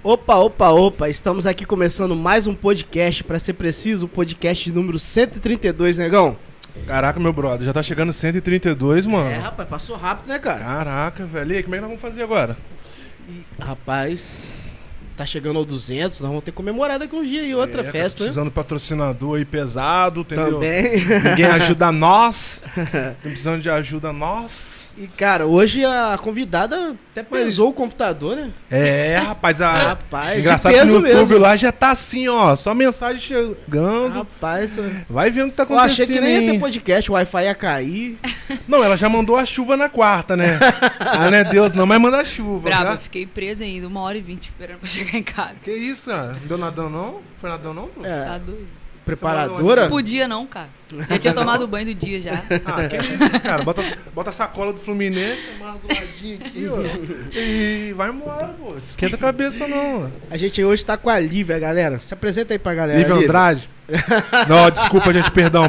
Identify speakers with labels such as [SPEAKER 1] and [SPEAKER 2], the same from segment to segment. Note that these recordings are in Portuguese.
[SPEAKER 1] Opa, opa, opa, estamos aqui começando mais um podcast, pra ser preciso, o podcast número 132, negão.
[SPEAKER 2] Caraca, meu brother, já tá chegando 132, mano.
[SPEAKER 1] É, rapaz, passou rápido, né, cara?
[SPEAKER 2] Caraca, velho. E aí, como é que nós vamos fazer agora?
[SPEAKER 1] Rapaz, tá chegando ao 200, nós vamos ter que comemorar daqui um dia e outra
[SPEAKER 2] Tá
[SPEAKER 1] festa,
[SPEAKER 2] precisando de patrocinador aí pesado,
[SPEAKER 1] né?
[SPEAKER 2] entendeu?
[SPEAKER 1] Também.
[SPEAKER 2] Ninguém ajuda nós. Tô precisando de ajuda nós.
[SPEAKER 1] E, cara, hoje a convidada até pesou o computador, né?
[SPEAKER 2] É, rapaz,
[SPEAKER 1] Rapaz,
[SPEAKER 2] engraçado
[SPEAKER 1] de
[SPEAKER 2] que
[SPEAKER 1] peso
[SPEAKER 2] no YouTube
[SPEAKER 1] mesmo.
[SPEAKER 2] lá já tá assim, ó, só mensagem chegando.
[SPEAKER 1] Rapaz,
[SPEAKER 2] Vai vendo o que tá
[SPEAKER 1] eu achei
[SPEAKER 2] acontecendo.
[SPEAKER 1] que nem ia ter
[SPEAKER 2] hein?
[SPEAKER 1] podcast, o Wi-Fi ia cair.
[SPEAKER 2] Não, ela já mandou a chuva na quarta, né? Ah, não é Deus não, mas manda a chuva.
[SPEAKER 3] Brava,
[SPEAKER 2] tá?
[SPEAKER 3] eu fiquei presa ainda 1h20 esperando pra chegar em casa.
[SPEAKER 2] Que isso, cara? Não deu nadão não? Foi nadão não? Pô?
[SPEAKER 1] É,
[SPEAKER 3] Tá doido?
[SPEAKER 1] preparadora?
[SPEAKER 3] Não podia não, cara. Já tinha tomado banho do dia já.
[SPEAKER 2] Ah, que isso, cara? Bota a sacola do Fluminense, amarra do ladinho aqui, ó. E vai embora, pô. Esquenta a cabeça, não.
[SPEAKER 1] A gente hoje tá com a Lívia, galera. Se apresenta aí pra galera.
[SPEAKER 2] Lívia
[SPEAKER 1] Lívia.
[SPEAKER 2] Andrade? Não, desculpa, gente. Perdão.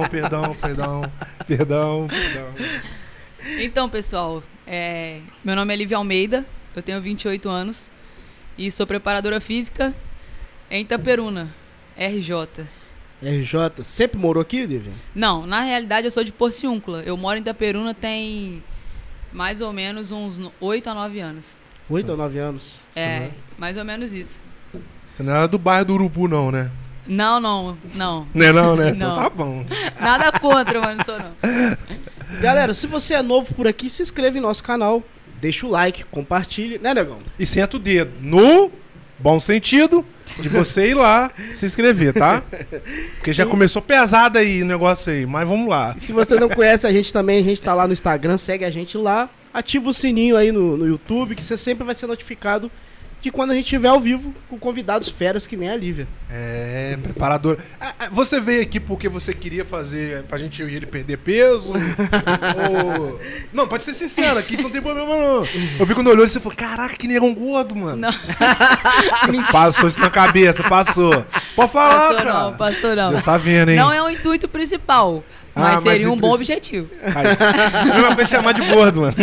[SPEAKER 3] Então, pessoal, meu nome é Lívia Almeida, eu tenho 28 anos e sou preparadora física em Itaperuna, RJ.
[SPEAKER 1] RJ, sempre morou aqui, Lívia?
[SPEAKER 3] Não, na realidade eu sou de Porciúncula. Eu moro em Itaperuna tem mais ou menos uns 8 a 9 anos.
[SPEAKER 1] 8 ou 9 anos.
[SPEAKER 3] É, mais ou menos isso.
[SPEAKER 2] Você não era do bairro do Urubu, não, né?
[SPEAKER 3] Não.
[SPEAKER 2] Não é não, né? Então
[SPEAKER 3] Não.
[SPEAKER 2] tá bom.
[SPEAKER 3] Nada contra, mas não sou não.
[SPEAKER 1] Galera, se você é novo por aqui, se inscreve em nosso canal. Deixa o like, compartilhe, né, negão?
[SPEAKER 2] E senta o dedo no bom sentido de você ir lá se inscrever, tá? Porque já começou pesado aí o negócio aí, mas vamos lá.
[SPEAKER 1] Se você não conhece a gente também, a gente tá lá no Instagram, segue a gente lá. Ativa o sininho aí no YouTube, que você sempre vai ser notificado de quando a gente estiver ao vivo com convidados feras que nem a Lívia.
[SPEAKER 2] É, preparador. Você veio aqui porque você queria fazer pra gente eu e ele perder peso? Ou... Não, pode ser sincero, aqui isso não tem problema não. Eu vi quando olhou e você falou, caraca, que negão gordo, mano.
[SPEAKER 3] Não.
[SPEAKER 2] Passou isso na cabeça, passou. Pode falar, cara.
[SPEAKER 3] Passou não.
[SPEAKER 2] Deus tá vendo, hein?
[SPEAKER 3] Não é o intuito principal, mas seria um bom objetivo.
[SPEAKER 2] Não vai chamar de gordo, mano.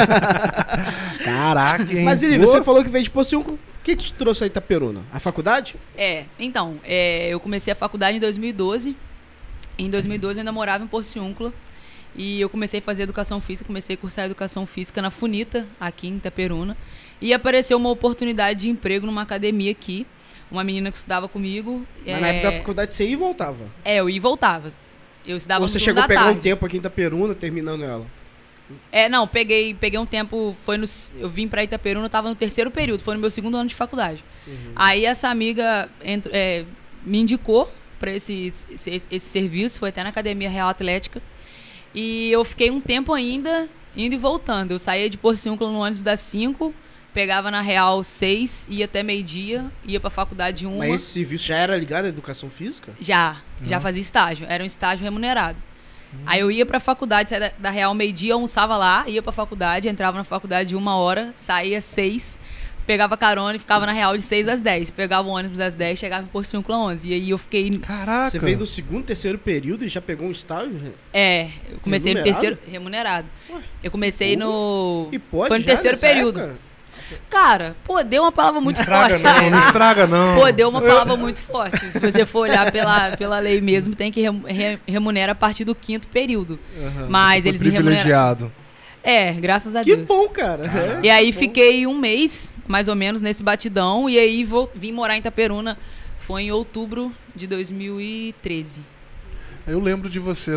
[SPEAKER 2] Caraca, hein?
[SPEAKER 1] Mas, Lívia, você falou que veio de Porciúncula. O que te trouxe a Itaperuna? A faculdade?
[SPEAKER 3] Então, eu comecei a faculdade em 2012. Em 2012 eu ainda morava em Porciúncula. E eu comecei a fazer educação física, comecei a cursar educação física na Funita, aqui em Itaperuna. E apareceu uma oportunidade de emprego numa academia aqui. Uma menina que estudava comigo.
[SPEAKER 1] Mas na época da faculdade você ia e voltava.
[SPEAKER 3] Eu ia e voltava. Eu estudava
[SPEAKER 1] Ou
[SPEAKER 3] no
[SPEAKER 1] você
[SPEAKER 3] turno
[SPEAKER 1] chegou a
[SPEAKER 3] da
[SPEAKER 1] pegar um
[SPEAKER 3] tarde.
[SPEAKER 1] tempo aqui em Itaperuna, terminando ela?
[SPEAKER 3] Não, peguei um tempo, eu vim pra Itaperuna, eu tava no terceiro período, foi no meu segundo ano de faculdade. Aí essa amiga me indicou pra esse serviço, foi até na Academia Real Atlética, e eu fiquei um tempo ainda, indo e voltando. Eu saía de Porciúncula no ônibus das 5, pegava na Real 6, ia até meio-dia, ia pra faculdade 1.
[SPEAKER 1] Mas esse serviço já era ligado à educação física?
[SPEAKER 3] Já fazia estágio, era um estágio remunerado. Aí eu ia pra faculdade, saía da Real meio-dia, almoçava lá, ia pra faculdade, entrava na faculdade 1h, saía 6, pegava carona e ficava na Real de 6 às 10. Pegava o ônibus às 10, chegava em Porciúncula 11. E aí eu fiquei...
[SPEAKER 2] Caraca.
[SPEAKER 1] Você veio do segundo, terceiro período e já pegou um estágio?
[SPEAKER 3] Eu comecei no terceiro... Remunerado. Eu comecei no...
[SPEAKER 1] E pode
[SPEAKER 3] Foi no
[SPEAKER 1] já
[SPEAKER 3] terceiro
[SPEAKER 1] nessa
[SPEAKER 3] período.
[SPEAKER 1] época?
[SPEAKER 3] Cara, deu uma palavra muito forte.
[SPEAKER 2] Não estraga não.
[SPEAKER 3] Deu uma palavra muito forte. Se você for olhar pela lei mesmo, tem que remunera a partir do 5º período. Mas eles me remuneraram. Graças a Deus.
[SPEAKER 1] Que bom, cara.
[SPEAKER 3] E aí fiquei um mês, mais ou menos, nesse batidão. E aí vim morar em Itaperuna. Foi em outubro de 2013.
[SPEAKER 2] Eu lembro de você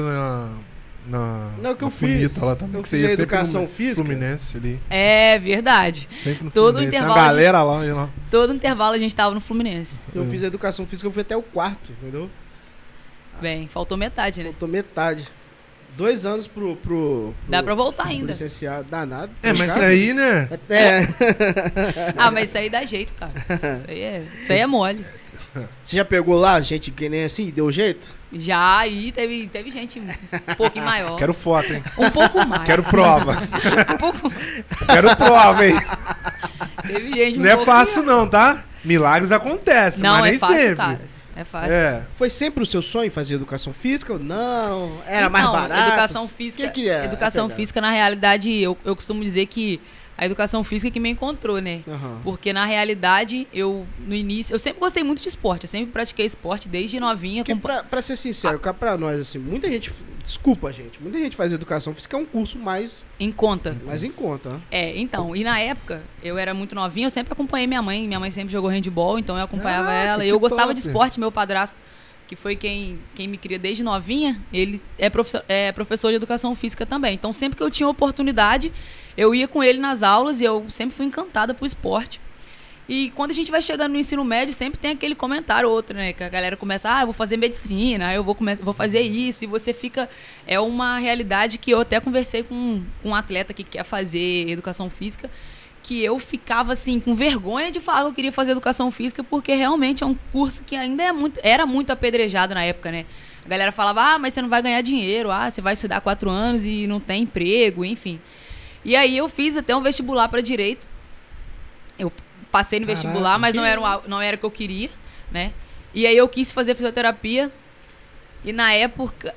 [SPEAKER 1] Não, que eu
[SPEAKER 2] Funita
[SPEAKER 1] fiz.
[SPEAKER 2] lá também.
[SPEAKER 1] Eu
[SPEAKER 2] Que
[SPEAKER 1] fiz
[SPEAKER 2] você ia
[SPEAKER 1] a
[SPEAKER 2] sempre
[SPEAKER 1] educação
[SPEAKER 2] no
[SPEAKER 1] física.
[SPEAKER 2] Fluminense ali.
[SPEAKER 3] É verdade.
[SPEAKER 2] Sempre no
[SPEAKER 3] Todo
[SPEAKER 2] Fluminense.
[SPEAKER 3] intervalo
[SPEAKER 2] A galera lá, ia lá.
[SPEAKER 3] Todo intervalo a gente tava no Fluminense.
[SPEAKER 1] Eu fiz a educação física, eu fui até o quarto, entendeu?
[SPEAKER 3] Bem, faltou metade, né?
[SPEAKER 1] Faltou metade. 2 anos pro
[SPEAKER 3] Dá pra voltar
[SPEAKER 1] pro
[SPEAKER 3] ainda.
[SPEAKER 1] licenciado, danado.
[SPEAKER 2] Mas isso aí, né?
[SPEAKER 3] Mas isso aí dá jeito, cara. Isso aí é mole.
[SPEAKER 1] Você já pegou lá gente que nem assim, deu jeito?
[SPEAKER 3] Já aí teve gente um pouquinho maior.
[SPEAKER 2] Quero foto, hein?
[SPEAKER 3] Um pouco mais.
[SPEAKER 2] Quero prova.
[SPEAKER 3] Um pouco...
[SPEAKER 2] Quero prova, hein?
[SPEAKER 3] Teve gente
[SPEAKER 2] Isso não é fácil não, tá? Milagres acontecem,
[SPEAKER 3] Não,
[SPEAKER 2] mas
[SPEAKER 3] é
[SPEAKER 2] nem
[SPEAKER 3] fácil,
[SPEAKER 2] sempre.
[SPEAKER 3] cara. É fácil.
[SPEAKER 1] Foi sempre o seu sonho fazer educação física ou não? Era mais
[SPEAKER 3] Então,
[SPEAKER 1] barato?
[SPEAKER 3] Educação física,
[SPEAKER 1] Que é?
[SPEAKER 3] educação
[SPEAKER 1] a pegada?
[SPEAKER 3] física, na realidade, eu costumo dizer que a educação física que me encontrou, né?
[SPEAKER 1] Aham.
[SPEAKER 3] Porque, na realidade, no início... Eu sempre gostei muito de esporte. Eu sempre pratiquei esporte desde novinha.
[SPEAKER 1] Porque, pra ser sincero, cá pra nós, assim, muita gente... Desculpa, gente. Muita gente faz educação física, é um curso mais
[SPEAKER 3] Em conta.
[SPEAKER 1] em conta. Né?
[SPEAKER 3] Então, e na época, eu era muito novinha, eu sempre acompanhei minha mãe. Minha mãe sempre jogou handball, então eu acompanhava ela. E eu gostava de esporte, meu padrasto, que foi quem me cria desde novinha, ele é professor de educação física também. Então, sempre que eu tinha oportunidade, eu ia com ele nas aulas e eu sempre fui encantada por esporte. E quando a gente vai chegando no ensino médio, sempre tem aquele comentário ou outro, né? Que a galera começa, eu vou fazer medicina, eu vou fazer isso. E você fica... É uma realidade que eu até conversei com um atleta que quer fazer educação física, que eu ficava, assim, com vergonha de falar que eu queria fazer educação física, porque realmente é um curso que ainda era muito apedrejado na época, né? A galera falava, mas você não vai ganhar dinheiro, você vai estudar 4 anos e não tem emprego, enfim. E aí eu fiz até um vestibular para direito. Eu passei no vestibular, mas não era o que eu queria, né? E aí eu quis fazer fisioterapia. E na época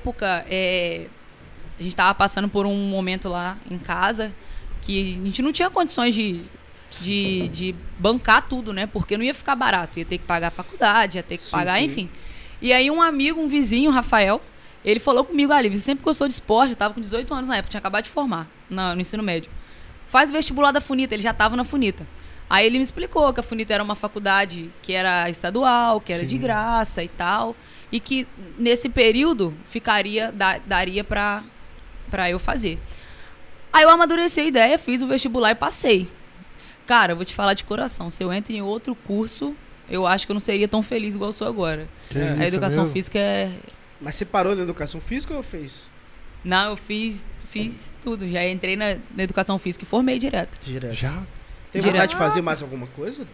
[SPEAKER 3] a gente tava passando por um momento lá em casa que a gente não tinha condições de bancar tudo, né? Porque não ia ficar barato, ia ter que pagar a faculdade, ia ter que pagar, enfim. E aí um vizinho, Rafael, ele falou comigo, você sempre gostou de esporte, eu tava com 18 anos na época, tinha acabado de formar no ensino médio. Faz o vestibular da FUNITA, ele já tava na FUNITA. Aí ele me explicou que a FUNITA era uma faculdade que era estadual, que era de graça e tal, e que nesse período daria pra eu fazer. Aí eu amadureci a ideia, fiz o vestibular e passei. Cara, eu vou te falar de coração, se eu entro em outro curso, eu acho que eu não seria tão feliz igual eu sou agora. A educação física é...
[SPEAKER 1] Mas você parou na educação física ou fez?
[SPEAKER 3] Não, eu fiz tudo. Já entrei na educação física e formei direto.
[SPEAKER 2] Já?
[SPEAKER 1] Tem vontade de fazer mais alguma coisa?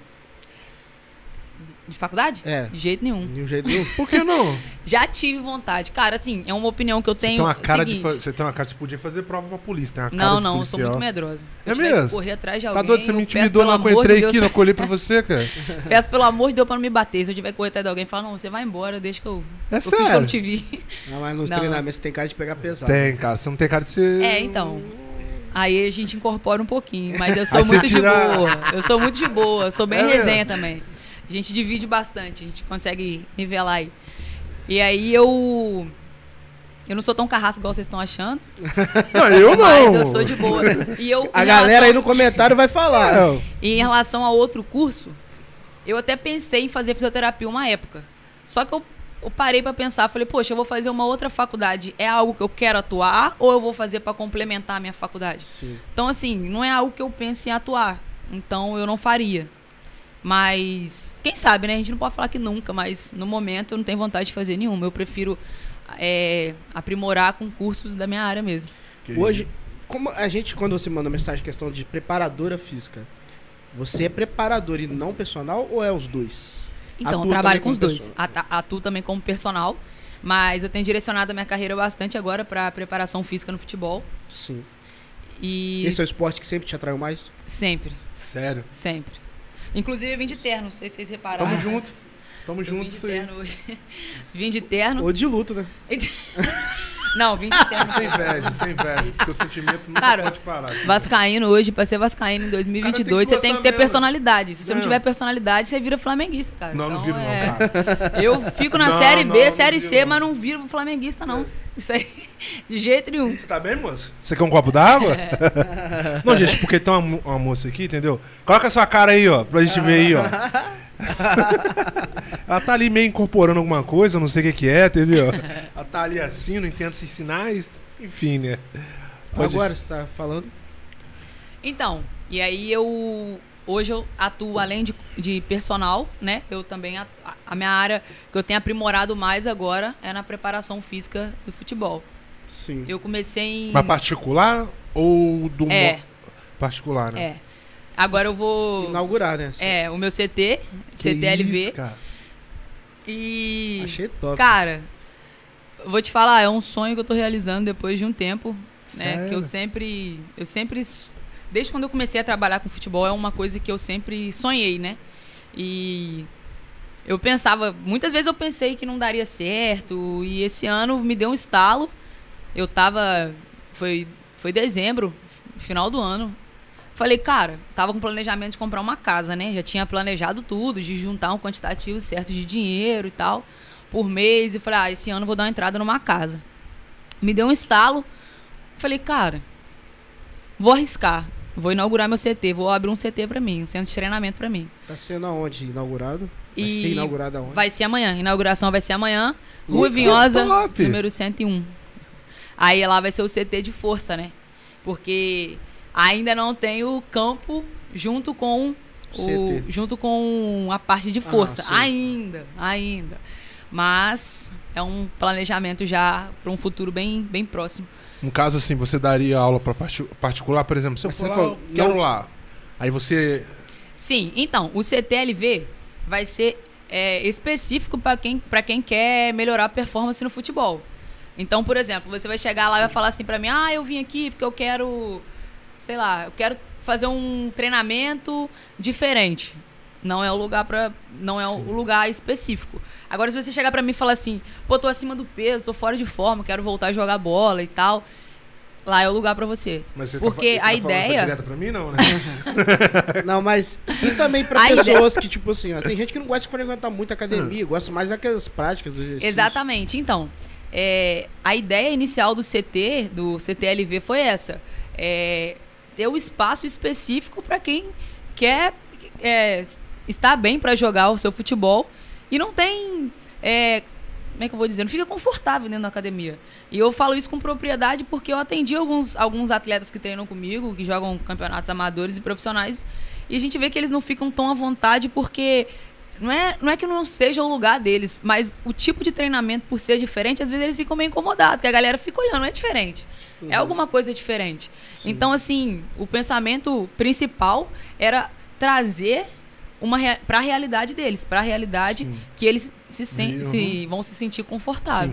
[SPEAKER 3] De faculdade? De jeito nenhum.
[SPEAKER 1] De um jeito nenhum?
[SPEAKER 2] Por que não?
[SPEAKER 3] Já tive vontade. Cara, assim, é uma opinião que eu tenho.
[SPEAKER 2] Você tem uma cara, você podia fazer prova pra polícia. Tem uma cara
[SPEAKER 3] não, eu sou muito medrosa. Se eu
[SPEAKER 2] tiver
[SPEAKER 3] mesmo? Que correr atrás de alguém.
[SPEAKER 2] Tá doido? Você me intimidou lá quando eu entrei aqui, não colhei pra você, cara.
[SPEAKER 3] Peço pelo amor de Deus pra não me bater. Se eu tiver que correr atrás de alguém, fala, não, você vai embora, deixa que eu.
[SPEAKER 2] É sério?
[SPEAKER 3] Fiz que eu não te vi.
[SPEAKER 1] Não, mas nos treinamentos você tem cara de pegar pesado.
[SPEAKER 2] Tem, cara. Você não tem cara de ser.
[SPEAKER 3] Então. Aí a gente incorpora um pouquinho. Mas eu sou muito de boa. Eu sou muito de boa. Sou bem resenha também. A gente divide bastante, a gente consegue nivelar aí. E aí eu não sou tão carrasco igual vocês estão achando.
[SPEAKER 2] Não, eu não.
[SPEAKER 3] Mas eu sou de boa. E
[SPEAKER 1] a galera aí no comentário vai falar.
[SPEAKER 3] E em relação a outro curso, eu até pensei em fazer fisioterapia uma época. Só que eu parei pra pensar, falei, poxa, eu vou fazer uma outra faculdade. É algo que eu quero atuar ou eu vou fazer pra complementar a minha faculdade? Sim. Então, assim, não é algo que eu pense em atuar. Então, eu não faria. Mas, quem sabe, né? A gente não pode falar que nunca, mas no momento eu não tenho vontade de fazer nenhuma. Eu prefiro aprimorar com cursos da minha área mesmo.
[SPEAKER 1] Hoje, como a gente, quando você manda mensagem questão de preparadora física, você é preparador e não personal ou é os dois?
[SPEAKER 3] Então, eu trabalho com os dois. Atuo também como personal, mas eu tenho direcionado a minha carreira bastante agora para preparação física no futebol.
[SPEAKER 1] Sim.
[SPEAKER 3] E
[SPEAKER 1] esse é o esporte que sempre te atraiu mais?
[SPEAKER 3] Sempre.
[SPEAKER 2] Sério?
[SPEAKER 3] Sempre. Inclusive, eu vim de terno, não sei se vocês repararam.
[SPEAKER 2] Tamo junto
[SPEAKER 3] vim de
[SPEAKER 2] isso aí.
[SPEAKER 3] terno hoje. Vim de terno.
[SPEAKER 1] Ou de luto, né?
[SPEAKER 3] Não, vim de terno.
[SPEAKER 2] Sem inveja. Porque o sentimento nunca pode parar.
[SPEAKER 3] Vascaíno hoje, pra ser vascaíno em 2022, você tem que ter personalidade. Se você não tiver personalidade, você vira flamenguista, cara.
[SPEAKER 2] Não, não viro não, cara.
[SPEAKER 3] Eu fico na Série B, Série C, mas não viro flamenguista, não. Isso aí, de jeito nenhum.
[SPEAKER 2] Você tá bem, moça? Você quer um copo d'água? Não, gente, porque tem uma moça aqui, entendeu? Coloca a sua cara aí, ó, pra gente ver aí, ó. Ela tá ali meio incorporando alguma coisa, não sei o que é, entendeu? Ela tá ali assim, não entende esses sinais. Enfim, né?
[SPEAKER 1] Agora você tá falando?
[SPEAKER 3] Então, e aí hoje eu atuo além de personal, né? Eu também, a minha área que eu tenho aprimorado mais agora é na preparação física do futebol.
[SPEAKER 1] Sim.
[SPEAKER 3] Eu comecei em...
[SPEAKER 2] Mas particular ou do... Particular, né?
[SPEAKER 3] Agora eu vou...
[SPEAKER 1] Inaugurar, né?
[SPEAKER 3] O meu CT, CTLV.
[SPEAKER 2] Isso, cara.
[SPEAKER 3] E...
[SPEAKER 1] Achei top.
[SPEAKER 3] Cara, eu vou te falar, é um sonho que eu tô realizando depois de um tempo, né?
[SPEAKER 2] Sério?
[SPEAKER 3] Que eu sempre... Desde quando eu comecei a trabalhar com futebol, é uma coisa que eu sempre sonhei, né? E eu pensava... Muitas vezes eu pensei que não daria certo. E esse ano me deu um estalo. Eu tava... Foi dezembro, final do ano. Falei, cara, tava com planejamento de comprar uma casa, né? Já tinha planejado tudo, de juntar um quantitativo certo de dinheiro e tal, por mês. E falei, esse ano eu vou dar uma entrada numa casa. Me deu um estalo. Falei, cara, vou arriscar. Vou inaugurar meu CT, vou abrir um CT pra mim, um centro de treinamento pra mim.
[SPEAKER 1] Tá sendo aonde inaugurado? Vai ser inaugurado aonde?
[SPEAKER 3] Vai ser amanhã. A inauguração vai ser amanhã. Rua Vinhosa, número 101. Aí lá vai ser o CT de força, né? Porque ainda não tem o campo junto com a parte de força. Ainda. Mas é um planejamento já para um futuro bem, bem próximo.
[SPEAKER 2] No caso, assim, você daria aula para particular, por exemplo, se eu for lá, eu quero lá. Aí você...
[SPEAKER 3] Sim, então, o CTLV vai ser específico para quem quer melhorar a performance no futebol. Então, por exemplo, você vai chegar lá e vai falar assim pra mim, eu vim aqui porque eu quero, sei lá, eu quero fazer um treinamento diferente. Não é o lugar o lugar específico. Agora, se você chegar pra mim e falar assim, pô, tô acima do peso, tô fora de forma, quero voltar a jogar bola e tal, lá é o lugar pra você.
[SPEAKER 2] Mas você
[SPEAKER 3] porque a ideia...
[SPEAKER 2] direta pra mim, não, né?
[SPEAKER 1] Não, mas e também pra pessoas que, tipo assim, tem gente que não gosta de frequentar muito academia, gosta mais daquelas práticas do exercício.
[SPEAKER 3] Exatamente. Então, a ideia inicial do CTLV foi essa. Ter um espaço específico para quem quer estar bem para jogar o seu futebol e não tem... como é que eu vou dizer? Não fica confortável dentro da academia. E eu falo isso com propriedade porque eu atendi alguns atletas que treinam comigo, que jogam campeonatos amadores e profissionais, e a gente vê que eles não ficam tão à vontade porque... Não é que não seja o lugar deles, mas o tipo de treinamento, por ser diferente, às vezes eles ficam meio incomodados, porque a galera fica olhando, é diferente. É alguma coisa diferente. Sim. Então, assim, o pensamento principal era trazer para a realidade deles, para a realidade Sim. que eles vão se sentir confortáveis.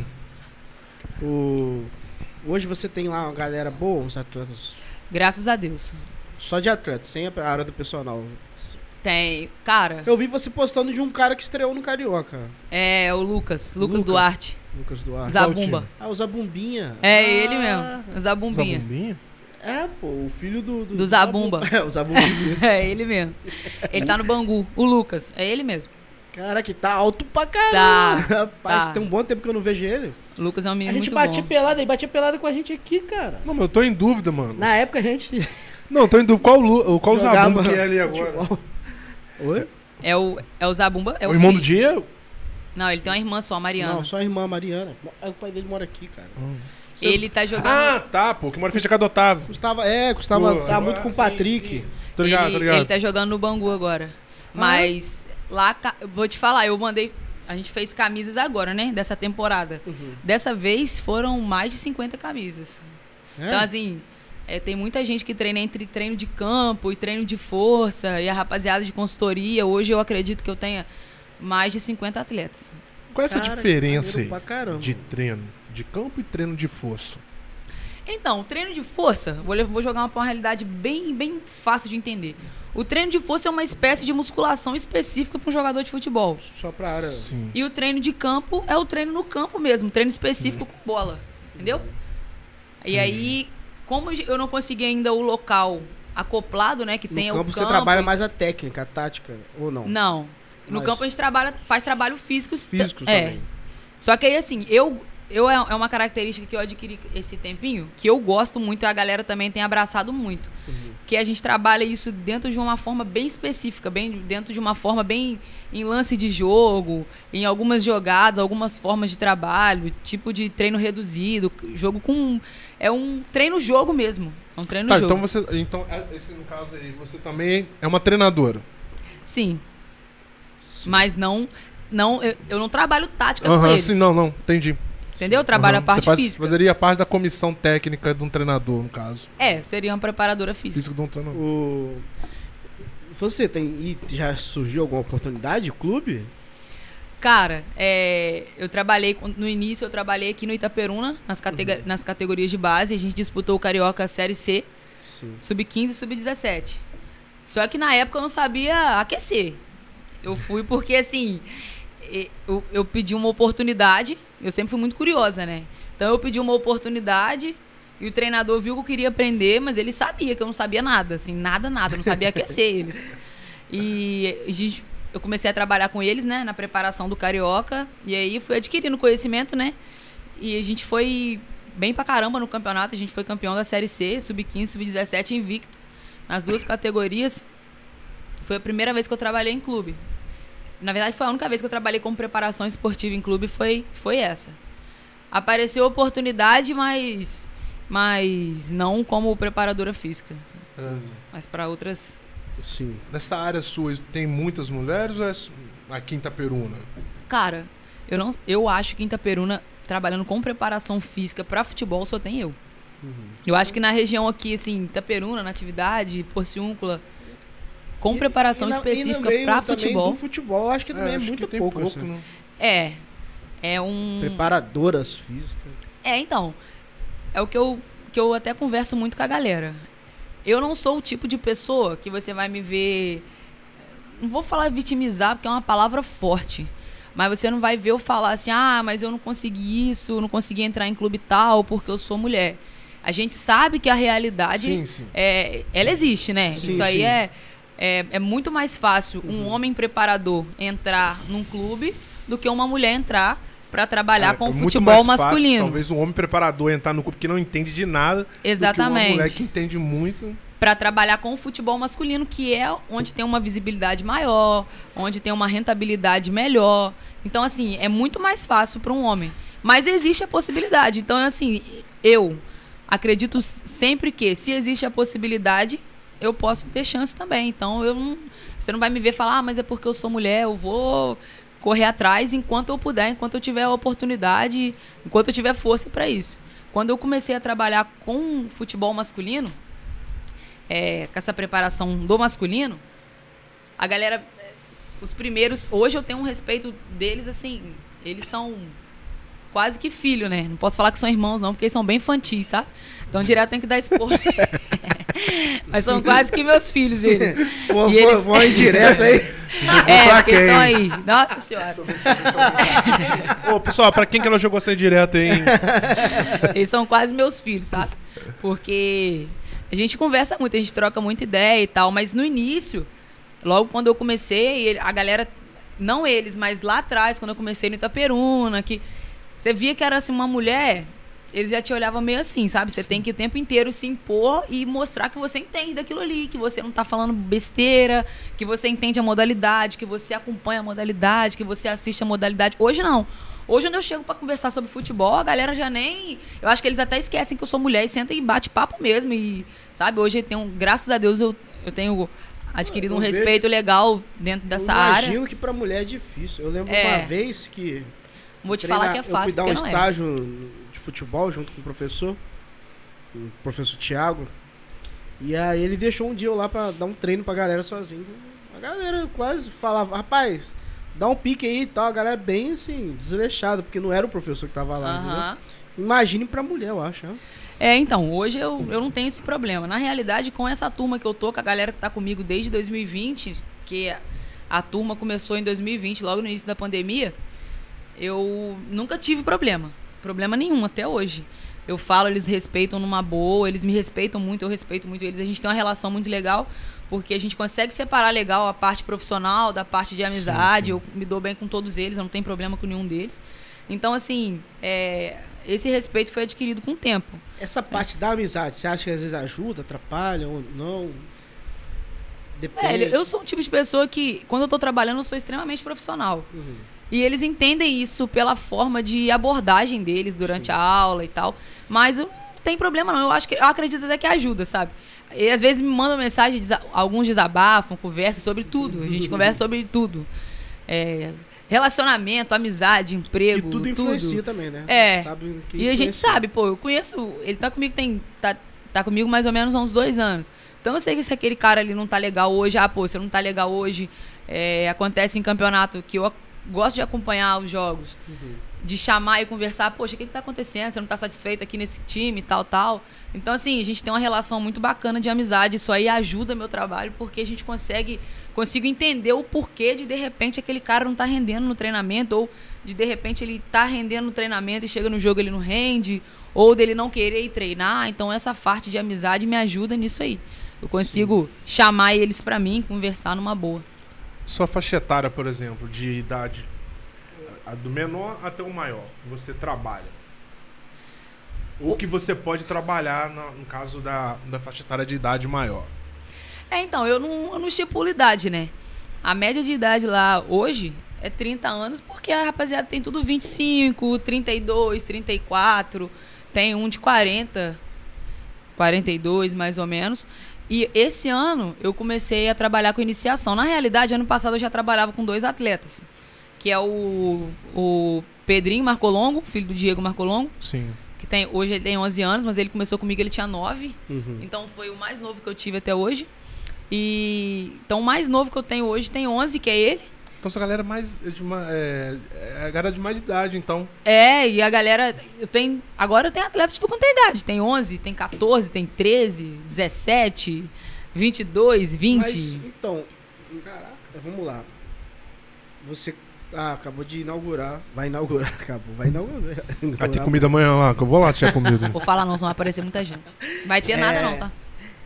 [SPEAKER 1] Hoje você tem lá uma galera boa, uns atletas?
[SPEAKER 3] Graças a Deus.
[SPEAKER 1] Só de atletas, sem a área do personal?
[SPEAKER 3] Tem, cara.
[SPEAKER 1] Eu vi você postando de um cara que estreou no Carioca.
[SPEAKER 3] É, o Lucas Duarte.
[SPEAKER 1] Lucas Duarte.
[SPEAKER 3] Zabumba.
[SPEAKER 1] O Zabumbinha.
[SPEAKER 3] Ele mesmo, o Zabumbinha.
[SPEAKER 2] Zabumbinha?
[SPEAKER 1] Pô, o filho do
[SPEAKER 3] Zabumba.
[SPEAKER 1] O Zabumbinha.
[SPEAKER 3] É ele mesmo. Ele tá no Bangu. O Lucas, é ele mesmo.
[SPEAKER 1] Cara, que tá alto pra caramba.
[SPEAKER 3] Tá.
[SPEAKER 1] Rapaz, tem um bom tempo que eu não vejo ele.
[SPEAKER 3] O Lucas é um menino muito bom.
[SPEAKER 1] A gente batia pelada com a gente aqui, cara.
[SPEAKER 2] Não, mas eu tô em dúvida, mano.
[SPEAKER 1] Na época a gente...
[SPEAKER 2] Não, tô em dúvida. Qual o Zabumba que é ali agora?
[SPEAKER 1] Oi?
[SPEAKER 3] É o Zabumba. É
[SPEAKER 2] o irmão do Diego?
[SPEAKER 3] Não, ele tem uma irmã só, a Mariana.
[SPEAKER 1] Não, só a irmã, a Mariana. O pai dele mora aqui, cara.
[SPEAKER 3] Ele tá jogando...
[SPEAKER 2] Pô, que mora frente da casa do Otávio.
[SPEAKER 1] Custava tá muito com o Patrick.
[SPEAKER 2] Sim. Tô ligado.
[SPEAKER 3] Ele tá jogando no Bangu agora. Mas lá, vou te falar, a gente fez camisas agora, né, dessa temporada. Dessa vez foram mais de 50 camisas. Então, assim... tem muita gente que treina entre treino de campo e treino de força e a rapaziada de consultoria. Hoje eu acredito que eu tenha mais de 50 atletas.
[SPEAKER 2] Qual é essa diferença aí de treino de campo e treino de força?
[SPEAKER 3] Então, o treino de força, vou jogar uma realidade bem, bem fácil de entender. O treino de força é uma espécie de musculação específica para um jogador de futebol.
[SPEAKER 1] Só para área.
[SPEAKER 2] Sim.
[SPEAKER 3] E o treino de campo é o treino no campo mesmo, treino específico com bola. Entendeu? E aí... Como eu não consegui ainda o local acoplado, né, que tenha o campo...
[SPEAKER 1] No campo você trabalha mais a técnica, a tática, ou não?
[SPEAKER 3] Não. No campo a gente faz trabalho físico.
[SPEAKER 1] Físicos também.
[SPEAKER 3] Só que aí, assim, é uma característica que eu adquiri esse tempinho, que eu gosto muito e a galera também tem abraçado muito. Que a gente trabalha isso dentro de uma forma bem específica, dentro de uma forma bem em lance de jogo, em algumas jogadas, algumas formas de trabalho, tipo de treino reduzido, jogo com... É um treino-jogo mesmo. É um treino-jogo.
[SPEAKER 2] Então, esse no caso aí, você também é uma treinadora?
[SPEAKER 3] Sim. Mas eu não trabalho tática com eles.
[SPEAKER 2] Sim, não, entendi.
[SPEAKER 3] Entendeu? Eu trabalho a parte física.
[SPEAKER 2] Fazeria parte da comissão técnica de um treinador, no caso.
[SPEAKER 3] Seria uma preparadora física.
[SPEAKER 2] Físico de um treinador.
[SPEAKER 1] Você já surgiu alguma oportunidade, clube?
[SPEAKER 3] Cara, eu trabalhei, no início eu trabalhei aqui no Itaperuna, nas categorias de base. A gente disputou o Carioca Série C, Sub-15 e Sub-17. Só que na época eu não sabia aquecer. Eu fui porque, assim... Eu pedi uma oportunidade, eu sempre fui muito curiosa, né? Então eu pedi uma oportunidade E o treinador viu que eu queria aprender, mas ele sabia que eu não sabia nada, assim, nada, não sabia aquecer eles. E eu comecei a trabalhar com eles, né, na preparação do Carioca, e aí fui adquirindo conhecimento, né, e a gente foi bem pra caramba no campeonato, a gente foi campeão da Série C, Sub-15, Sub-17 invicto, nas 2 categorias. Foi a primeira vez que eu trabalhei em clube. Na verdade, foi a única vez que eu trabalhei como preparação esportiva em clube, foi essa. Apareceu oportunidade, mas não como preparadora física. Mas para outras...
[SPEAKER 2] Sim. Nessa área sua, tem muitas mulheres ou é aqui em Itaperuna?
[SPEAKER 3] Cara, eu acho que em Itaperuna, trabalhando com preparação física para futebol, só tem eu. Eu acho que na região aqui, assim, Itaperuna, Natividade, Porciúncula, com preparação específica para futebol.
[SPEAKER 1] Do futebol, acho que também é muito pouco.
[SPEAKER 2] Assim. Né?
[SPEAKER 3] É um...
[SPEAKER 1] Preparadoras físicas.
[SPEAKER 3] Então. É o que eu até converso muito com a galera. Eu não sou o tipo de pessoa que você vai me ver... Não vou falar vitimizar, porque é uma palavra forte. Mas você não vai ver eu falar assim, mas eu não consegui isso, não consegui entrar em clube tal, porque eu sou mulher. A gente sabe que a realidade,
[SPEAKER 2] sim.
[SPEAKER 3] Ela existe, né?
[SPEAKER 2] Sim,
[SPEAKER 3] isso aí é muito mais fácil um homem preparador entrar num clube do que uma mulher entrar para trabalhar com futebol masculino.
[SPEAKER 2] Fácil, talvez um homem preparador entrar no clube que não entende de nada.
[SPEAKER 3] Exatamente.
[SPEAKER 2] Do que uma mulher que entende muito.
[SPEAKER 3] Para trabalhar com o futebol masculino, que é onde tem uma visibilidade maior, onde tem uma rentabilidade melhor. Então, assim, é muito mais fácil para um homem. Mas existe a possibilidade. Então, assim, eu acredito sempre que, se existe a possibilidade, eu posso ter chance também. Então, você não vai me ver falar, mas é porque eu sou mulher, eu vou correr atrás enquanto eu puder, enquanto eu tiver a oportunidade, enquanto eu tiver força para isso. Quando eu comecei a trabalhar com futebol masculino, com essa preparação do masculino, a galera, os primeiros, hoje eu tenho um respeito deles, assim, eles são quase que filho, né? Não posso falar que são irmãos não, porque eles são bem infantis, sabe? Então direto tem que dar esporro. Mas são quase que meus filhos, eles.
[SPEAKER 1] Vão indireto aí.
[SPEAKER 3] Porque estão aí. Nossa senhora.
[SPEAKER 2] Ô, pessoal, pra quem que ela jogou sem direto, hein?
[SPEAKER 3] Eles são quase meus filhos, sabe? Porque a gente conversa muito, a gente troca muita ideia e tal, mas no início, logo quando eu comecei, a galera, não eles, mas lá atrás, quando eu comecei no Itaperuna, que você via que era assim uma mulher, eles já te olhavam meio assim, sabe? Você tem que o tempo inteiro se impor e mostrar que você entende daquilo ali, que você não tá falando besteira, que você entende a modalidade, que você acompanha a modalidade, que você assiste a modalidade. Hoje não. Hoje, quando eu chego pra conversar sobre futebol, a galera já nem... Eu acho que eles até esquecem que eu sou mulher e senta e bate papo mesmo. E, sabe, hoje graças a Deus eu tenho adquirido um respeito legal dentro dessa área.
[SPEAKER 1] Eu imagino que pra mulher é difícil. Eu lembro uma vez que...
[SPEAKER 3] Vou te falar que é fácil,
[SPEAKER 1] eu fui dar um
[SPEAKER 3] porque
[SPEAKER 1] estágio de futebol junto com o professor Thiago. E aí ele deixou um dia eu lá pra dar um treino pra galera sozinho. A galera quase falava, rapaz, dá um pique aí e tal. A galera bem assim, desleixada, porque não era o professor que tava lá, entendeu? Imagine pra mulher, eu acho. Né?
[SPEAKER 3] Então, hoje eu não tenho esse problema. Na realidade, com essa turma que eu tô, com a galera que tá comigo desde 2020, que a turma começou em 2020, logo no início da pandemia, eu nunca tive problema nenhum até hoje. Eu falo, eles respeitam numa boa, eles me respeitam muito, eu respeito muito eles. A gente tem uma relação muito legal, porque a gente consegue separar legal a parte profissional da parte de amizade. Sim. Eu me dou bem com todos eles, eu não tenho problema com nenhum deles. Então, assim, esse respeito foi adquirido com o tempo.
[SPEAKER 1] Essa parte da amizade, você acha que às vezes ajuda, atrapalha ou não? Depende.
[SPEAKER 3] Eu sou um tipo de pessoa que, quando eu tô trabalhando, eu sou extremamente profissional. E eles entendem isso pela forma de abordagem deles durante a aula e tal. Mas não tem problema não. Eu acredito até que ajuda, sabe? E às vezes me mandam mensagem, alguns desabafam, conversam sobre tudo. A gente conversa sobre tudo. Relacionamento, amizade, emprego,
[SPEAKER 1] tudo influencia também, né?
[SPEAKER 3] Sabe que e a gente sabe, eu conheço... Ele tá comigo, tá comigo mais ou menos há uns 2 anos. Então eu sei que se aquele cara ali não tá legal hoje, você não tá legal hoje, acontece em campeonato que eu gosto de acompanhar os jogos, de chamar e conversar, poxa, o que tá acontecendo? Você não tá satisfeito aqui nesse time, tal. Então, assim, a gente tem uma relação muito bacana de amizade, isso aí ajuda meu trabalho, porque a gente consigo entender o porquê de repente, aquele cara não tá rendendo no treinamento, ou de repente ele tá rendendo no treinamento e chega no jogo ele não rende, ou dele não querer ir treinar. Então essa parte de amizade me ajuda nisso aí. Eu consigo chamar eles pra mim, conversar numa boa.
[SPEAKER 2] Sua faixa etária, por exemplo, de idade, do menor até o maior, você trabalha. Ou que você pode trabalhar no caso da faixa etária de idade maior.
[SPEAKER 3] Então, eu não estipulo idade, né? A média de idade lá hoje é 30 anos, porque a rapaziada tem tudo 25, 32, 34, tem um de 40, 42 mais ou menos. E esse ano eu comecei a trabalhar com iniciação. Na realidade, ano passado eu já trabalhava com 2 atletas, que é o Pedrinho Marcolongo, filho do Diego Marcolongo.
[SPEAKER 2] Sim.
[SPEAKER 3] Que hoje ele tem 11 anos, mas ele começou comigo, ele tinha 9.
[SPEAKER 1] Uhum.
[SPEAKER 3] Então foi o mais novo que eu tive até hoje. Então o mais novo que eu tenho hoje tem 11, que é ele.
[SPEAKER 2] Então essa galera a galera de mais idade, então.
[SPEAKER 3] E a galera, agora eu tenho atletas de tudo quanto é idade. Tem 11, tem 14, tem 13, 17, 22, 20.
[SPEAKER 1] Mas, então, vamos lá. Você acabou de inaugurar. Vai inaugurar.
[SPEAKER 2] Vai ter comida amanhã lá, que eu vou lá assistir a comida.
[SPEAKER 3] Vou falar não, senão vai aparecer muita gente. Vai ter nada não, tá?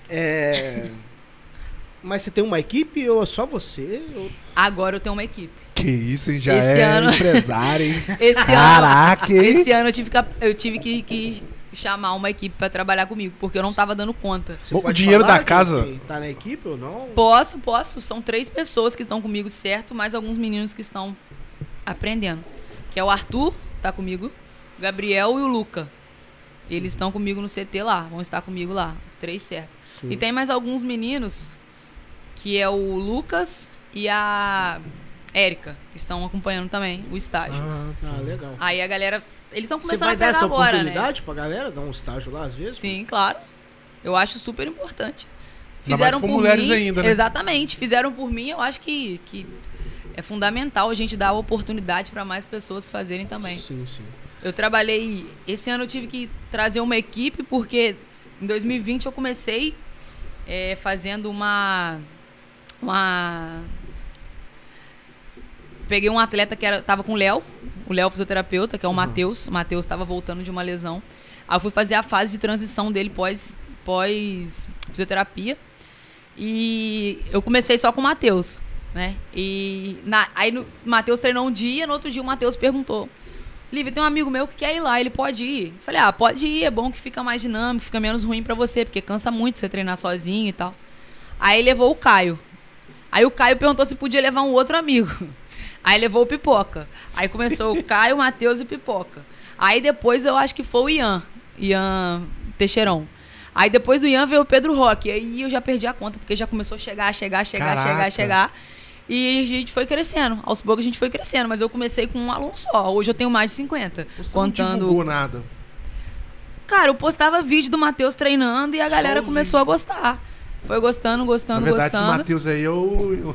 [SPEAKER 1] Mas você tem uma equipe ou é só você? Ou...
[SPEAKER 3] Agora eu tenho uma equipe.
[SPEAKER 2] Que isso, hein? Já
[SPEAKER 3] Esse ano...
[SPEAKER 2] empresário, hein?
[SPEAKER 3] Caraca! Esse ano eu tive que chamar uma equipe pra trabalhar comigo, porque eu não tava dando conta.
[SPEAKER 2] O dinheiro da casa...
[SPEAKER 1] Tá na equipe ou não?
[SPEAKER 3] Posso. São 3 pessoas que estão comigo, certo? Mais alguns meninos que estão aprendendo. Que é o Arthur, tá comigo, o Gabriel e o Luca. Eles estão comigo no CT lá, vão estar comigo lá, os 3 certo. Sim. E tem mais alguns meninos, que é o Lucas e a Érica, que estão acompanhando também o estágio.
[SPEAKER 1] Legal.
[SPEAKER 3] Aí a galera, eles estão começando
[SPEAKER 1] a pegar agora, né? Você vai dar essa oportunidade pra galera, dar um estágio lá às vezes?
[SPEAKER 3] Sim, claro. Eu acho super importante.
[SPEAKER 2] Fizeram por mulheres mim, ainda, né?
[SPEAKER 3] Exatamente, fizeram por mim, eu acho que é fundamental a gente dar a oportunidade para mais pessoas fazerem também.
[SPEAKER 1] Sim.
[SPEAKER 3] Eu trabalhei, esse ano eu tive que trazer uma equipe, porque em 2020 eu comecei fazendo peguei um atleta que tava com o Léo fisioterapeuta, que é o Matheus. O Matheus estava voltando de uma lesão. Aí eu fui fazer a fase de transição dele pós fisioterapia. E eu comecei só com o Matheus, né? Aí o Matheus treinou um dia, no outro dia o Matheus perguntou: Lívia, tem um amigo meu que quer ir lá, ele pode ir? Eu falei, pode ir, é bom que fica mais dinâmico, fica menos ruim pra você, porque cansa muito você treinar sozinho e tal. Aí levou o Caio. Aí o Caio perguntou se podia levar um outro amigo. Aí levou o Pipoca. Aí começou o Caio, o Matheus e o Pipoca. Aí depois eu acho que foi o Ian Teixeirão. Aí depois do Ian veio o Pedro Roque. Aí eu já perdi a conta, porque já começou a chegar. E a gente foi crescendo. Aos poucos a gente foi crescendo. Mas eu comecei com um aluno só. Hoje eu tenho mais de 50.
[SPEAKER 2] Você
[SPEAKER 3] contando...
[SPEAKER 2] não divulgou nada?
[SPEAKER 3] Cara, eu postava vídeo do Matheus treinando e a galera começou a gostar. Foi gostando.
[SPEAKER 2] Na verdade, esse Matheus aí é o...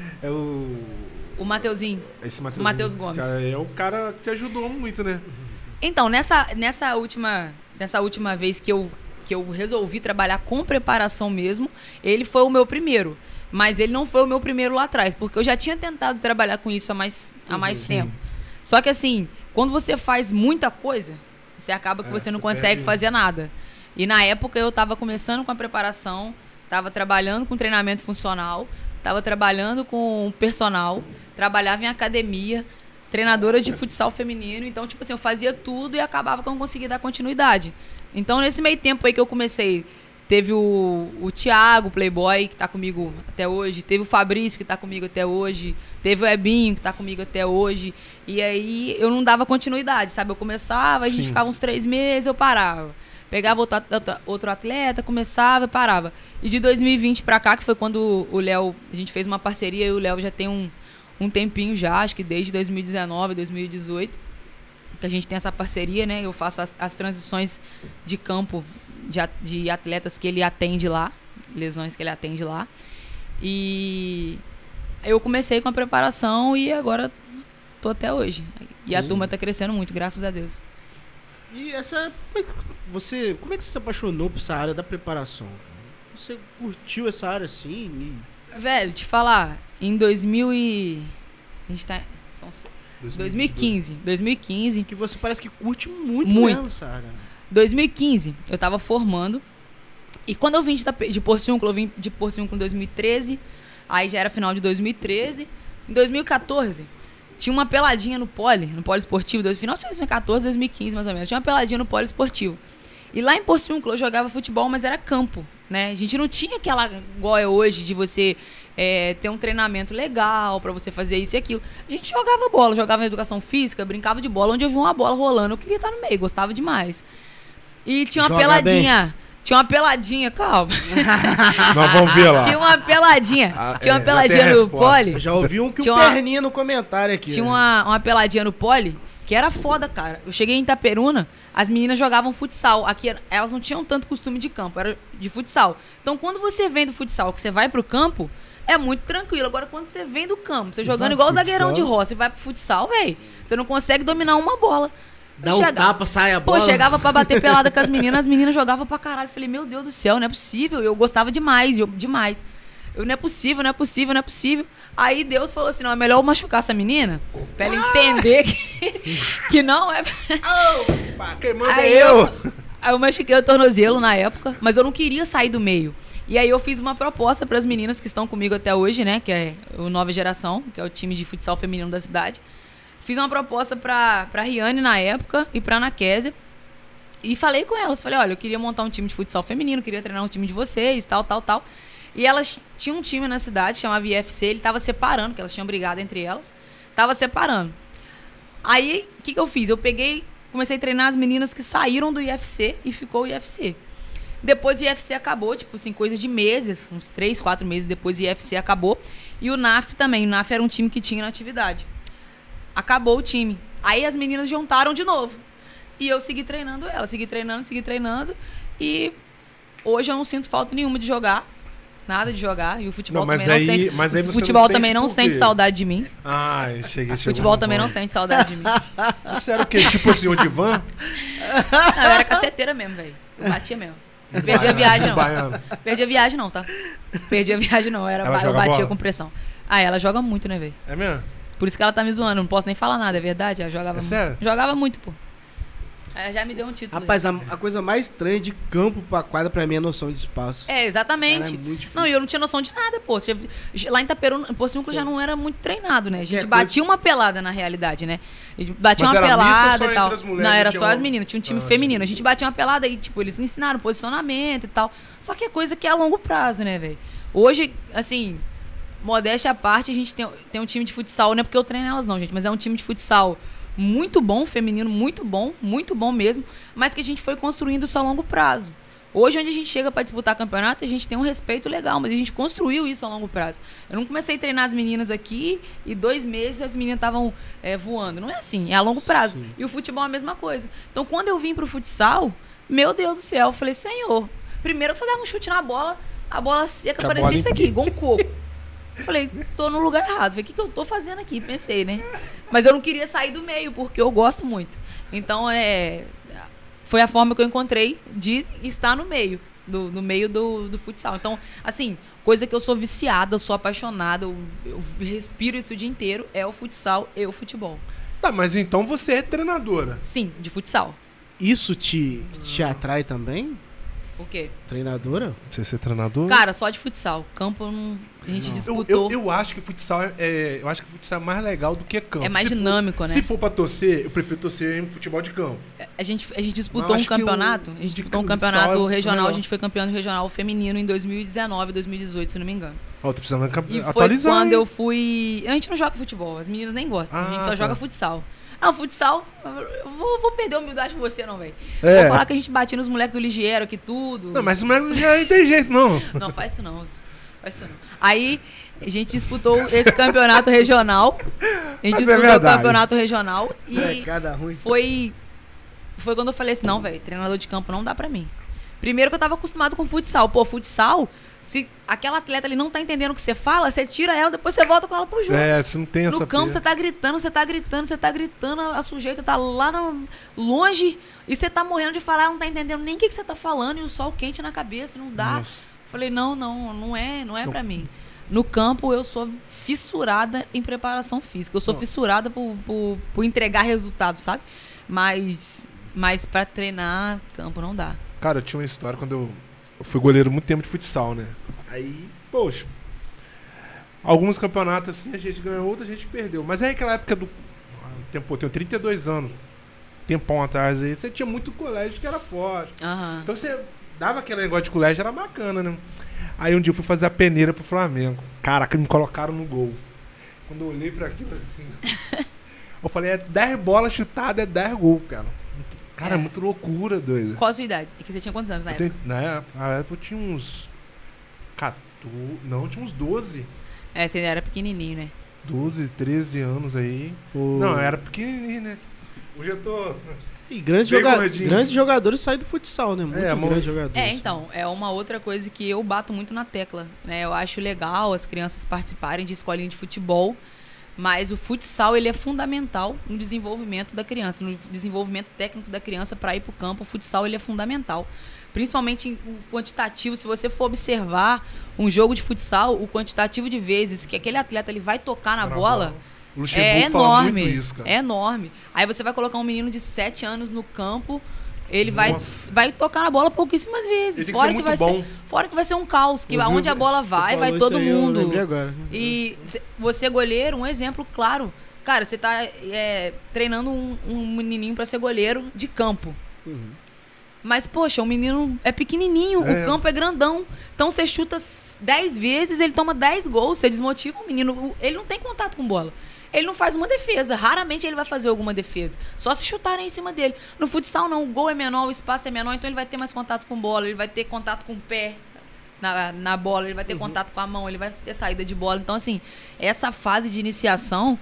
[SPEAKER 3] O Mateuzinho.
[SPEAKER 2] Esse Mateuzinho.
[SPEAKER 3] Matheus Gomes.
[SPEAKER 2] Esse cara é o cara que te ajudou muito, né?
[SPEAKER 3] Então, nessa última vez que eu resolvi trabalhar com preparação mesmo, ele foi o meu primeiro. Mas ele não foi o meu primeiro lá atrás, porque eu já tinha tentado trabalhar com isso há mais tempo. Só que assim, quando você faz muita coisa, você acaba que você não consegue fazer nada. E na época eu estava começando com a preparação, estava trabalhando com treinamento funcional, estava trabalhando com personal, trabalhava em academia, treinadora de futsal feminino. Então, tipo assim, eu fazia tudo e acabava que eu não conseguia dar continuidade. Então, nesse meio tempo aí que eu comecei, teve o Thiago, o Playboy, que tá comigo até hoje. Teve o Fabrício, que tá comigo até hoje. Teve o Ebinho, que tá comigo até hoje. E aí, eu não dava continuidade, sabe? Eu começava, a gente ficava uns 3 meses, eu parava. Pegava outro atleta, começava e parava. E de 2020 pra cá, que foi quando o Léo... A gente fez uma parceria e o Léo já tem um tempinho já, acho que desde 2019, 2018, que a gente tem essa parceria, né? Eu faço as transições de campo de atletas que ele atende lá, lesões que ele atende lá. E eu comecei com a preparação e agora tô até hoje. E a turma tá crescendo muito, graças a Deus.
[SPEAKER 1] E como é que você se apaixonou por essa área da preparação? Você curtiu essa área assim?
[SPEAKER 3] Velho, te falar, em 2000 e... 2015.
[SPEAKER 1] Que você parece que curte muito. Mesmo, Sara.
[SPEAKER 3] 2015, eu tava formando. E quando eu vim de Porciúncula, eu vim de Porciúncula em 2013. Aí já era final de 2013. Em 2014, tinha uma peladinha no poliesportivo. Final de 2014, 2015, mais ou menos. Tinha uma peladinha no poliesportivo. E lá em Porciúncula eu jogava futebol, mas era campo, né? A gente não tinha aquela igual é hoje de você ter um treinamento legal pra você fazer isso e aquilo. A gente jogava bola, jogava educação física, brincava de bola. Onde eu vi uma bola rolando, eu queria estar no meio, gostava demais. E tinha uma peladinha. Bem. Tinha uma peladinha, calma.
[SPEAKER 2] Nós vamos ver lá.
[SPEAKER 3] Tinha uma peladinha. Tinha uma peladinha no pole.
[SPEAKER 1] Já ouvi um que o perninha no comentário aqui.
[SPEAKER 3] Tinha uma peladinha no pole que era foda, cara. Eu cheguei em Itaperuna, as meninas jogavam futsal. Aqui elas não tinham tanto costume de campo, era de futsal. Então quando você vem do futsal, que você vai pro campo, é muito tranquilo. Agora quando você vem do campo, você jogando igual o zagueirão de roça e vai pro futsal, velho, você não consegue dominar uma bola.
[SPEAKER 1] Dá um tapa, sai a bola.
[SPEAKER 3] Pô, chegava pra bater pelada com as meninas jogavam pra caralho. Falei, meu Deus do céu, não é possível. Eu gostava demais, demais. Não é possível. Aí Deus falou assim, não, é melhor eu machucar essa menina pra ela entender que não é...
[SPEAKER 2] Quem manda é eu!
[SPEAKER 3] Aí eu machuquei o tornozelo na época, mas eu não queria sair do meio. E aí eu fiz uma proposta pras meninas que estão comigo até hoje, né, que é o Nova Geração, que é o time de futsal feminino da cidade. Fiz uma proposta pra Riane na época e pra Ana Kézia. E falei com elas, falei, olha, eu queria montar um time de futsal feminino, queria treinar um time de vocês, tal. E elas tinham um time na cidade, chamava IFC, ele tava separando, porque elas tinham brigado entre elas. Tava separando. Aí, o que eu fiz? Eu comecei a treinar as meninas que saíram do IFC e ficou o IFC. Depois o IFC acabou, tipo assim, coisa de meses, uns 3, 4 meses depois o IFC acabou. E o NAF também, o NAF era um time que tinha na atividade. Acabou o time. Aí as meninas juntaram de novo. E eu segui treinando elas, segui treinando. E hoje eu não sinto falta nenhuma de jogar. Nada de jogar. E o futebol também não sente.
[SPEAKER 2] Mas aí
[SPEAKER 3] o futebol também não sente saudade de mim.
[SPEAKER 2] Ai, cheguei.
[SPEAKER 3] O futebol também não sente saudade de mim.
[SPEAKER 2] Isso era o quê? Tipo assim, o divã?
[SPEAKER 3] Não, eu era caceteira mesmo, velho. Eu batia mesmo. Não perdi a viagem, não. Perdi a viagem, não, tá? Perdi a viagem, não. Eu batia bola com pressão. Ah, ela joga muito, né, velho?
[SPEAKER 2] É mesmo?
[SPEAKER 3] Por isso que ela tá me zoando. Não posso nem falar nada, é verdade? Ela jogava muito.
[SPEAKER 2] Sério?
[SPEAKER 3] Jogava muito, pô. Ela já me deu um título.
[SPEAKER 1] Rapaz, a coisa mais estranha de campo pra quadra pra mim é a noção de espaço.
[SPEAKER 3] É, exatamente. Cara, não, e eu não tinha noção de nada, pô. Lá em Itaperuna, em Porciúncula já não era muito treinado, né? A gente batia uma pelada, na realidade, né? A gente batia uma pelada e tal. Não, era só as meninas. Tinha um time feminino. A gente batia uma pelada e, tipo, eles ensinaram posicionamento e tal. Só que é coisa que é a longo prazo, né, velho? Hoje, assim, modéstia à parte, a gente tem um time de futsal, não é porque eu treino elas não, gente, mas é um time de futsal muito bom, feminino, muito bom mesmo, mas que a gente foi construindo isso a longo prazo. Hoje, onde a gente chega para disputar campeonato, a gente tem um respeito legal, mas a gente construiu isso a longo prazo. Eu não comecei a treinar as meninas aqui e 2 meses as meninas estavam voando. Não é assim, é a longo prazo. Sim. E o futebol é a mesma coisa. Então, quando eu vim pro futsal, meu Deus do céu, eu falei, Senhor, primeiro que você dava um chute na bola, a bola seca parecia isso aqui, igual um coco. Eu falei, tô no lugar errado. Falei, o que eu tô fazendo aqui? Pensei, né? Mas eu não queria sair do meio, porque eu gosto muito. Então, foi a forma que eu encontrei de estar no meio, no meio do futsal. Então, assim, coisa que eu sou viciada, sou apaixonada, eu respiro isso o dia inteiro, é o futsal e o futebol.
[SPEAKER 2] Tá, mas então você é treinadora.
[SPEAKER 3] Sim, de futsal.
[SPEAKER 1] Isso te atrai também?
[SPEAKER 3] O quê?
[SPEAKER 1] Treinadora?
[SPEAKER 2] Você ser treinador?
[SPEAKER 3] Cara, só de futsal. Campo a gente disputou.
[SPEAKER 2] Eu acho que futsal eu acho que futsal é mais legal do que campo.
[SPEAKER 3] É mais dinâmico, né?
[SPEAKER 2] Se for pra torcer, eu prefiro torcer em futebol de campo.
[SPEAKER 3] A gente disputou um campeonato. A gente disputou um campeonato regional. A gente foi campeão do regional feminino em 2019, 2018, se não me engano.
[SPEAKER 2] Tô precisando atualizar.
[SPEAKER 3] Foi quando eu fui. A gente não joga futebol, as meninas nem gostam. A gente só joga futsal. Não, futsal, eu vou perder a humildade com você, não, velho. Vou falar que a gente batia nos moleques do Ligiero aqui, tudo.
[SPEAKER 2] Não, mas os moleques do Ligiero não tem jeito, não.
[SPEAKER 3] Não, faz isso não. Aí, a gente disputou esse campeonato regional. A gente disputou o campeonato regional. E foi quando eu falei assim, não, velho, treinador de campo não dá pra mim. Primeiro que eu tava acostumado com futsal. Pô, futsal, se aquela atleta ali não tá entendendo o que você fala, você tira ela, depois você volta com ela pro jogo.
[SPEAKER 2] Você não tem essa...
[SPEAKER 3] No campo, você tá gritando, a sujeita tá lá longe e você tá morrendo de falar, não tá entendendo nem o que você tá falando e o sol quente na cabeça, não dá. Nossa. Falei, não é pra mim. No campo, eu sou fissurada em preparação física. Eu sou fissurada por entregar resultado, sabe? Mas pra treinar, campo não dá.
[SPEAKER 2] Cara, eu tinha uma história quando eu fui goleiro muito tempo de futsal, né? Aí, poxa, alguns campeonatos assim a gente ganhou, outros a gente perdeu. Mas é aquela época do tempo, eu tenho 32 anos, tempão atrás aí, você tinha muito colégio que era forte.
[SPEAKER 3] Aham.
[SPEAKER 2] Então você dava aquele negócio de colégio, era bacana, né? Aí um dia eu fui fazer a peneira pro Flamengo. Caraca, me colocaram no gol. Quando eu olhei pra aquilo assim, eu falei, 10 bolas chutadas, é 10 gols, cara. Cara, é muito loucura, doido.
[SPEAKER 3] Qual a sua idade? E que você tinha quantos anos na época?
[SPEAKER 2] Na época eu tinha uns 14, não, eu tinha uns 12.
[SPEAKER 3] Você ainda era pequenininho, né?
[SPEAKER 2] 12, 13 anos aí.
[SPEAKER 1] Pô.
[SPEAKER 2] Não, eu era pequenininho, né? Hoje eu tô...
[SPEAKER 1] E grandes jogadores saem do futsal, né? Muito grandes jogadores.
[SPEAKER 3] Então, é uma outra coisa que eu bato muito na tecla, né? Eu acho legal as crianças participarem de escolinha de futebol, mas o futsal, ele é fundamental no desenvolvimento da criança, no desenvolvimento técnico da criança para ir para o campo. O futsal, ele é fundamental. Principalmente o quantitativo, se você for observar um jogo de futsal, o quantitativo de vezes que aquele atleta ele vai tocar na bola...
[SPEAKER 2] O Luxemburgo fala muito isso, cara.
[SPEAKER 3] É enorme. Aí você vai colocar um menino de 7 anos no campo, ele vai tocar na bola pouquíssimas vezes. Fora que vai ser um caos, que onde a bola vai todo mundo.
[SPEAKER 1] Eu lembrei agora.
[SPEAKER 3] E você goleiro, um exemplo claro. Cara, você tá treinando um menininho pra ser goleiro de campo.
[SPEAKER 1] Uhum.
[SPEAKER 3] Mas, poxa, o menino é pequenininho, o campo é grandão. Então, você chuta 10 vezes, ele toma 10 gols, você desmotiva o menino. Ele não tem contato com bola. Ele não faz uma defesa. Raramente ele vai fazer alguma defesa. Só se chutarem em cima dele. No futsal, não. O gol é menor, o espaço é menor, então ele vai ter mais contato com bola, ele vai ter contato com o pé na bola, ele vai ter contato com a mão, ele vai ter saída de bola. Então, assim, essa fase de iniciação...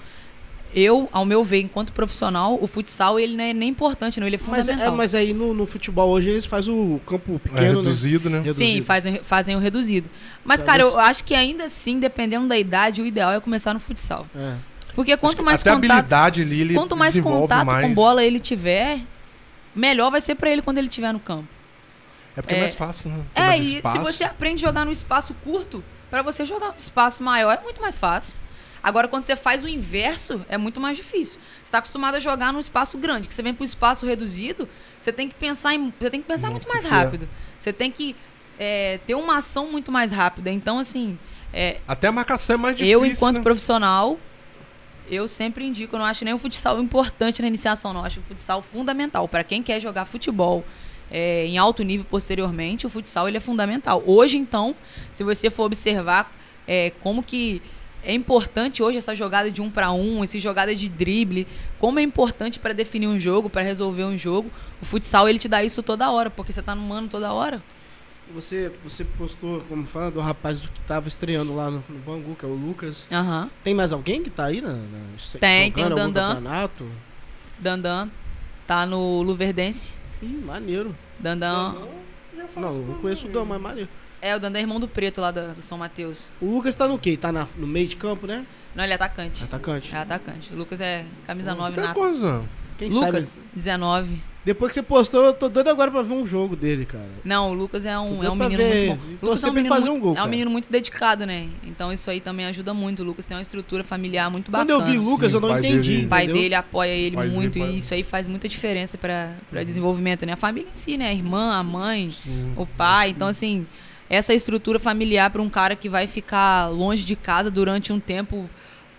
[SPEAKER 3] ao meu ver, enquanto profissional, o futsal ele não é nem importante, não, ele é fundamental.
[SPEAKER 1] Mas aí no futebol hoje eles fazem o campo pequeno,
[SPEAKER 2] reduzido, né?
[SPEAKER 3] Sim, fazem o reduzido. Mas, cara, eu acho que ainda assim, dependendo da idade, o ideal é começar no futsal. Porque quanto mais
[SPEAKER 2] até contato, habilidade ali, ele
[SPEAKER 3] quanto mais contato com bola ele tiver, melhor vai ser pra ele quando ele estiver no campo.
[SPEAKER 2] É porque é mais fácil, né? Tem mais espaço.
[SPEAKER 3] Se você aprende a jogar num espaço curto, pra você jogar num espaço maior é muito mais fácil. Agora, quando você faz o inverso, é muito mais difícil. Você está acostumado a jogar num espaço grande, que você vem para o espaço reduzido, você tem que pensar muito mais rápido. Você tem que ter uma ação muito mais rápida. Então, assim...
[SPEAKER 2] até a marcação é mais difícil,
[SPEAKER 3] eu, enquanto profissional, eu sempre indico, eu não acho nem o futsal importante na iniciação, não. Eu acho o futsal fundamental. Para quem quer jogar futebol em alto nível posteriormente, o futsal ele é fundamental. Hoje, então, se você for observar como que... É importante hoje essa jogada de 1 para 1, essa jogada de drible, como é importante para definir um jogo, para resolver um jogo. O futsal, ele te dá isso toda hora, porque você tá no mano toda hora.
[SPEAKER 1] Você postou, como fala, do rapaz que tava estreando lá no Bangu, que é o Lucas.
[SPEAKER 3] Uhum.
[SPEAKER 1] Tem mais alguém que tá aí
[SPEAKER 3] Tem o Dandan.
[SPEAKER 1] Campeonato?
[SPEAKER 3] Dandan tá no Luverdense.
[SPEAKER 1] Maneiro.
[SPEAKER 3] Dandan...
[SPEAKER 1] Não conheço o Dan, mas maneiro.
[SPEAKER 3] O Dandan é irmão do Preto lá do São Mateus.
[SPEAKER 1] O Lucas tá no quê? Tá no meio de campo, né?
[SPEAKER 3] Não, ele é atacante.
[SPEAKER 1] Atacante?
[SPEAKER 3] É atacante. O Lucas é camisa 9
[SPEAKER 2] nata.
[SPEAKER 1] Quem
[SPEAKER 3] Lucas,
[SPEAKER 1] sabe?
[SPEAKER 3] 19.
[SPEAKER 1] Depois que você postou, eu tô doido agora pra ver um jogo dele, cara.
[SPEAKER 3] Não, o Lucas é um menino muito bom. O Lucas é um menino muito dedicado, né? Então isso aí também ajuda muito. O Lucas tem uma estrutura familiar muito bacana.
[SPEAKER 1] Quando eu vi o Lucas, eu não entendi.
[SPEAKER 3] O pai dele apoia ele muito e isso aí faz muita diferença pra desenvolvimento, né? A família em si, né? A irmã, a mãe, o pai. Então, assim, essa estrutura familiar pra um cara que vai ficar longe de casa durante um tempo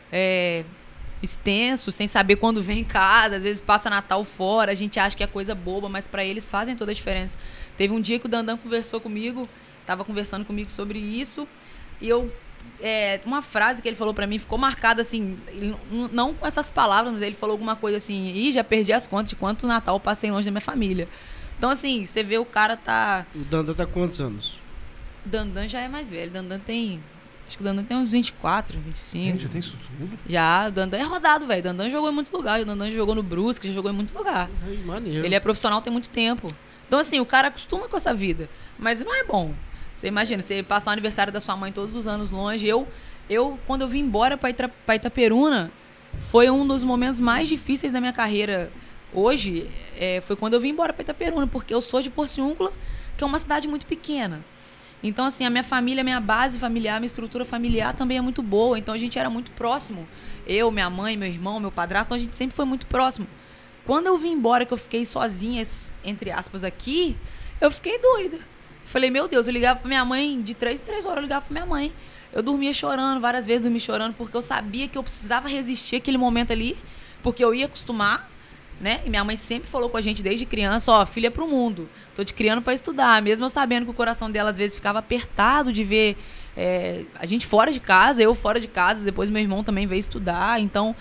[SPEAKER 3] extenso, sem saber quando vem em casa, às vezes passa Natal fora, a gente acha que é coisa boba, mas pra eles fazem toda a diferença. Teve um dia que o Dandan conversou comigo, tava conversando comigo sobre isso, e uma frase que ele falou pra mim ficou marcada assim, não com essas palavras, mas ele falou alguma coisa assim, já perdi as contas de quanto Natal eu passei longe da minha família. Então, assim, você vê o cara tá...
[SPEAKER 1] O Dandan tá quantos anos?
[SPEAKER 3] O Dandan já é mais velho, acho que o Dandan tem uns 24, 25.
[SPEAKER 2] Já tem isso tudo?
[SPEAKER 3] Já, o Dandan é rodado, velho. O Dandan jogou em muito lugar. O Dandan jogou no Brusque, já jogou em muito lugar.
[SPEAKER 1] Ai, maneiro.
[SPEAKER 3] Ele é profissional tem muito tempo. Então, assim, o cara acostuma com essa vida. Mas não é bom. Você imagina, você passar o aniversário da sua mãe todos os anos longe. Quando eu vim embora pra Itaperuna, foi um dos momentos mais difíceis da minha carreira. Hoje, foi quando eu vim embora pra Itaperuna, porque eu sou de Porciúncula, que é uma cidade muito pequena. Então, assim, a minha família, a minha base familiar, a minha estrutura familiar também é muito boa. Então, a gente era muito próximo. Eu, minha mãe, meu irmão, meu padrasto, então a gente sempre foi muito próximo. Quando eu vim embora, que eu fiquei sozinha, entre aspas, aqui, eu fiquei doida. Falei, meu Deus, eu ligava pra minha mãe, de 3 em 3 horas eu ligava pra minha mãe. Eu dormia chorando, várias vezes dormia chorando, porque eu sabia que eu precisava resistir aquele momento ali, porque eu ia acostumar, né? E minha mãe sempre falou com a gente desde criança, ó, filha pro mundo, tô te criando pra estudar. Mesmo eu sabendo que o coração dela às vezes ficava apertado de ver a gente fora de casa, eu fora de casa, depois meu irmão também veio estudar, então,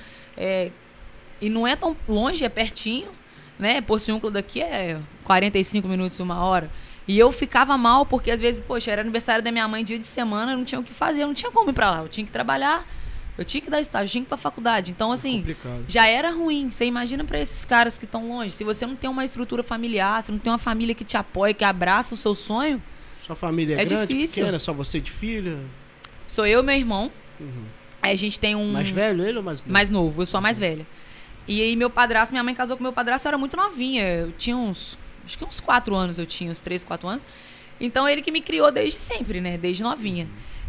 [SPEAKER 3] e não é tão longe, é pertinho, né? Porciúncula daqui é 45 minutos, 1 hora. E eu ficava mal, porque às vezes, poxa, era aniversário da minha mãe, dia de semana, eu não tinha o que fazer, eu não tinha como ir pra lá, eu tinha que trabalhar, eu tinha que dar estágio, eu tinha que ir pra faculdade. Então, assim, já era ruim. Você imagina pra esses caras que estão longe, se você não tem uma estrutura familiar, se não tem uma família que te apoia, que abraça o seu sonho...
[SPEAKER 1] Sua família é grande,
[SPEAKER 3] difícil.
[SPEAKER 1] pequena, só você de filha?
[SPEAKER 3] Sou eu e meu irmão. Aí a gente tem um...
[SPEAKER 1] Mais velho ele ou mais novo?
[SPEAKER 3] Mais novo, eu sou a mais velha. E aí meu padrasto, minha mãe casou com meu padrasto, eu era muito novinha, eu tinha acho que uns 4 anos eu tinha, uns 3, 4 anos. Então ele que me criou desde sempre, né? Desde novinha.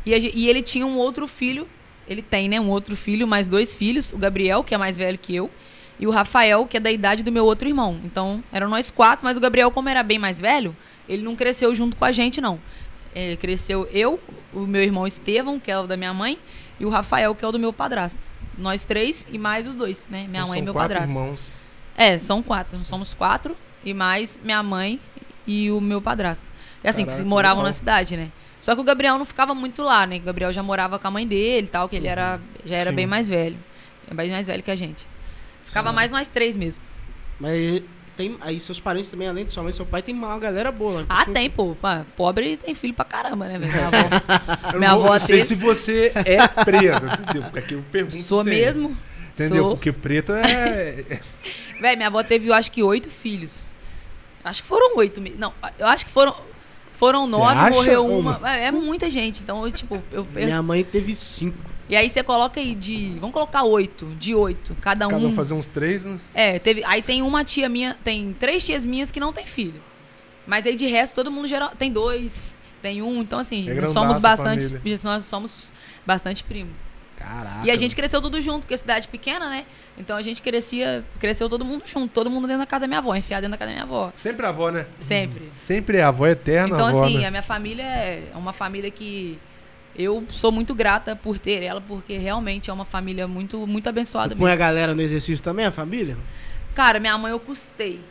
[SPEAKER 3] E ele tinha um outro filho, ele tem, né? Um outro filho, mais 2 filhos. O Gabriel, que é mais velho que eu. E o Rafael, que é da idade do meu outro irmão. Então eram nós 4, mas o Gabriel, como era bem mais velho, ele não cresceu junto com a gente, não. Ele cresceu eu, o meu irmão Estevão, que é o da minha mãe, e o Rafael, que é o do meu padrasto. Nós 3 e mais os 2, né? Minha mãe e meu padrasto.
[SPEAKER 2] São 4 irmãos.
[SPEAKER 3] São 4. Nós somos 4 e mais minha mãe e o meu padrasto. É assim,
[SPEAKER 2] Caraca,
[SPEAKER 3] que moravam
[SPEAKER 2] legal.
[SPEAKER 3] na cidade, né? Só que o Gabriel não ficava muito lá, né? O Gabriel já morava com a mãe dele e tal, que ele já era
[SPEAKER 2] Sim.
[SPEAKER 3] bem mais velho. É bem mais velho que a gente. Ficava mais nós 3 mesmo.
[SPEAKER 1] Mas tem aí seus parentes também, além de sua mãe e seu pai, tem uma galera boa lá.
[SPEAKER 3] Ah, tem, pô. Pá, pobre tem filho pra caramba, né, velho?
[SPEAKER 2] Eu
[SPEAKER 3] Minha
[SPEAKER 2] não
[SPEAKER 3] avó
[SPEAKER 2] sei
[SPEAKER 3] teve...
[SPEAKER 2] se você é preta, entendeu? Porque aqui eu pergunto
[SPEAKER 3] Sou
[SPEAKER 2] sempre.
[SPEAKER 3] mesmo.
[SPEAKER 2] Entendeu?
[SPEAKER 3] Sou.
[SPEAKER 2] Porque preto é...
[SPEAKER 3] Velho, minha avó teve, eu acho que 8 filhos. Acho que foram 8. Não, eu acho que foram 9,
[SPEAKER 2] acha?
[SPEAKER 3] morreu uma. É muita gente. Então,
[SPEAKER 1] Minha mãe teve 5.
[SPEAKER 3] E aí você coloca aí vamos colocar 8, de 8, cada um.
[SPEAKER 2] Cada um fazer uns 3, né?
[SPEAKER 3] Aí tem uma tia minha, tem 3 tias minhas que não tem filho. Mas aí de resto, todo mundo geral tem 2, tem 1. Então, assim,
[SPEAKER 2] grandaço
[SPEAKER 3] somos
[SPEAKER 2] a
[SPEAKER 3] bastante.
[SPEAKER 2] família.
[SPEAKER 3] Nós somos bastante primo.
[SPEAKER 2] Caraca.
[SPEAKER 3] E a gente cresceu tudo junto, porque a cidade é pequena, né? Então a gente cresceu todo mundo junto, todo mundo dentro da casa da minha avó, enfiado dentro da casa da minha avó.
[SPEAKER 2] Sempre a avó, né?
[SPEAKER 3] Sempre.
[SPEAKER 2] Sempre é a avó eterna,
[SPEAKER 3] Então,
[SPEAKER 2] a avó,
[SPEAKER 3] assim,
[SPEAKER 2] né?
[SPEAKER 3] a minha família é uma família que eu sou muito grata por ter ela, porque realmente é uma família muito, muito abençoada
[SPEAKER 1] Você
[SPEAKER 3] mesmo.
[SPEAKER 1] põe a galera no exercício também, a família?
[SPEAKER 3] Cara, minha mãe eu custei.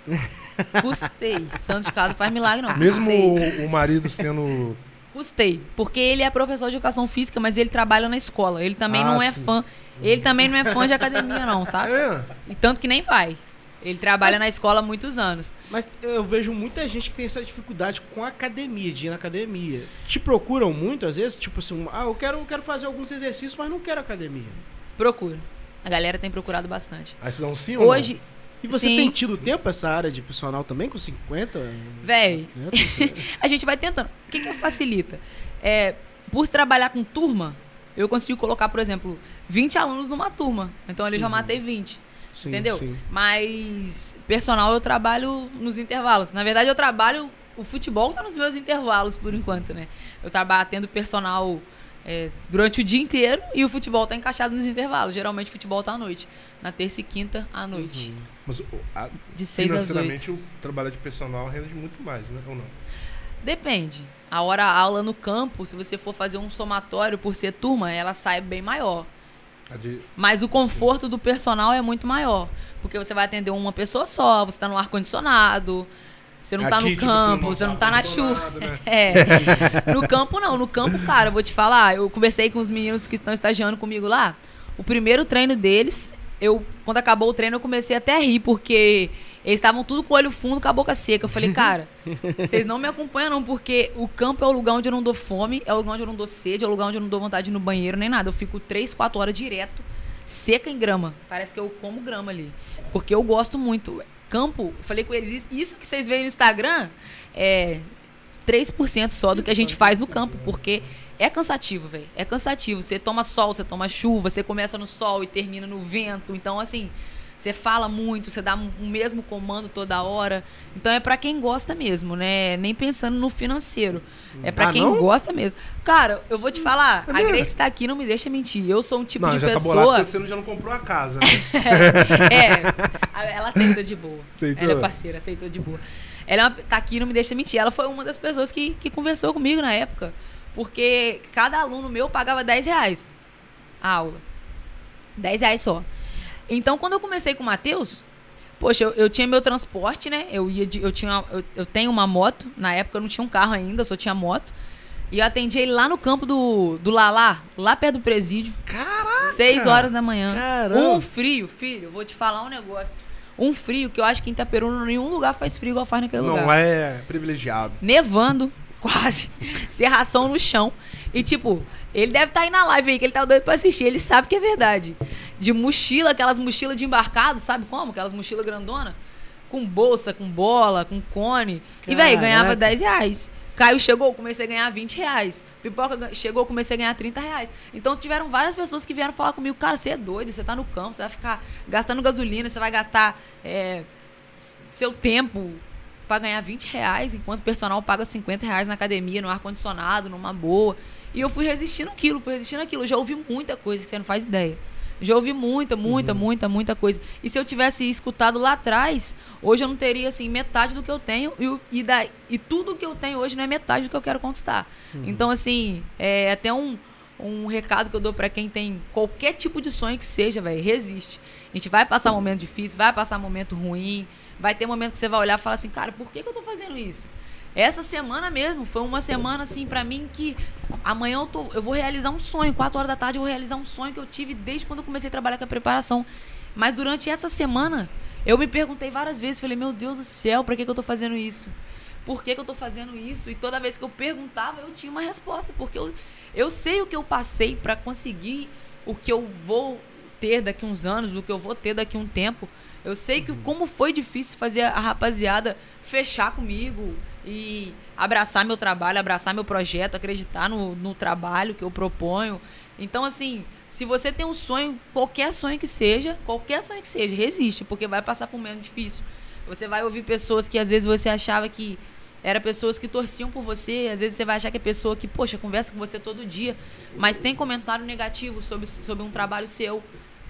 [SPEAKER 3] Santo de casa faz milagre, não.
[SPEAKER 2] Mesmo
[SPEAKER 3] Custei.
[SPEAKER 2] o marido sendo...
[SPEAKER 3] Custei. Porque ele é professor de educação física, mas ele trabalha na escola. Ele também não é
[SPEAKER 2] sim.
[SPEAKER 3] fã. Ele também não é fã de academia, não, sabe?
[SPEAKER 2] É.
[SPEAKER 3] E tanto que nem vai. Ele trabalha na escola há muitos anos.
[SPEAKER 1] Mas eu vejo muita gente que tem essa dificuldade com a academia, de ir na academia. Te procuram muito, às vezes? Tipo assim, eu quero fazer alguns exercícios, mas não quero academia.
[SPEAKER 3] Procuro. A galera tem procurado bastante.
[SPEAKER 2] Aí você dá um sim ou
[SPEAKER 3] Hoje...
[SPEAKER 1] E você
[SPEAKER 3] Sim.
[SPEAKER 1] tem tido tempo essa área de personal também, com 50?
[SPEAKER 3] Véi,
[SPEAKER 1] Né?
[SPEAKER 3] a gente vai tentando. O que facilita? Por trabalhar com turma, eu consigo colocar, por exemplo, 20 alunos numa turma. Então, ali eu já matei 20.
[SPEAKER 1] Sim,
[SPEAKER 3] Entendeu?
[SPEAKER 1] sim.
[SPEAKER 3] Mas personal eu trabalho nos intervalos. Na verdade, eu trabalho... O futebol tá nos meus intervalos, por enquanto, né? Eu trabalho tendo personal durante o dia inteiro e o futebol tá encaixado nos intervalos. Geralmente, o futebol tá à noite. Na terça e quinta, à noite.
[SPEAKER 2] Mas
[SPEAKER 3] De 6 às 8.
[SPEAKER 2] financeiramente, o trabalho de personal rende muito mais, né? Ou não?
[SPEAKER 3] Depende. A aula no campo, se você for fazer um somatório por ser turma, ela sai bem maior. Mas o conforto do personal é muito maior. Porque você vai atender uma pessoa só, você tá no ar-condicionado, você não tá no campo, você não tá na chuva.
[SPEAKER 2] Né?
[SPEAKER 3] No campo não. No campo, cara, eu vou te falar, eu conversei com os meninos que estão estagiando comigo lá. O primeiro treino deles, quando acabou o treino, eu comecei até a rir, porque eles estavam tudo com o olho fundo, com a boca seca. Eu falei, cara, vocês não me acompanham não, porque o campo é o lugar onde eu não dou fome, é o lugar onde eu não dou sede, é o lugar onde eu não dou vontade de ir no banheiro, nem nada. Eu fico 3, 4 horas direto, seca em grama. Parece que eu como grama ali. Porque eu gosto muito. Campo, eu falei com eles, isso que vocês veem no Instagram é 3% só do que a gente faz no campo, porque é cansativo, velho. É cansativo. Você toma sol, você toma chuva, você começa no sol e termina no vento. Então, assim, você fala muito, você dá o mesmo comando toda hora. Então é pra quem gosta mesmo, né? Nem pensando no financeiro. É pra quem gosta mesmo. Cara, eu vou te falar, a Grace tá aqui, não me deixa mentir. Eu sou um tipo de
[SPEAKER 2] já
[SPEAKER 3] pessoa...
[SPEAKER 2] tá bolado porque você já não comprou a casa, né?
[SPEAKER 3] Ela aceitou de boa.
[SPEAKER 2] Aceitou?
[SPEAKER 3] Ela é parceira, aceitou de boa. Ela tá aqui, não me deixa mentir. Ela foi uma das pessoas que conversou comigo na época. Porque cada aluno meu pagava R$10 a aula. R$10 só. Então, quando eu comecei com o Matheus, poxa, eu tinha meu transporte, né? Eu tenho uma moto. Na época eu não tinha um carro ainda, só tinha moto. E eu atendi ele lá no campo do Lalá, lá perto do presídio.
[SPEAKER 2] Caraca!
[SPEAKER 3] 6 horas da manhã.
[SPEAKER 1] Caramba!
[SPEAKER 3] Um frio, filho, vou te falar um negócio. Um frio que eu acho que em Itaperuna nenhum lugar faz frio igual faz naquele lugar.
[SPEAKER 2] Não é privilegiado.
[SPEAKER 3] Nevando, quase. Serração no chão. E tipo, ele deve estar aí na live aí, que ele tá doido pra assistir. Ele sabe que é verdade. De mochila, aquelas mochilas de embarcado, sabe como? Aquelas mochilas grandona. Com bolsa, com bola, com cone. E, velho, ganhava R$10. Caio chegou, comecei a ganhar R$20. Pipoca chegou, comecei a ganhar R$30. Então tiveram várias pessoas que vieram falar comigo, cara, você é doido, você tá no campo, você vai ficar gastando gasolina, você vai gastar seu tempo pra ganhar R$20, enquanto o personal paga R$50 na academia, no ar-condicionado, numa boa. E eu fui resistindo aquilo. Eu já ouvi muita coisa que você não faz ideia. Já ouvi muita coisa. E se eu tivesse escutado lá atrás, hoje eu não teria, assim, metade do que eu tenho. E tudo que eu tenho hoje não é metade do que eu quero conquistar. Então, assim, é até um recado que eu dou pra quem tem qualquer tipo de sonho que seja, velho, resiste. A gente vai passar momento difícil, vai passar momento ruim, vai ter momento que você vai olhar e falar assim, cara, por que eu tô fazendo isso? Essa semana mesmo, foi uma semana, assim, pra mim que amanhã eu vou realizar um sonho. 4 horas da tarde eu vou realizar um sonho que eu tive desde quando eu comecei a trabalhar com a preparação. Mas durante essa semana, eu me perguntei várias vezes, falei, meu Deus do céu, pra que eu tô fazendo isso? Por que eu tô fazendo isso? E toda vez que eu perguntava, eu tinha uma resposta. Porque eu sei o que eu passei pra conseguir o que eu vou ter daqui uns anos, o que eu vou ter daqui um tempo. Eu sei que como foi difícil fazer a rapaziada fechar comigo e abraçar meu trabalho, abraçar meu projeto, acreditar no trabalho que eu proponho. Então, assim, se você tem um sonho, qualquer sonho que seja, resiste, porque vai passar por um momento difícil. Você vai ouvir pessoas que às vezes você achava que eram pessoas que torciam por você, às vezes você vai achar que é pessoa que, poxa, conversa com você todo dia, mas tem comentário negativo sobre um trabalho seu.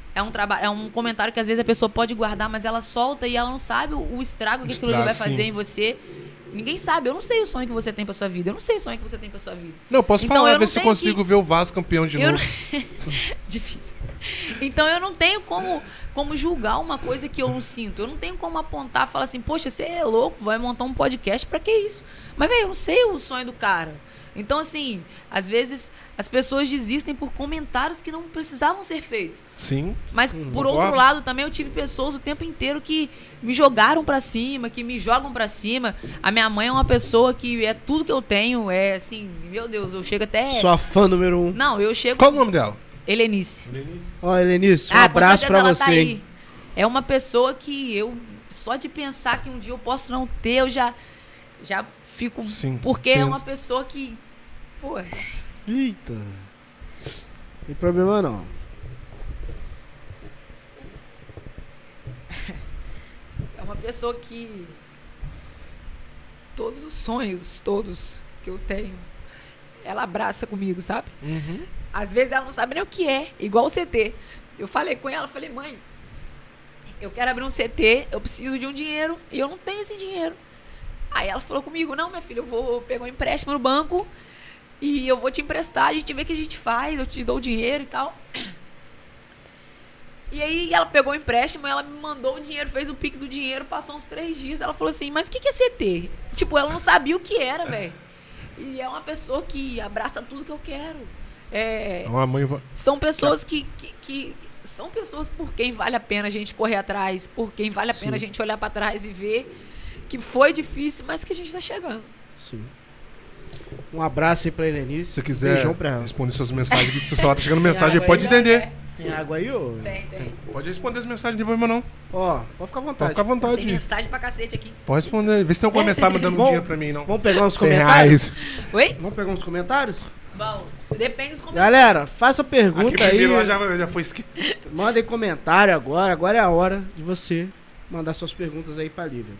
[SPEAKER 3] É um comentário que às vezes a pessoa pode guardar, mas ela solta e ela não sabe o estrago que aquilo vai fazer em você. Ninguém sabe. Eu não sei o sonho que você tem pra sua vida.
[SPEAKER 2] Não, posso falar, ver se eu consigo ver o Vasco campeão de novo.
[SPEAKER 3] Difícil. Então eu não tenho como julgar uma coisa que eu não sinto. Eu não tenho como apontar e falar assim, poxa, você é louco, vai montar um podcast, pra que isso? Mas, velho, eu não sei o sonho do cara. Então, assim, às vezes as pessoas desistem por comentários que não precisavam ser feitos.
[SPEAKER 2] Sim.
[SPEAKER 3] Mas, por outro lado, também eu tive pessoas o tempo inteiro que me jogaram pra cima, que me jogam pra cima. A minha mãe é uma pessoa que é tudo que eu tenho. É assim, meu Deus, eu chego até...
[SPEAKER 1] Sua fã número 1.
[SPEAKER 3] Não, eu chego...
[SPEAKER 2] Qual o nome dela?
[SPEAKER 3] Helenice.
[SPEAKER 1] Ó, Helenice, um abraço pra você. Tá aí.
[SPEAKER 3] É uma pessoa que eu... Só de pensar que um dia eu posso não ter, eu já fico...
[SPEAKER 2] Sim,
[SPEAKER 3] porque
[SPEAKER 2] entendo.
[SPEAKER 3] é uma pessoa que... Pô...
[SPEAKER 1] Eita. Não tem problema não.
[SPEAKER 3] É uma pessoa que... Todos os sonhos, que eu tenho, ela abraça comigo, sabe?
[SPEAKER 2] Uhum.
[SPEAKER 3] Às vezes ela não sabe nem o que é, igual o CT. Eu falei com ela, falei, mãe, eu quero abrir um CT, eu preciso de um dinheiro e eu não tenho esse dinheiro. Aí ela falou comigo, não, minha filha, eu vou pegar um empréstimo no banco e eu vou te emprestar, a gente vê o que a gente faz, eu te dou o dinheiro e tal. E aí ela pegou o empréstimo, ela me mandou o dinheiro, fez o pix do dinheiro, passou uns 3 dias, ela falou assim, mas o que é CT? Tipo, ela não sabia o que era, velho. E é uma pessoa que abraça tudo que eu quero.
[SPEAKER 2] Uma mãe...
[SPEAKER 3] São pessoas que são pessoas por quem vale a pena a gente correr atrás, por quem vale a pena a gente olhar pra trás e ver que foi difícil, mas que a gente tá chegando.
[SPEAKER 1] Sim. Um abraço aí pra Helenice.
[SPEAKER 2] Se você quiser
[SPEAKER 1] Beijão pra ela.
[SPEAKER 2] responder suas mensagens aqui, se você só tá chegando
[SPEAKER 1] Tem
[SPEAKER 2] mensagem,
[SPEAKER 1] água
[SPEAKER 2] pode
[SPEAKER 1] aí,
[SPEAKER 2] entender.
[SPEAKER 1] Tem água aí, ô?
[SPEAKER 3] Tem.
[SPEAKER 2] Pode responder as mensagens, não tem problema não.
[SPEAKER 1] Ó, pode ficar à
[SPEAKER 2] Pode
[SPEAKER 1] vontade.
[SPEAKER 2] ficar à vontade.
[SPEAKER 3] Tem mensagem pra cacete aqui.
[SPEAKER 2] Pode responder. Vê se tem alguma mensagem mandando
[SPEAKER 1] Bom,
[SPEAKER 2] dinheiro pra mim, não.
[SPEAKER 1] Vamos pegar uns
[SPEAKER 2] R$100.
[SPEAKER 1] comentários?
[SPEAKER 3] Oi?
[SPEAKER 1] Vamos pegar uns comentários?
[SPEAKER 3] Bom, depende dos comentários.
[SPEAKER 1] Galera, faça pergunta
[SPEAKER 2] Aqui
[SPEAKER 1] aí.
[SPEAKER 2] primeiro lá já foi esquecido.
[SPEAKER 1] Mandem comentário agora. Agora é a hora de você mandar suas perguntas aí pra Lívia.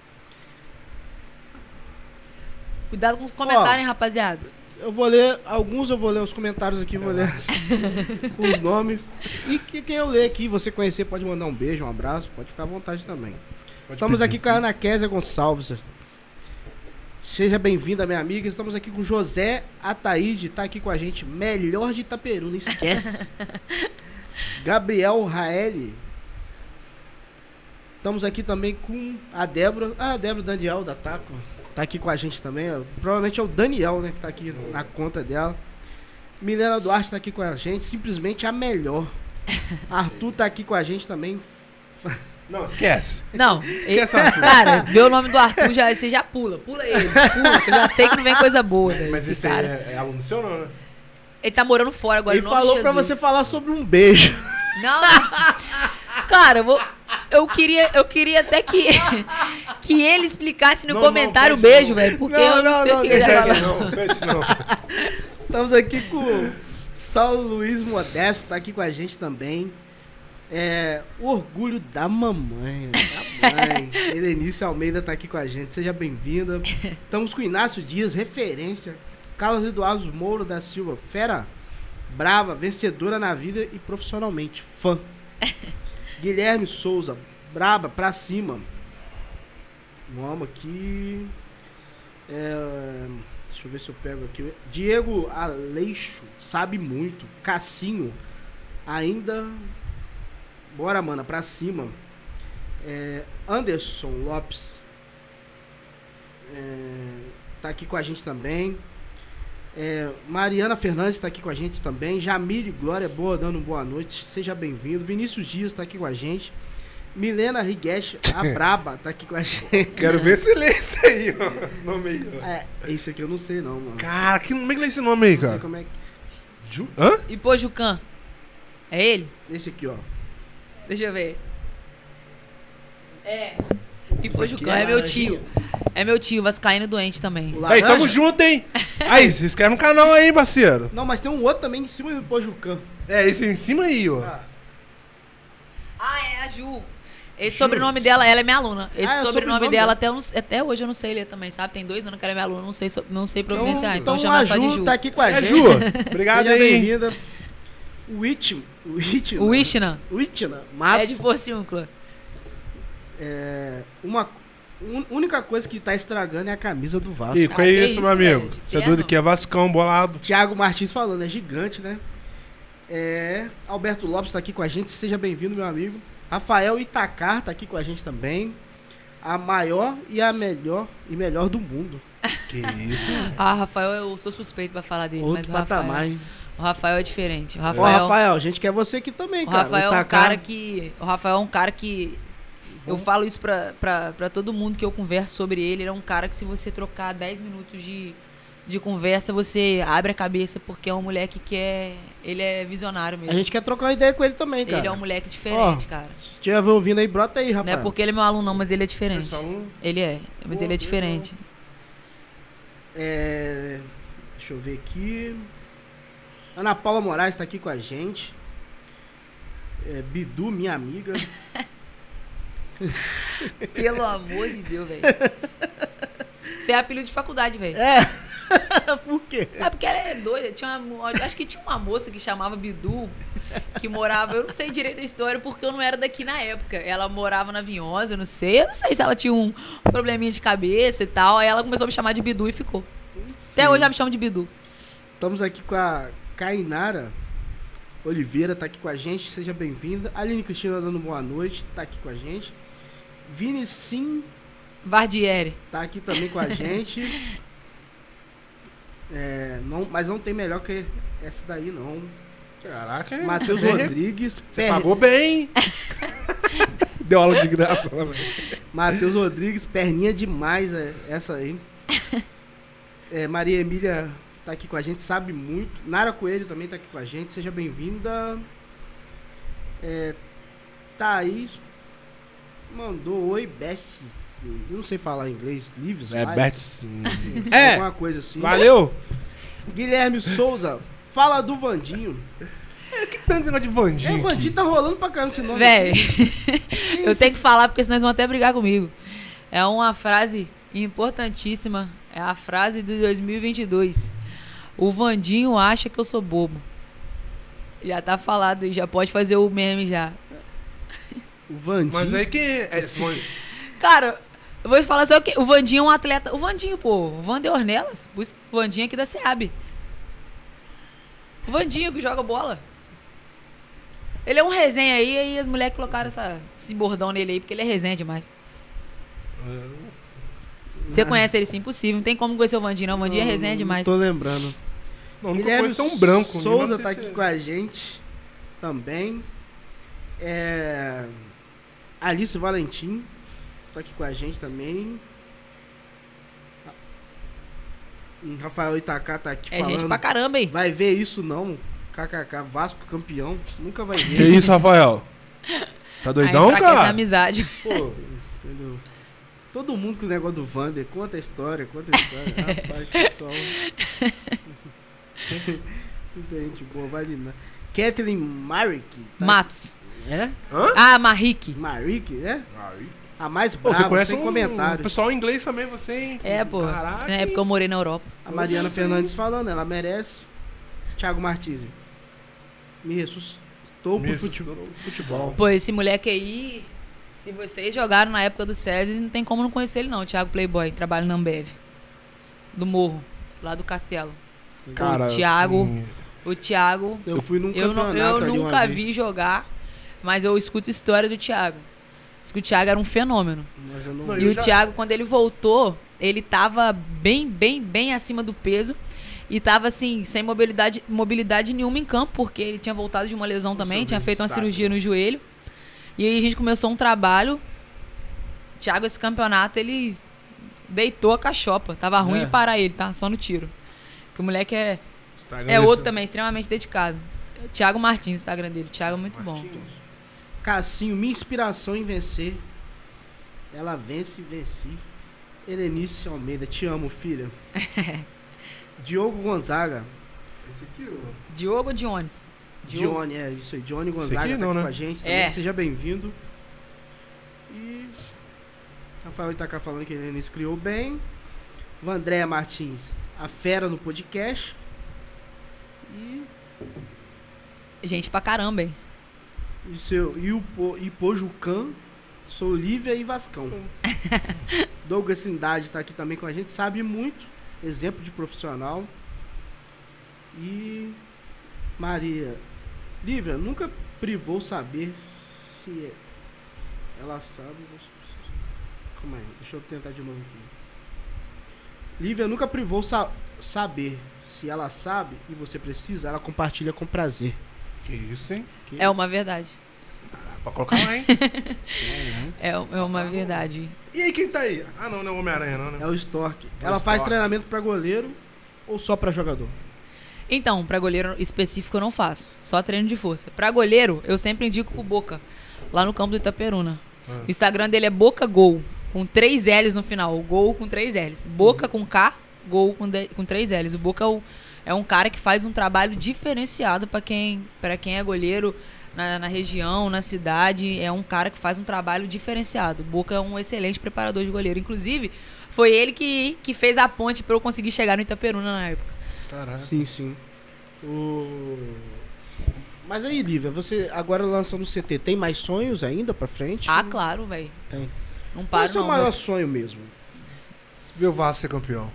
[SPEAKER 3] Cuidado com os comentários, hein, rapaziada.
[SPEAKER 1] Eu vou ler alguns, eu vou ler os comentários aqui, vou ler com os nomes. E quem eu ler aqui, você conhecer, pode mandar um beijo, um abraço, pode ficar à vontade também. Estamos aqui com a Ana Kézia Gonçalves. Seja bem-vinda, minha amiga. Estamos aqui com o José Ataíde, tá aqui com a gente. Melhor de Itaperu, não esquece. Gabriel Raeli. Estamos aqui também com a Débora. A Débora Daniel da Taco. Tá aqui com a gente também. Provavelmente é o Daniel, né? Que tá aqui na conta dela. Milena Duarte tá aqui com a gente. Simplesmente a melhor. Arthur tá aqui com a gente também.
[SPEAKER 2] Não, esquece.
[SPEAKER 3] Não,
[SPEAKER 2] Esquece Arthur.
[SPEAKER 3] cara, vê o nome do Arthur, você já pula ele, pula, que eu já sei que não vem coisa boa, velho,
[SPEAKER 2] Mas esse
[SPEAKER 3] cara.
[SPEAKER 2] é aluno seu, não, né?
[SPEAKER 3] Ele tá morando fora agora,
[SPEAKER 1] Ele
[SPEAKER 3] em nome
[SPEAKER 1] falou
[SPEAKER 3] de
[SPEAKER 1] pra
[SPEAKER 3] Jesus.
[SPEAKER 1] você falar sobre um beijo.
[SPEAKER 3] Não, cara, eu queria até que ele explicasse no
[SPEAKER 2] Não,
[SPEAKER 3] comentário o
[SPEAKER 2] não,
[SPEAKER 3] beijo,
[SPEAKER 2] não.
[SPEAKER 3] velho, porque
[SPEAKER 1] Não,
[SPEAKER 3] eu não sei o que ele
[SPEAKER 2] Pede
[SPEAKER 3] vai falar.
[SPEAKER 2] não, pede não.
[SPEAKER 1] Estamos aqui com o Saulo Luiz Modesto, tá aqui com a gente também. O orgulho da mamãe, da mãe. Helenice Almeida tá aqui com a gente, seja bem-vinda. Estamos com o Inácio Dias, referência. Carlos Eduardo Moura da Silva, fera brava, vencedora na vida e profissionalmente, fã. Guilherme Souza, braba, pra cima. Vamos aqui. Deixa eu ver se eu pego aqui. Diego Aleixo, sabe muito. Cassinho, ainda. Bora, mana, pra cima. Anderson Lopes. Tá aqui com a gente também. Mariana Fernandes tá aqui com a gente também. Jamile Glória Boa dando boa noite. Seja bem-vindo. Vinícius Dias tá aqui com a gente. Milena Riguesh, a braba, tá aqui com a gente.
[SPEAKER 2] Quero ver se lê esse aí, ó. Esse nome aí, ó.
[SPEAKER 1] Esse aqui eu não sei não, mano.
[SPEAKER 2] Cara, como é que lê esse nome aí,
[SPEAKER 1] Não sei
[SPEAKER 2] cara?
[SPEAKER 1] como é que...
[SPEAKER 2] Hã?
[SPEAKER 3] Ipojucan, é ele?
[SPEAKER 1] Esse aqui, ó.
[SPEAKER 3] Deixa eu ver. Ipojucan,
[SPEAKER 1] Aqui
[SPEAKER 3] é meu tio. É meu tio, vascaíno doente também.
[SPEAKER 1] O
[SPEAKER 2] Aí,
[SPEAKER 1] laranja?
[SPEAKER 2] tamo junto, hein? Aí, se inscreve no canal aí, parceiro.
[SPEAKER 1] Não, mas tem um outro também em cima do Pojucã.
[SPEAKER 2] Esse em cima aí, ó.
[SPEAKER 3] É a Ju. Esse
[SPEAKER 1] Ju.
[SPEAKER 3] sobrenome dela, ela é minha aluna. Esse
[SPEAKER 1] É o
[SPEAKER 3] sobrenome
[SPEAKER 1] sobrenome
[SPEAKER 3] dela,
[SPEAKER 1] dela.
[SPEAKER 3] até hoje eu não sei ler também, sabe? Tem 2 anos que ela é minha aluna, não sei providenciar. Então,
[SPEAKER 1] Então
[SPEAKER 3] chama
[SPEAKER 1] a
[SPEAKER 3] só de
[SPEAKER 1] Ju
[SPEAKER 3] Ju.
[SPEAKER 1] tá aqui com a gente.
[SPEAKER 2] Ju. Obrigado
[SPEAKER 1] Seja
[SPEAKER 2] aí.
[SPEAKER 1] bem-vinda. O
[SPEAKER 3] Wishna.
[SPEAKER 1] Witchna
[SPEAKER 3] É
[SPEAKER 1] Matos.
[SPEAKER 3] de Porciúncula.
[SPEAKER 1] Única coisa que tá estragando é a camisa do Vasco.
[SPEAKER 2] E que é
[SPEAKER 3] que
[SPEAKER 2] isso,
[SPEAKER 3] isso,
[SPEAKER 2] meu amigo?
[SPEAKER 3] velho? De
[SPEAKER 2] Você é
[SPEAKER 3] terno?
[SPEAKER 2] doido que é Vascão, bolado.
[SPEAKER 1] Thiago Martins falando, é gigante, né? Alberto Lopes tá aqui com a gente, seja bem-vindo, meu amigo. Rafael Itacar tá aqui com a gente também. A maior e a melhor do mundo.
[SPEAKER 2] Que isso, mano.
[SPEAKER 3] Rafael, eu sou suspeito pra falar dele,
[SPEAKER 1] Outro
[SPEAKER 3] mas
[SPEAKER 1] patamar, hein?
[SPEAKER 3] o Rafael é diferente. O
[SPEAKER 1] Ó,
[SPEAKER 3] Rafael,
[SPEAKER 1] Rafael, a gente quer você aqui também,
[SPEAKER 3] o
[SPEAKER 1] cara.
[SPEAKER 3] Rafael é um
[SPEAKER 1] Itacar.
[SPEAKER 3] cara que. O Rafael é um cara que. Eu falo isso pra todo mundo que eu converso sobre ele. Ele é um cara que, se você trocar 10 minutos de conversa, você abre a cabeça, porque é um moleque que é. Ele é visionário mesmo.
[SPEAKER 1] A gente quer trocar uma ideia com ele também, cara.
[SPEAKER 3] Ele é um moleque diferente, cara.
[SPEAKER 1] Se estiver ouvindo aí, brota aí,
[SPEAKER 3] Não
[SPEAKER 1] Rafael.
[SPEAKER 3] é porque ele é meu aluno, não, mas ele é diferente.
[SPEAKER 2] Esse aluno?
[SPEAKER 3] Ele é, mas ele é diferente.
[SPEAKER 1] Deixa eu ver aqui. Ana Paula Moraes tá aqui com a gente. Bidu, minha amiga.
[SPEAKER 3] Pelo amor de Deus, velho. Você é apelido de faculdade, velho.
[SPEAKER 1] Por quê?
[SPEAKER 3] É porque ela é doida. Acho que tinha uma moça que chamava Bidu, que morava. Eu não sei direito a história, porque eu não era daqui na época. Ela morava na Vinhosa, eu não sei. Eu não sei se ela tinha um probleminha de cabeça e tal. Aí ela começou a me chamar de Bidu e ficou. Até hoje ela me chama de Bidu.
[SPEAKER 1] Estamos aqui com a Kainara Oliveira, tá aqui com a gente. Seja bem-vinda. Aline Cristina dando boa noite, tá aqui com a gente. Vini Sim
[SPEAKER 3] Vardieri.
[SPEAKER 1] tá aqui também com a gente. Mas não tem melhor que essa daí, não.
[SPEAKER 2] Caraca,
[SPEAKER 1] Matheus Rodrigues.
[SPEAKER 2] Você pagou bem, hein? Deu aula de graça lá, velho.
[SPEAKER 1] Matheus Rodrigues, perninha demais essa aí. Maria Emília tá aqui com a gente, sabe muito. Nara Coelho também tá aqui com a gente, seja bem-vinda. Thaís mandou oi, best. Eu não sei falar inglês, lives,
[SPEAKER 2] Bets.
[SPEAKER 1] alguma coisa assim.
[SPEAKER 2] Valeu.
[SPEAKER 1] Guilherme Souza, fala do Vandinho.
[SPEAKER 2] Que tanto negócio de Vandinho?
[SPEAKER 1] O Vandinho tá rolando pra caramba esse nome.
[SPEAKER 3] Véi, eu tenho que falar porque senão eles vão até brigar comigo. É uma frase importantíssima. É a frase de 2022. O Vandinho acha que eu sou bobo. Já tá falado aí, já pode fazer o meme já.
[SPEAKER 1] O Vandinho.
[SPEAKER 2] Mas aí quem é esse Vandinho?
[SPEAKER 3] Cara, eu vou falar só que o Vandinho é um atleta. O Vandinho, pô, o Vander Ornelas. O Vandinho aqui da SEAB. O Vandinho que joga bola. Ele é um resenha aí as mulheres colocaram esse bordão nele aí, porque ele é resenha demais. Você conhece ele sim, impossível. Não tem como conhecer o Vandinho, não. O Vandinho é resenha demais.
[SPEAKER 1] Não tô lembrando.
[SPEAKER 2] Não,
[SPEAKER 1] Guilherme
[SPEAKER 2] nunca um branco.
[SPEAKER 1] Souza tá aqui com a gente também. Alice Valentim tá aqui com a gente também. Rafael Itacá tá aqui falando.
[SPEAKER 3] É gente pra caramba, hein?
[SPEAKER 1] Vai ver isso não. KKK, Vasco campeão. Nunca vai ver.
[SPEAKER 2] Que isso, Rafael? Tá doidão,
[SPEAKER 3] aí,
[SPEAKER 2] cara?
[SPEAKER 3] Essa amizade.
[SPEAKER 1] Pô, entendeu? Todo mundo com o negócio do Vander. Conta a história. Rapaz, pessoal. Gente boa, vai ali, né? Kathleen Marick. Tá
[SPEAKER 3] Matos.
[SPEAKER 1] aqui. É?
[SPEAKER 2] Hã?
[SPEAKER 3] Ah, Marick.
[SPEAKER 1] Marick, é? A mais
[SPEAKER 2] Pô,
[SPEAKER 1] brava,
[SPEAKER 2] você conhece
[SPEAKER 1] sem comentários.
[SPEAKER 2] pessoal em inglês também, você, hein?
[SPEAKER 3] É, pô.
[SPEAKER 2] Caraca.
[SPEAKER 3] Na época eu morei na Europa.
[SPEAKER 1] A Mariana Fernandes falando, ela merece. Thiago Martins. Me ressuscitou pro futebol.
[SPEAKER 3] Pô, esse moleque aí, se vocês jogaram na época do SESI, não tem como não conhecer ele não. O Thiago Playboy, trabalha na Ambev. Do Morro, lá do Castelo.
[SPEAKER 2] Cara,
[SPEAKER 3] o Thiago...
[SPEAKER 1] Eu fui num
[SPEAKER 3] Eu
[SPEAKER 1] campeonato ali uma
[SPEAKER 3] nunca
[SPEAKER 1] vez.
[SPEAKER 3] vi jogar, mas eu escuto história do Thiago. Diz que o Thiago era um fenômeno.
[SPEAKER 1] Mas eu não...
[SPEAKER 2] Não,
[SPEAKER 3] E o Thiago, quando ele voltou, ele tava bem acima do peso. E tava assim, sem mobilidade nenhuma em campo, porque ele tinha voltado de uma lesão também, tinha feito uma cirurgia no joelho. E aí a gente começou um trabalho. Thiago, esse campeonato, ele deitou a cachopa. Tava ruim de parar ele, tá? Só no tiro. Porque o moleque é outro também, extremamente dedicado. Thiago Martins, o Instagram dele. Thiago é muito bom.
[SPEAKER 1] Cassinho, minha inspiração em vencer. Ela vence e venci. Helenice Almeida, te amo, filha. Diogo Gonzaga.
[SPEAKER 2] Esse aqui, ó.
[SPEAKER 3] Diogo Dionis.
[SPEAKER 1] Johnny, é isso aí. Johnny Gonzaga
[SPEAKER 2] aqui
[SPEAKER 1] tá
[SPEAKER 2] não,
[SPEAKER 1] aqui
[SPEAKER 2] né?
[SPEAKER 1] com a gente também.
[SPEAKER 3] É.
[SPEAKER 1] Seja bem-vindo. E Rafael Itacá falando que a Helenice criou bem. Vandréa Martins, a fera no podcast. E
[SPEAKER 3] Gente pra caramba, hein?
[SPEAKER 1] o Ipojucan, sou Lívia e Vascão. Douglas Sindade tá aqui também com a gente, sabe muito, exemplo de profissional. E Maria, Lívia nunca privou saber se ela sabe. Calma aí, deixa eu tentar de novo aqui. Lívia nunca privou saber se ela sabe e você precisa, ela compartilha com prazer.
[SPEAKER 2] Que isso, hein?
[SPEAKER 3] É uma verdade.
[SPEAKER 2] Pode colocar lá, hein?
[SPEAKER 3] É uma verdade.
[SPEAKER 2] E aí, quem tá aí? Ah, não é o Homem-Aranha, não, né?
[SPEAKER 1] É o Stork.
[SPEAKER 2] É o
[SPEAKER 1] Ela faz
[SPEAKER 2] Stork.
[SPEAKER 1] treinamento pra goleiro ou só pra jogador?
[SPEAKER 3] Então, pra goleiro específico eu não faço. Só treino de força. Pra goleiro, eu sempre indico pro Boca. Lá no campo do Itaperuna. O Instagram dele é Boca Gol. Com 3 L's no final. O gol com 3 L's. Boca com K, gol com 3 L's. O Boca é um cara que faz um trabalho diferenciado pra quem é goleiro na região, na cidade. É um cara que faz um trabalho diferenciado. O Boca é um excelente preparador de goleiro. Inclusive, foi ele que fez a ponte pra eu conseguir chegar no Itaperuna na época.
[SPEAKER 2] Caraca.
[SPEAKER 1] Sim. Mas aí, Lívia, você agora lançou no CT, tem mais sonhos ainda pra frente?
[SPEAKER 3] Ah, claro, velho.
[SPEAKER 1] Tem.
[SPEAKER 3] Não
[SPEAKER 1] Qual é
[SPEAKER 3] paro,
[SPEAKER 1] o seu
[SPEAKER 3] não.
[SPEAKER 1] maior sonho mesmo?
[SPEAKER 2] Ver o Vasco ser campeão.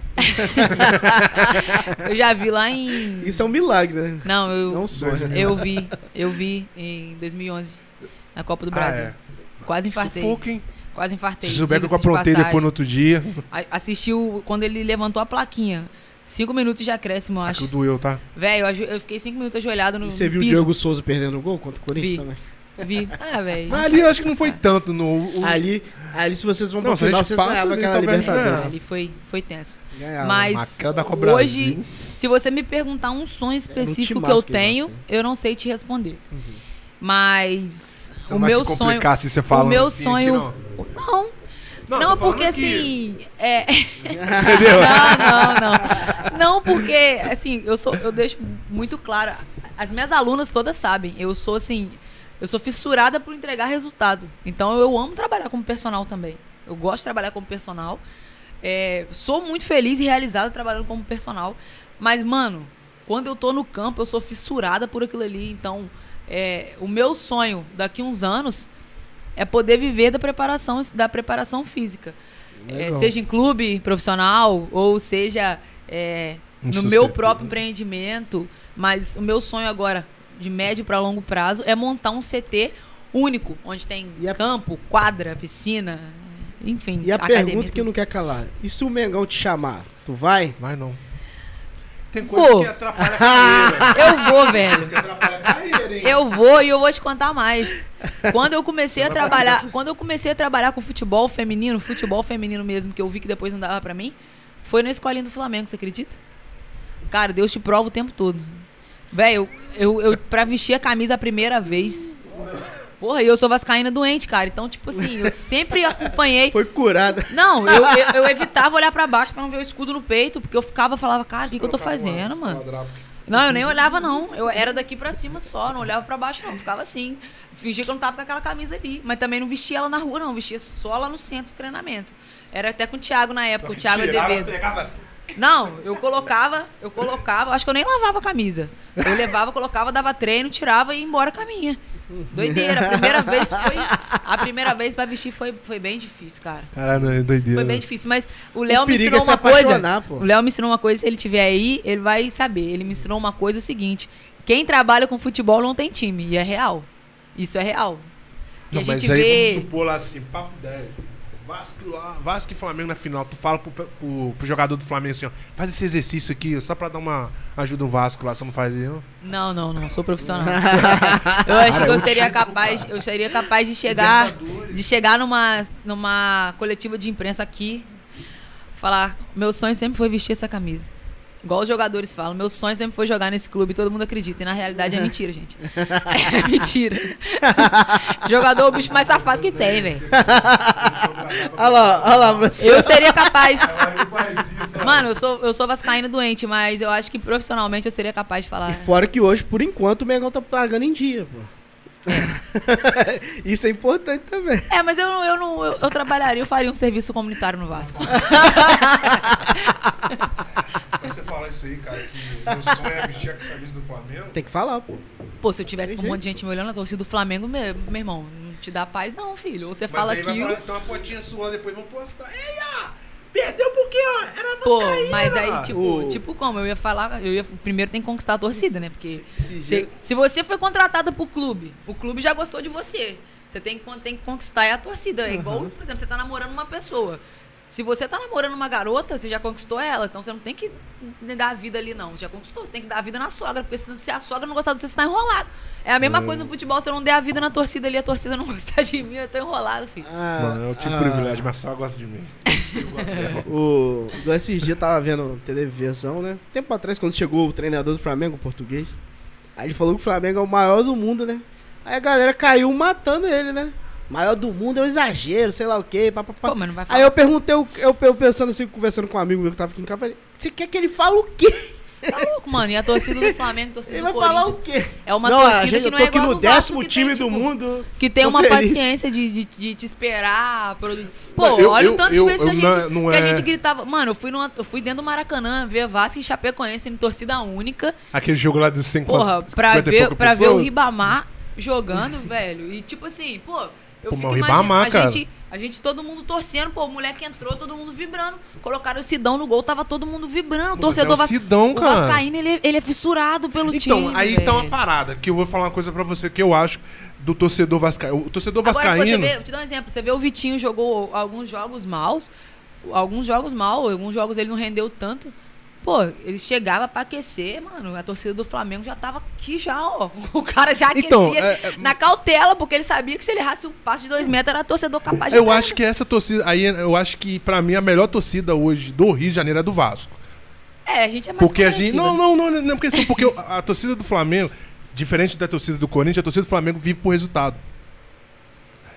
[SPEAKER 3] Eu já vi lá em...
[SPEAKER 1] Isso é um milagre, né?
[SPEAKER 3] Não,
[SPEAKER 1] Não sonho.
[SPEAKER 3] eu vi em 2011, na Copa do Brasil.
[SPEAKER 2] é.
[SPEAKER 3] Quase infartei.
[SPEAKER 2] Sufoco, hein?
[SPEAKER 3] Quase infartei.
[SPEAKER 2] Se souber que eu
[SPEAKER 3] diga-se de
[SPEAKER 2] aprontei
[SPEAKER 3] passagem.
[SPEAKER 2] depois no outro dia.
[SPEAKER 3] Assistiu quando ele levantou a plaquinha. 5 minutos de acréscimo, eu acho.
[SPEAKER 2] Aquilo doeu, tá?
[SPEAKER 3] Velho, eu fiquei 5 minutos ajoelhado no
[SPEAKER 1] E você viu o
[SPEAKER 3] piso.
[SPEAKER 1] Diogo Souza perdendo o gol contra o Corinthians
[SPEAKER 3] Vi.
[SPEAKER 1] também?
[SPEAKER 3] Vi. Ah, velho.
[SPEAKER 2] Mas ali eu acho que não foi tanto.
[SPEAKER 1] Ali, se vocês vão
[SPEAKER 2] Não,
[SPEAKER 1] pro
[SPEAKER 2] se a
[SPEAKER 1] final,
[SPEAKER 2] gente
[SPEAKER 1] vocês
[SPEAKER 2] passa
[SPEAKER 1] ganhavam
[SPEAKER 2] ali,
[SPEAKER 1] aquela
[SPEAKER 2] talvez
[SPEAKER 1] Libertadores.
[SPEAKER 3] Ali foi tenso.
[SPEAKER 1] Ganhava.
[SPEAKER 3] Mas
[SPEAKER 2] Aquela da Copa
[SPEAKER 3] hoje,
[SPEAKER 2] Brasil.
[SPEAKER 3] se você me perguntar um sonho específico que
[SPEAKER 1] timaço
[SPEAKER 3] eu
[SPEAKER 1] que ele
[SPEAKER 3] tenho,
[SPEAKER 1] gosta.
[SPEAKER 3] eu não sei te responder. Mas
[SPEAKER 2] Você
[SPEAKER 3] o
[SPEAKER 2] não vai
[SPEAKER 3] meu
[SPEAKER 2] se
[SPEAKER 3] sonho...
[SPEAKER 2] complicar se você fala
[SPEAKER 3] O meu
[SPEAKER 2] assim
[SPEAKER 3] sonho...
[SPEAKER 2] aqui,
[SPEAKER 3] Não,
[SPEAKER 2] tô falando
[SPEAKER 3] porque
[SPEAKER 2] aqui.
[SPEAKER 3] assim... É...
[SPEAKER 2] Entendeu?
[SPEAKER 3] Não. Não, porque, assim, eu deixo muito claro. As minhas alunas todas sabem. Eu sou, assim, fissurada por entregar resultado. Então, eu amo trabalhar como personal também. Eu gosto de trabalhar como personal. Sou muito feliz e realizada trabalhando como personal. Mas, mano, quando eu tô no campo, eu sou fissurada por aquilo ali. Então, o meu sonho daqui a uns anos é poder viver da preparação física. Seja em clube profissional ou seja no meu próprio empreendimento. Mas o meu sonho agora, de médio para longo prazo, é montar um CT único, onde tem campo, quadra, piscina, enfim.
[SPEAKER 1] E a pergunta que não quer calar: e se o Mengão te chamar, tu vai?
[SPEAKER 2] Vai não. Tem coisa que atrapalha a carreira.
[SPEAKER 3] Eu vou, velho.
[SPEAKER 2] Que atrapalha a carreira, hein?
[SPEAKER 3] Eu vou e eu vou te contar mais. Quando eu comecei a trabalhar com futebol feminino mesmo, que eu vi que depois não dava pra mim, foi na escolinha do Flamengo, você acredita? Cara, Deus te prova o tempo todo. Velho, eu pra vestir a camisa a primeira vez. Porra, e eu sou vascaína doente, cara. Então, tipo assim, eu sempre acompanhei.
[SPEAKER 1] Foi curada.
[SPEAKER 3] Não, eu evitava olhar pra baixo pra não ver o escudo no peito, porque eu falava, cara, o que eu tô fazendo, mano? Não, eu nem olhava, não. Eu era daqui pra cima só, não olhava pra baixo, não. Ficava assim. Fingia que eu não tava com aquela camisa ali. Mas também não vestia ela na rua, não. Vestia só lá no centro de treinamento. Era até com o Thiago na época, o Thiago Azevedo. Não, eu colocava, acho que eu nem lavava a camisa. Eu levava, colocava, dava treino, tirava e ia embora com a minha. Doideira. A primeira vez pra vestir foi bem difícil, cara.
[SPEAKER 2] Não, é doideira.
[SPEAKER 3] Foi bem difícil, mas o Léo me ensinou uma coisa.
[SPEAKER 1] Pô.
[SPEAKER 3] O Léo me ensinou uma coisa, se ele tiver aí, ele vai saber. Ele me ensinou uma coisa, o seguinte: quem trabalha com futebol não tem time, e é real. Isso é real. E
[SPEAKER 2] não,
[SPEAKER 3] a gente
[SPEAKER 2] mas aí
[SPEAKER 3] vê...
[SPEAKER 2] vamos supor lá assim, papo 10. Vasco e Flamengo na final, tu fala pro jogador do Flamengo assim, ó, faz esse exercício aqui, só pra dar uma ajuda no Vasco lá, você não faz isso?
[SPEAKER 3] Não, sou profissional. Eu acho que eu seria capaz de chegar numa coletiva de imprensa aqui, falar, meu sonho sempre foi vestir essa camisa. Igual os jogadores falam, meu sonho sempre foi jogar nesse clube, todo mundo acredita. E na realidade é mentira, gente. É mentira. Jogador é o bicho mais safado que tem, velho.
[SPEAKER 1] Olha lá, você.
[SPEAKER 3] Eu seria capaz. Mano, eu sou vascaína doente, mas eu acho que profissionalmente eu seria capaz de falar.
[SPEAKER 1] E fora que hoje, por enquanto, o Mengão tá pagando em dia, pô. Isso é importante também.
[SPEAKER 3] Mas eu trabalharia, eu faria um serviço comunitário no Vasco.
[SPEAKER 2] Você fala isso aí, cara, que meu sonho é vestir a camisa do Flamengo.
[SPEAKER 1] Tem que falar, pô.
[SPEAKER 3] Pô, se eu tivesse com um monte de gente me olhando, a torcida do Flamengo, meu irmão, não te dá paz não, filho. Ou você fala aqui...
[SPEAKER 2] Tem uma fotinha sua lá, depois vão postar. Ei, ó, perdeu porque, ó, era vascaína.
[SPEAKER 3] Pô, mas aí, tipo como? Eu ia falar... Primeiro tem que conquistar a torcida, né? Porque se você foi contratado pro clube, o clube já gostou de você. Você tem que conquistar a torcida. É igual, por exemplo, você tá namorando uma pessoa. Se você tá namorando uma garota, você já conquistou ela. Então você não tem que dar a vida ali, não. Já conquistou, você tem que dar a vida na sogra. Porque se a sogra não gostar de você tá enrolado. É a mesma coisa no futebol, se eu não der a vida na torcida ali, a torcida não gostar de mim, eu tô enrolado, filho.
[SPEAKER 2] Mano, eu tive privilégio, mas só gosta de mim. Eu gosto dela.
[SPEAKER 1] Esses dias eu tava vendo televisão, né? Tempo atrás, quando chegou o treinador do Flamengo, o português. Aí ele falou que o Flamengo é o maior do mundo, né? Aí a galera caiu matando ele, né? Maior do mundo é um exagero, sei lá o quê.
[SPEAKER 3] Pô, mas não vai falar.
[SPEAKER 1] Aí eu perguntei, eu pensando assim, conversando com um amigo meu que tava aqui em casa, falei, você quer que ele fale o quê?
[SPEAKER 3] Tá louco, mano. E a torcida do Flamengo, a torcida
[SPEAKER 1] ele
[SPEAKER 3] do
[SPEAKER 1] vai
[SPEAKER 3] Corinthians...
[SPEAKER 1] falar o quê?
[SPEAKER 3] É uma torcida que não é igual
[SPEAKER 1] no
[SPEAKER 3] do Vasco,
[SPEAKER 1] 10º time do mundo.
[SPEAKER 3] Que tem uma paciência de te esperar, produzir. Pô, olha o tanto de vezes que a gente gritava. Mano, eu fui dentro do Maracanã ver Vasco e Chapecoense em torcida única.
[SPEAKER 2] Aquele jogo lá de 50
[SPEAKER 3] Porra, pra ver o Ribamar jogando, velho. E tipo assim, pô... Eu fico imaginando, a gente, todo mundo torcendo, pô, o moleque entrou, todo mundo vibrando. Colocaram o Sidão no gol, tava todo mundo vibrando. O torcedor
[SPEAKER 2] Sidão, cara.
[SPEAKER 3] O vascaíno, ele é fissurado pelo time.
[SPEAKER 2] Então, aí tá uma parada, que eu vou falar uma coisa pra você que eu acho do torcedor vascaíno. O torcedor vascaíno...
[SPEAKER 3] Agora, vou te dar um exemplo. Você vê o Vitinho jogou alguns jogos maus, alguns jogos ele não rendeu tanto. Pô, ele chegava pra aquecer, mano, a torcida do Flamengo já tava aqui já, ó. O cara já aquecia na cautela, porque ele sabia que se ele errasse um passe de 2 metros, era torcedor capaz de...
[SPEAKER 2] Eu acho que essa torcida, aí eu acho que pra mim a melhor torcida hoje do Rio de Janeiro é do Vasco.
[SPEAKER 3] A gente é mais
[SPEAKER 2] porque a gente não, porque assim, porque a torcida do Flamengo, diferente da torcida do Corinthians, a torcida do Flamengo vive por resultado.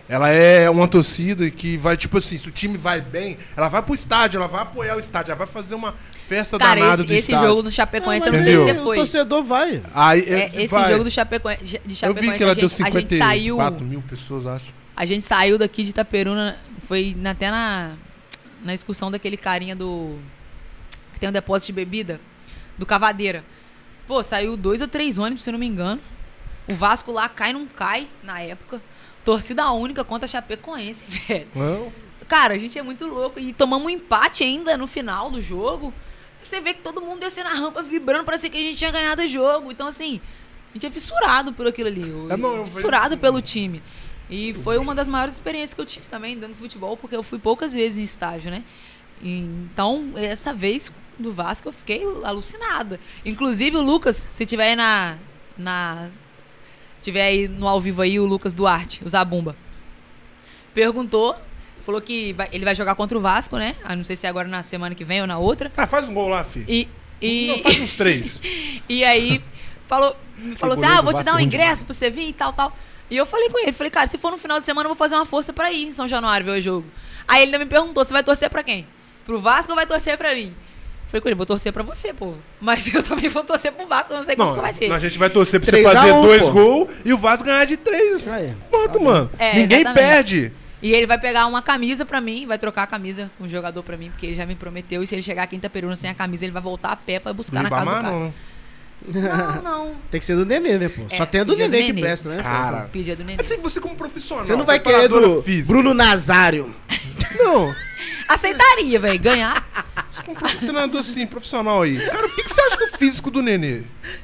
[SPEAKER 2] ela é uma torcida que vai, tipo assim, se o time vai bem, ela vai pro estádio, ela vai apoiar o estádio, ela vai fazer uma festa danada do
[SPEAKER 3] esse
[SPEAKER 2] estádio.
[SPEAKER 3] jogo do Chapecoense, eu não
[SPEAKER 2] Entendeu?
[SPEAKER 3] sei se você foi.
[SPEAKER 1] O torcedor vai.
[SPEAKER 2] Aí,
[SPEAKER 3] Esse
[SPEAKER 2] vai.
[SPEAKER 3] jogo do Chapecoense,
[SPEAKER 2] Eu vi que ela deu
[SPEAKER 3] a gente saiu...
[SPEAKER 2] 54 mil pessoas, acho.
[SPEAKER 3] A gente saiu daqui de Itaperuna, foi até na excursão daquele carinha que tem um depósito de bebida, do Cavadeira. Pô, saiu 2 ou 3 ônibus, se eu não me engano. O Vasco lá não cai, na época. Torcida única contra a Chapecoense, velho.
[SPEAKER 2] Não.
[SPEAKER 3] Cara, a gente é muito louco. E tomamos um empate ainda no final do jogo. Você vê que todo mundo descendo a rampa, vibrando, parecia que a gente tinha ganhado o jogo. Então, assim, a gente é fissurado por aquilo ali. Fissurado pelo time. E foi uma das maiores experiências que eu tive também dando futebol, porque eu fui poucas vezes em estágio, né? Então, essa vez do Vasco eu fiquei alucinada. Inclusive o Lucas, se tiver aí tiver aí no ao vivo aí, o Lucas Duarte, o Zabumba, perguntou, falou que ele vai jogar contra o Vasco, né? Não sei se é agora na semana que vem ou na outra.
[SPEAKER 2] Faz um gol lá, filho.
[SPEAKER 3] Não,
[SPEAKER 2] faz uns 3.
[SPEAKER 3] E aí me falou assim, vou te dar um ingresso pra você vir e tal. E eu falei com ele, cara, se for no final de semana eu vou fazer uma força pra ir em São Januário ver o jogo. Aí ele ainda me perguntou, você vai torcer pra quem? Pro Vasco ou vai torcer pra mim? Falei com ele, vou torcer pra você, pô. Mas eu também vou torcer pro Vasco, eu não sei como que vai ser.
[SPEAKER 2] A gente vai torcer pra você fazer 2 gols e o Vasco ganhar de 3. Pronto, mano. Ninguém
[SPEAKER 3] exatamente.
[SPEAKER 2] perde.
[SPEAKER 3] E ele vai pegar uma camisa pra mim, vai trocar a camisa com o jogador pra mim, porque ele já me prometeu. E se ele chegar aqui em Itaperuna sem a camisa, ele vai voltar a pé pra buscar na casa do cara. Não.
[SPEAKER 1] Tem que ser do Nenê, né, pô? Só tem a do Nenê que presta, né?
[SPEAKER 2] Cara,
[SPEAKER 3] pedir do Nenê.
[SPEAKER 2] Assim, você como profissional.
[SPEAKER 1] Você não vai querer do Bruno Nazário.
[SPEAKER 2] Não.
[SPEAKER 3] Aceitaria, velho, ganhar.
[SPEAKER 2] Você comprou um treinador assim, profissional aí. Cara, o que você acha do físico do Nenê?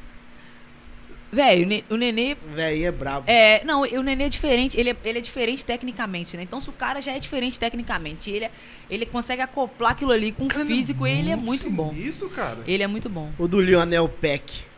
[SPEAKER 3] Velho, o Nenê...
[SPEAKER 1] Velho, é brabo.
[SPEAKER 3] Não, o Nenê é diferente, ele é diferente tecnicamente, né? Então, se o cara já é diferente tecnicamente, ele consegue acoplar aquilo ali com o físico, ele é muito bom.
[SPEAKER 2] Isso, cara.
[SPEAKER 3] Ele é muito bom.
[SPEAKER 1] O do Lionel Peck.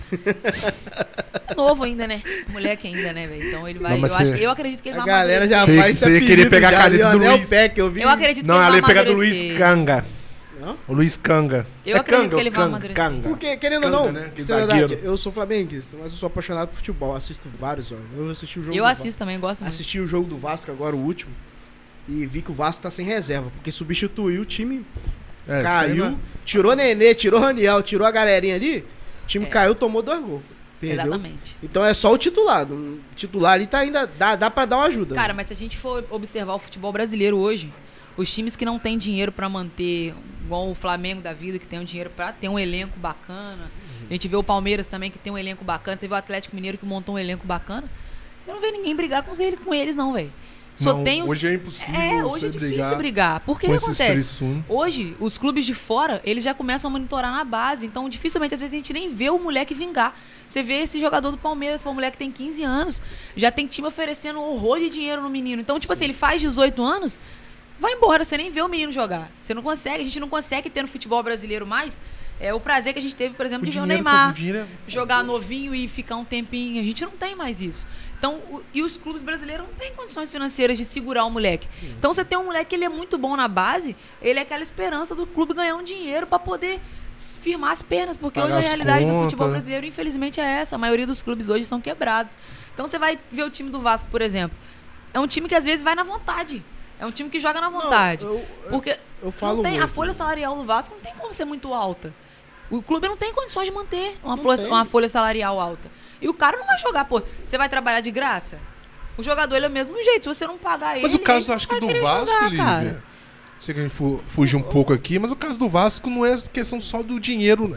[SPEAKER 3] É novo ainda, né? Moleque ainda, né, velho? Então ele vai. Eu acredito que ele vai
[SPEAKER 1] amadurecer. A galera já faz
[SPEAKER 2] você ia querer pegar a caneta do Luiz.
[SPEAKER 1] Peck, eu vi.
[SPEAKER 3] Eu acredito que ele vai
[SPEAKER 2] amadurecer. Não, ela ia pegar do
[SPEAKER 3] amadurecer.
[SPEAKER 2] Luiz Canga.
[SPEAKER 1] Não?
[SPEAKER 2] O Luiz Canga.
[SPEAKER 3] Eu acredito que ele vai amadurecer.
[SPEAKER 1] Porque, querendo ou não, né? Verdade, eu sou flamenguista, mas eu sou apaixonado por futebol. Assisto vários jogos. Eu assisti o jogo
[SPEAKER 3] Eu assisto também, gosto muito.
[SPEAKER 1] Assisti o jogo do Vasco agora, o último. E vi que o Vasco tá sem reserva. Porque substituiu o time. Caiu. Tirou Nenê, tirou Raniel, tirou a galerinha ali. O time caiu, tomou 2 gols. Perdeu.
[SPEAKER 3] Exatamente.
[SPEAKER 1] Então é só o titular. O titular ali tá ainda. Dá pra dar uma ajuda.
[SPEAKER 3] Cara, mas se a gente for observar o futebol brasileiro hoje, os times que não têm dinheiro pra manter, igual o Flamengo da vida, que tem um dinheiro pra ter um elenco bacana. A gente vê o Palmeiras também, que tem um elenco bacana. Você vê o Atlético Mineiro, que montou um elenco bacana. Você não vê ninguém brigar com eles não, velho.
[SPEAKER 2] Hoje é impossível.
[SPEAKER 3] Hoje é difícil brigar. Por que acontece? Hoje, os clubes de fora, eles já começam a monitorar na base. Então, dificilmente, às vezes, a gente nem vê o moleque vingar. Você vê esse jogador do Palmeiras, o moleque tem 15 anos, já tem time oferecendo um horror de dinheiro no menino. Então, tipo assim, ele faz 18 anos, vai embora, você nem vê o menino jogar. Você não consegue, a gente não consegue ter no futebol brasileiro mais o prazer que a gente teve, por exemplo, de ver o Neymar jogar novinho e ficar um tempinho. A gente não tem mais isso. Então, e os clubes brasileiros não têm condições financeiras de segurar o moleque. Então, você tem um moleque que ele é muito bom na base, ele é aquela esperança do clube ganhar um dinheiro para poder firmar as pernas, porque hoje a realidade do futebol brasileiro, infelizmente, é essa. A maioria dos clubes hoje são quebrados. Então, você vai ver o time do Vasco, por exemplo. É um time que, às vezes, vai na vontade. É um time que joga na vontade. Porque
[SPEAKER 1] eu falo
[SPEAKER 3] a folha salarial do Vasco não tem como ser muito alta. O clube não tem condições de manter uma folha salarial alta. E o cara não vai jogar, pô. Você vai trabalhar de graça? O jogador, ele é o mesmo jeito. Se você não pagar ele...
[SPEAKER 2] Mas o caso, acho que do Vasco, Lívia... Sei que a gente fugir um pouco aqui, mas o caso do Vasco não é questão só do dinheiro...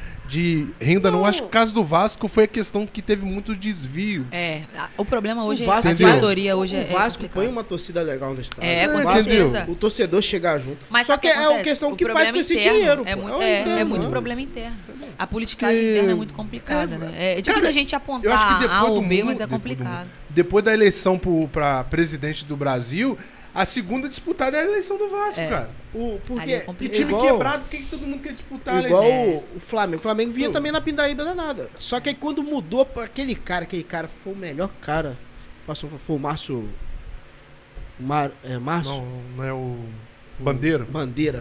[SPEAKER 2] de renda, não. Acho que o caso do Vasco foi a questão que teve muito desvio.
[SPEAKER 3] O problema hoje
[SPEAKER 1] é
[SPEAKER 3] a diretoria hoje
[SPEAKER 1] o Vasco põe uma torcida legal no estádio.
[SPEAKER 3] Com certeza.
[SPEAKER 1] O torcedor chegar junto.
[SPEAKER 3] Mas
[SPEAKER 1] só que é uma questão que faz com esse dinheiro.
[SPEAKER 3] É muito problema interno. A politicagem interna é muito complicada, né? É difícil a gente apontar A ou B, mas é complicado.
[SPEAKER 2] Depois da eleição para presidente do Brasil, a segunda disputada é a eleição do Vasco, cara.
[SPEAKER 1] Porque
[SPEAKER 2] o time quebrado, por que todo mundo quer disputar a
[SPEAKER 1] eleição? Igual o Flamengo. O Flamengo vinha também na pindaíba danada. Só que aí quando mudou pra aquele cara foi o melhor cara. Foi o Márcio... Márcio?
[SPEAKER 2] Não é o... Bandeira?
[SPEAKER 1] Bandeira.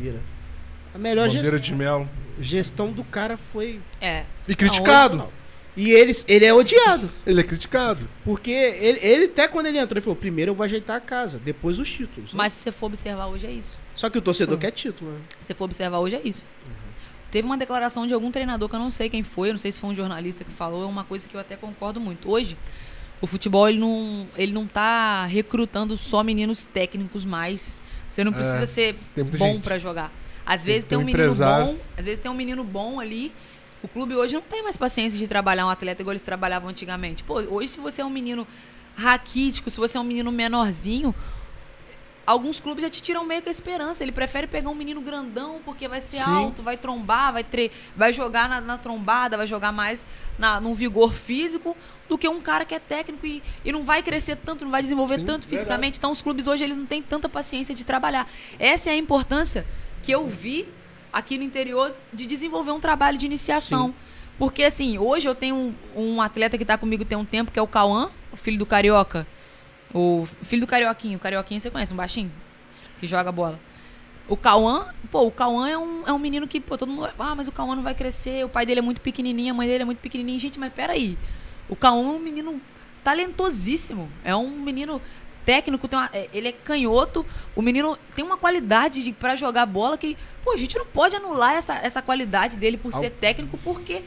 [SPEAKER 1] A melhor
[SPEAKER 2] Bandeira de Melo.
[SPEAKER 1] Gestão do cara foi...
[SPEAKER 2] E criticado.
[SPEAKER 1] E ele é odiado.
[SPEAKER 2] Ele é criticado.
[SPEAKER 1] Porque ele até quando ele entrou, ele falou, primeiro eu vou ajeitar a casa, depois os títulos.
[SPEAKER 3] Mas se você for observar hoje, é isso.
[SPEAKER 1] Só que o torcedor quer título, né?
[SPEAKER 3] Se você for observar hoje, é isso. Teve uma declaração de algum treinador, que eu não sei quem foi, eu não sei se foi um jornalista que falou, é uma coisa que eu até concordo muito. Hoje, o futebol, ele não tá recrutando só meninos técnicos mais. Você não precisa ser bom pra jogar. Às vezes tem um menino bom, às vezes tem um menino bom ali. O clube hoje não tem mais paciência de trabalhar um atleta igual eles trabalhavam antigamente. Pô, hoje se você é um menino raquítico, se você é um menino menorzinho, alguns clubes já te tiram meio que a esperança. Ele prefere pegar um menino grandão porque vai ser alto, vai trombar, vai jogar na trombada, vai jogar mais num vigor físico do que um cara que é técnico e não vai crescer tanto, não vai desenvolver tanto fisicamente. Então os clubes hoje eles não têm tanta paciência de trabalhar. Essa é a importância que eu vi aqui no interior de desenvolver um trabalho de iniciação. Sim. Porque assim, hoje eu tenho um atleta que está comigo tem um tempo, que é o Cauã, o filho do Carioca. O filho do Carioquinho. O Carioquinho você conhece, um baixinho que joga bola. O Cauã é um menino que, todo mundo... mas o Cauã não vai crescer, o pai dele é muito pequenininho, a mãe dele é muito pequenininha. Gente, mas peraí. O Cauã é um menino talentosíssimo. É um menino técnico, ele é canhoto. O menino tem uma qualidade pra jogar bola que... a gente não pode anular essa qualidade dele por ser técnico, porque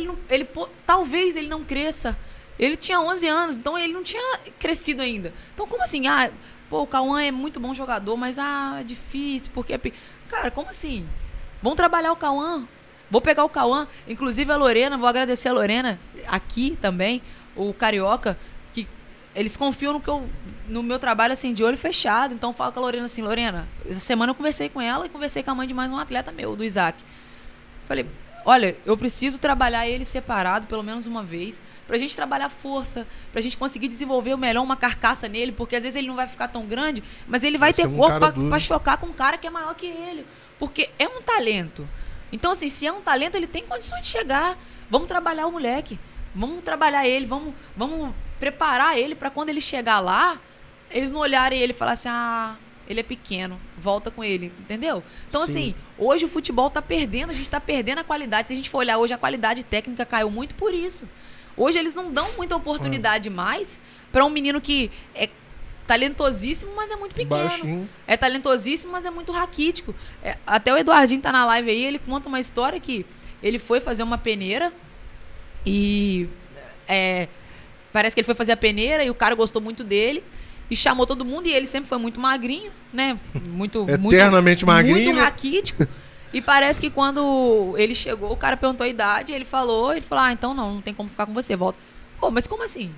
[SPEAKER 3] talvez ele não cresça. Ele tinha 11 anos, então ele não tinha crescido ainda. Então, como assim? O Cauã é muito bom jogador, mas é difícil, porque... Cara, como assim? Vamos trabalhar o Cauã. Vou pegar o Cauã. Inclusive a Lorena, vou agradecer a Lorena aqui também, o Carioca, que eles confiam no meu trabalho assim, de olho fechado. Então, eu falo com a Lorena assim, Lorena, essa semana eu conversei com ela e conversei com a mãe de mais um atleta meu, do Isaac. Falei... Olha, eu preciso trabalhar ele separado pelo menos uma vez, pra gente trabalhar força, pra gente conseguir desenvolver melhor uma carcaça nele, porque às vezes ele não vai ficar tão grande, mas ele vai ter corpo pra chocar com um cara que é maior que ele, porque é um talento. Então, assim, se é um talento, ele tem condições de chegar. Vamos trabalhar o moleque, vamos trabalhar ele, vamos preparar ele pra quando ele chegar lá, eles não olharem ele e falar assim, ele é pequeno, volta com ele, entendeu? Então, assim, hoje o futebol tá perdendo, a gente tá perdendo a qualidade. Se a gente for olhar hoje, a qualidade técnica caiu muito por isso. Hoje eles não dão muita oportunidade mais para um menino que é talentosíssimo, mas é muito pequeno. Baixinho. É talentosíssimo, mas é muito raquítico. Até o Eduardinho tá na live aí, ele conta uma história que ele foi fazer uma peneira e parece que ele foi fazer a peneira e o cara gostou muito dele. E chamou todo mundo, e ele sempre foi muito magrinho, né?
[SPEAKER 2] Eternamente magrinho.
[SPEAKER 3] Muito raquítico. E parece que quando ele chegou, o cara perguntou a idade, ele falou, então não tem como ficar com você, volta. Mas como assim?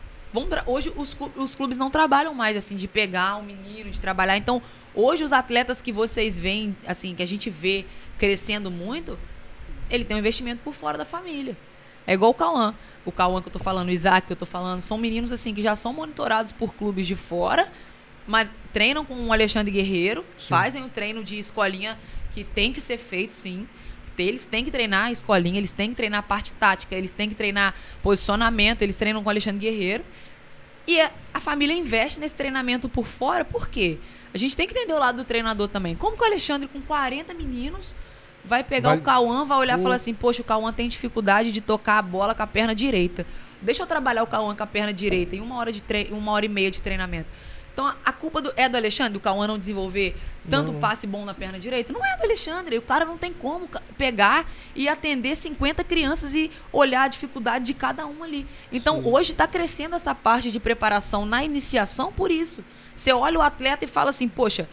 [SPEAKER 3] Hoje os clubes não trabalham mais, assim, de pegar um menino, de trabalhar. Então, hoje os atletas que vocês veem, assim, que a gente vê crescendo muito, ele tem um investimento por fora da família. É igual o Cauã. O Cauã que eu tô falando, o Isaac que eu tô falando, são meninos assim que já são monitorados por clubes de fora, mas treinam com o Alexandre Guerreiro, fazem o treino de escolinha que tem que ser feito, sim. Eles têm que treinar a escolinha, eles têm que treinar a parte tática, eles têm que treinar posicionamento, eles treinam com o Alexandre Guerreiro. E a família investe nesse treinamento por fora, por quê? A gente tem que entender o lado do treinador também. Como que o Alexandre, com 40 meninos... vai pegar o Cauã, vai olhar e falar assim, poxa, o Cauã tem dificuldade de tocar a bola com a perna direita. Deixa eu trabalhar o Cauã com a perna direita em 1h30 de treinamento. Então, a culpa é do Alexandre, o Cauã não desenvolver tanto passe bom na perna direita? Não é do Alexandre. O cara não tem como pegar e atender 50 crianças e olhar a dificuldade de cada um ali. Então, hoje está crescendo essa parte de preparação na iniciação por isso. Você olha o atleta e fala assim, poxa...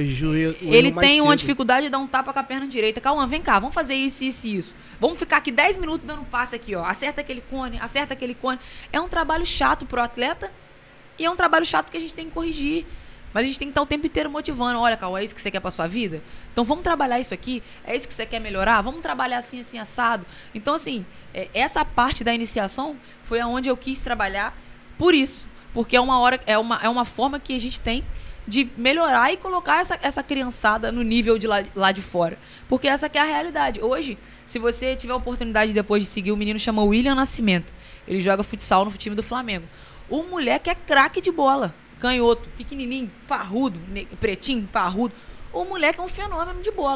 [SPEAKER 3] ele tem uma dificuldade de dar um tapa com a perna direita. Cauã, vem cá, vamos fazer isso, isso e isso. Vamos ficar aqui 10 minutos dando passe aqui, ó. Acerta aquele cone. É um trabalho chato pro atleta e é um trabalho chato que a gente tem que corrigir. Mas a gente tem que estar o tempo inteiro motivando. Olha, Cauã, é isso que você quer pra sua vida? Então vamos trabalhar isso aqui? É isso que você quer melhorar? Vamos trabalhar assim, assim, assado? Então, assim, essa parte da iniciação foi aonde eu quis trabalhar por isso. Porque é uma forma que a gente tem de melhorar e colocar essa criançada no nível de lá de fora. Porque essa que é a realidade. Hoje, se você tiver a oportunidade depois de seguir, o menino chama William Nascimento. Ele joga futsal no time do Flamengo. O moleque é craque de bola. Canhoto, pequenininho, parrudo, pretinho, parrudo. O moleque é um fenômeno de bola.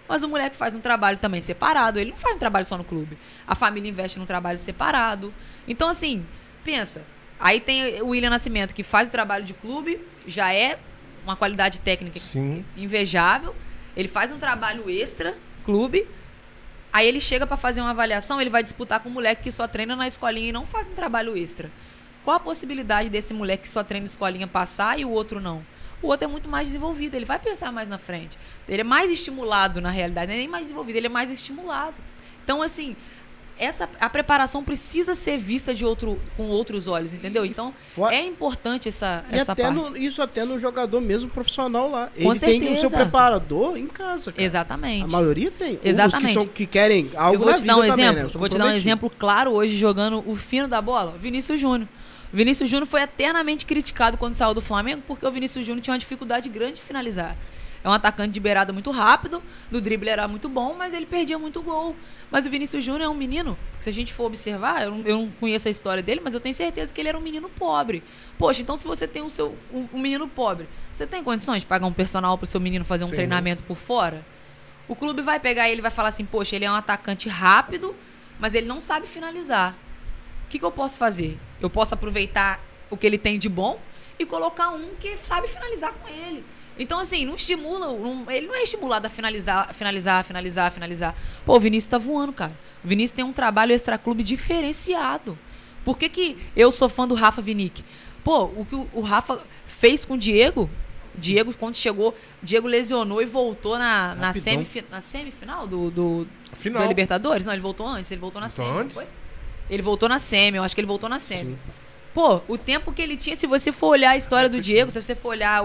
[SPEAKER 3] Mas o moleque faz um trabalho também separado. Ele não faz um trabalho só no clube. A família investe num trabalho separado. Então, assim, pensa. Aí tem o William Nascimento, que faz o trabalho de clube, já é uma qualidade técnica invejável. Ele faz um trabalho extra, clube. Aí ele chega pra fazer uma avaliação, ele vai disputar com um moleque que só treina na escolinha e não faz um trabalho extra. Qual a possibilidade desse moleque que só treina na escolinha passar e o outro não? O outro é muito mais desenvolvido, ele vai pensar mais na frente. Ele é mais estimulado, na realidade. Não é nem mais desenvolvido, ele é mais estimulado. Então, assim, a preparação precisa ser vista com outros olhos, entendeu? Então, é importante essa parte.
[SPEAKER 1] Isso até no jogador mesmo profissional lá.
[SPEAKER 3] Com
[SPEAKER 1] ele
[SPEAKER 3] certeza.
[SPEAKER 1] tem o seu preparador em casa, cara.
[SPEAKER 3] Exatamente.
[SPEAKER 1] A maioria tem.
[SPEAKER 3] Exatamente.
[SPEAKER 1] Os que querem algo
[SPEAKER 3] eu vou
[SPEAKER 1] na
[SPEAKER 3] te
[SPEAKER 1] vida
[SPEAKER 3] dar um
[SPEAKER 1] também,
[SPEAKER 3] exemplo.
[SPEAKER 1] né?
[SPEAKER 3] Eu vou te dar um exemplo claro hoje, jogando o fino da bola, Vinícius Júnior. O Vinícius Júnior foi eternamente criticado quando saiu do Flamengo, porque o Vinícius Júnior tinha uma dificuldade grande de finalizar. É um atacante de beirada muito rápido, no drible era muito bom, mas ele perdia muito gol. Mas o Vinícius Júnior é um menino, que se a gente for observar, eu não conheço a história dele, mas eu tenho certeza que ele era um menino pobre. Poxa, então se você tem um menino pobre, você tem condições de pagar um personal pro seu menino fazer um treinamento por fora? O clube vai pegar ele e vai falar assim, poxa, ele é um atacante rápido, mas ele não sabe finalizar. O que eu posso fazer? Eu posso aproveitar o que ele tem de bom e colocar um que sabe finalizar com ele. Então, assim, não estimula, ele não é estimulado a finalizar. Pô, o Vinícius tá voando, cara. O Vinícius tem um trabalho extraclube diferenciado. Por que eu sou fã do Rafa Vinick? Pô, o que o Rafa fez com o Diego, quando chegou, Diego lesionou e voltou na semifinal da Libertadores? Não, ele voltou antes, ele voltou na semi.
[SPEAKER 2] Antes?
[SPEAKER 3] Foi? Ele voltou na semi, eu acho que ele voltou na semi. Sim. Pô, o tempo que ele tinha, se você for olhar a história do Diego, se você for olhar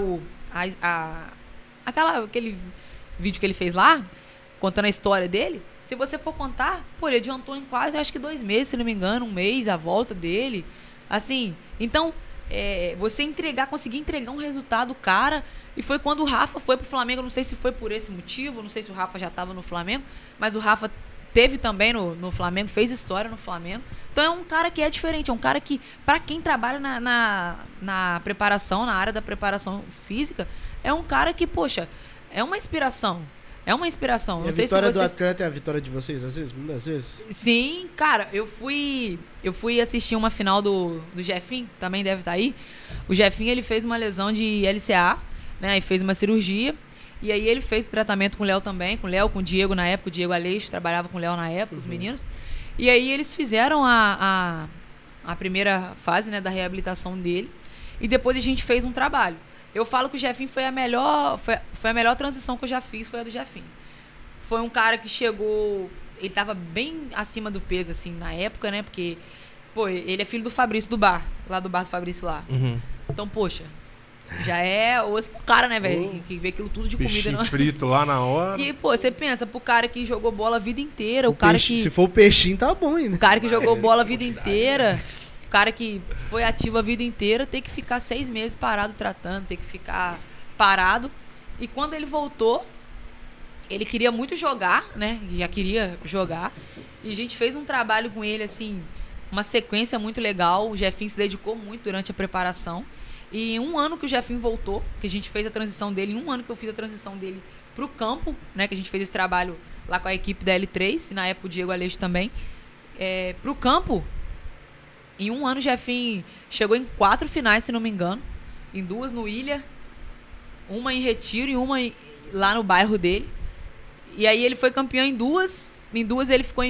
[SPEAKER 3] aquele vídeo que ele fez lá, contando a história dele, se você for contar, pô, ele adiantou em quase, acho que 2 meses, se não me engano, 1 mês, a volta dele. Assim, então, você conseguir entregar um resultado, cara, e foi quando o Rafa foi pro Flamengo, não sei se foi por esse motivo, não sei se o Rafa já estava no Flamengo, mas o Rafa teve também no Flamengo, fez história no Flamengo. Então é um cara que é diferente, é um cara que, pra quem trabalha na preparação, na área da preparação física, é um cara que, poxa, é uma inspiração. É uma inspiração.
[SPEAKER 1] E
[SPEAKER 3] não
[SPEAKER 1] a
[SPEAKER 3] sei
[SPEAKER 1] vitória
[SPEAKER 3] se vocês...
[SPEAKER 1] do atleta é a vitória de vocês, às vezes? Muitas vezes?
[SPEAKER 3] Sim, cara, eu fui assistir uma final do Jefinho, também deve estar aí. O Jefinho, ele fez uma lesão de LCA, né, e fez uma cirurgia. E aí ele fez o tratamento com o Léo também, com o Diego na época, o Diego Aleixo trabalhava com o Léo na época, os meninos. E aí eles fizeram a primeira fase, né, da reabilitação dele. E depois a gente fez um trabalho. Eu falo que o Jefinho foi a melhor transição que eu já fiz, foi a do Jefinho. Foi um cara que chegou, ele tava bem acima do peso, assim, na época, né, porque, pô, ele é filho do Fabrício, do bar do Fabrício lá. Então, poxa... Já é osso pro cara, né, velho? Que vê aquilo tudo de comida. Não.
[SPEAKER 2] Frito lá na hora.
[SPEAKER 3] E, pô, você pensa, pro cara que jogou bola a vida inteira, o cara que...
[SPEAKER 1] Se for o peixinho, tá bom ainda.
[SPEAKER 3] O cara que jogou bola a vida inteira, o cara que foi ativo a vida inteira, tem que ficar 6 meses parado tratando, tem que ficar parado. E quando ele voltou, ele queria muito jogar, né? Já queria jogar. E a gente fez um trabalho com ele, assim, uma sequência muito legal. O Jefinho se dedicou muito durante a preparação. E em 1 ano que o Jefinho voltou, que a gente fez a transição dele, em 1 ano que eu fiz a transição dele pro campo, né, que a gente fez esse trabalho lá com a equipe da L3, e na época o Diego Aleixo também, pro campo, em 1 ano o Jefinho chegou em 4 finais, se não me engano, em 2 no Ilha, 1 em Retiro e 1 lá no bairro dele. E aí ele foi campeão em 2 ele ficou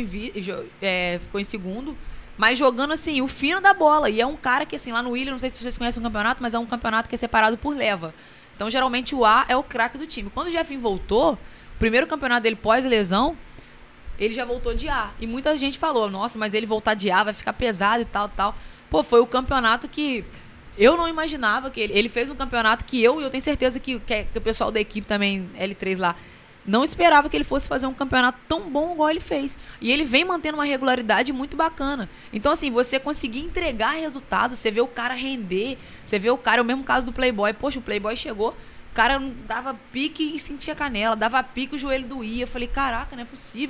[SPEAKER 3] em segundo, mas jogando, assim, o fino da bola. E é um cara que, assim, lá no Willian, não sei se vocês conhecem o campeonato, mas é um campeonato que é separado por leva. Então, geralmente, o A é o craque do time. Quando o Jefinho voltou, o primeiro campeonato dele pós-lesão, ele já voltou de A. E muita gente falou, nossa, mas ele voltar de A vai ficar pesado e tal, tal. Pô, foi o campeonato que eu não imaginava que ele fez um campeonato que eu tenho certeza que o pessoal da equipe também, L3 lá, não esperava que ele fosse fazer um campeonato tão bom igual ele fez. E ele vem mantendo uma regularidade muito bacana. Então, assim, você conseguir entregar resultado, você vê o cara render, você vê o cara, é o mesmo caso do Playboy. Poxa, o Playboy chegou, o cara dava pique e sentia canela, dava pique, o joelho doía. Eu falei, caraca, não é possível.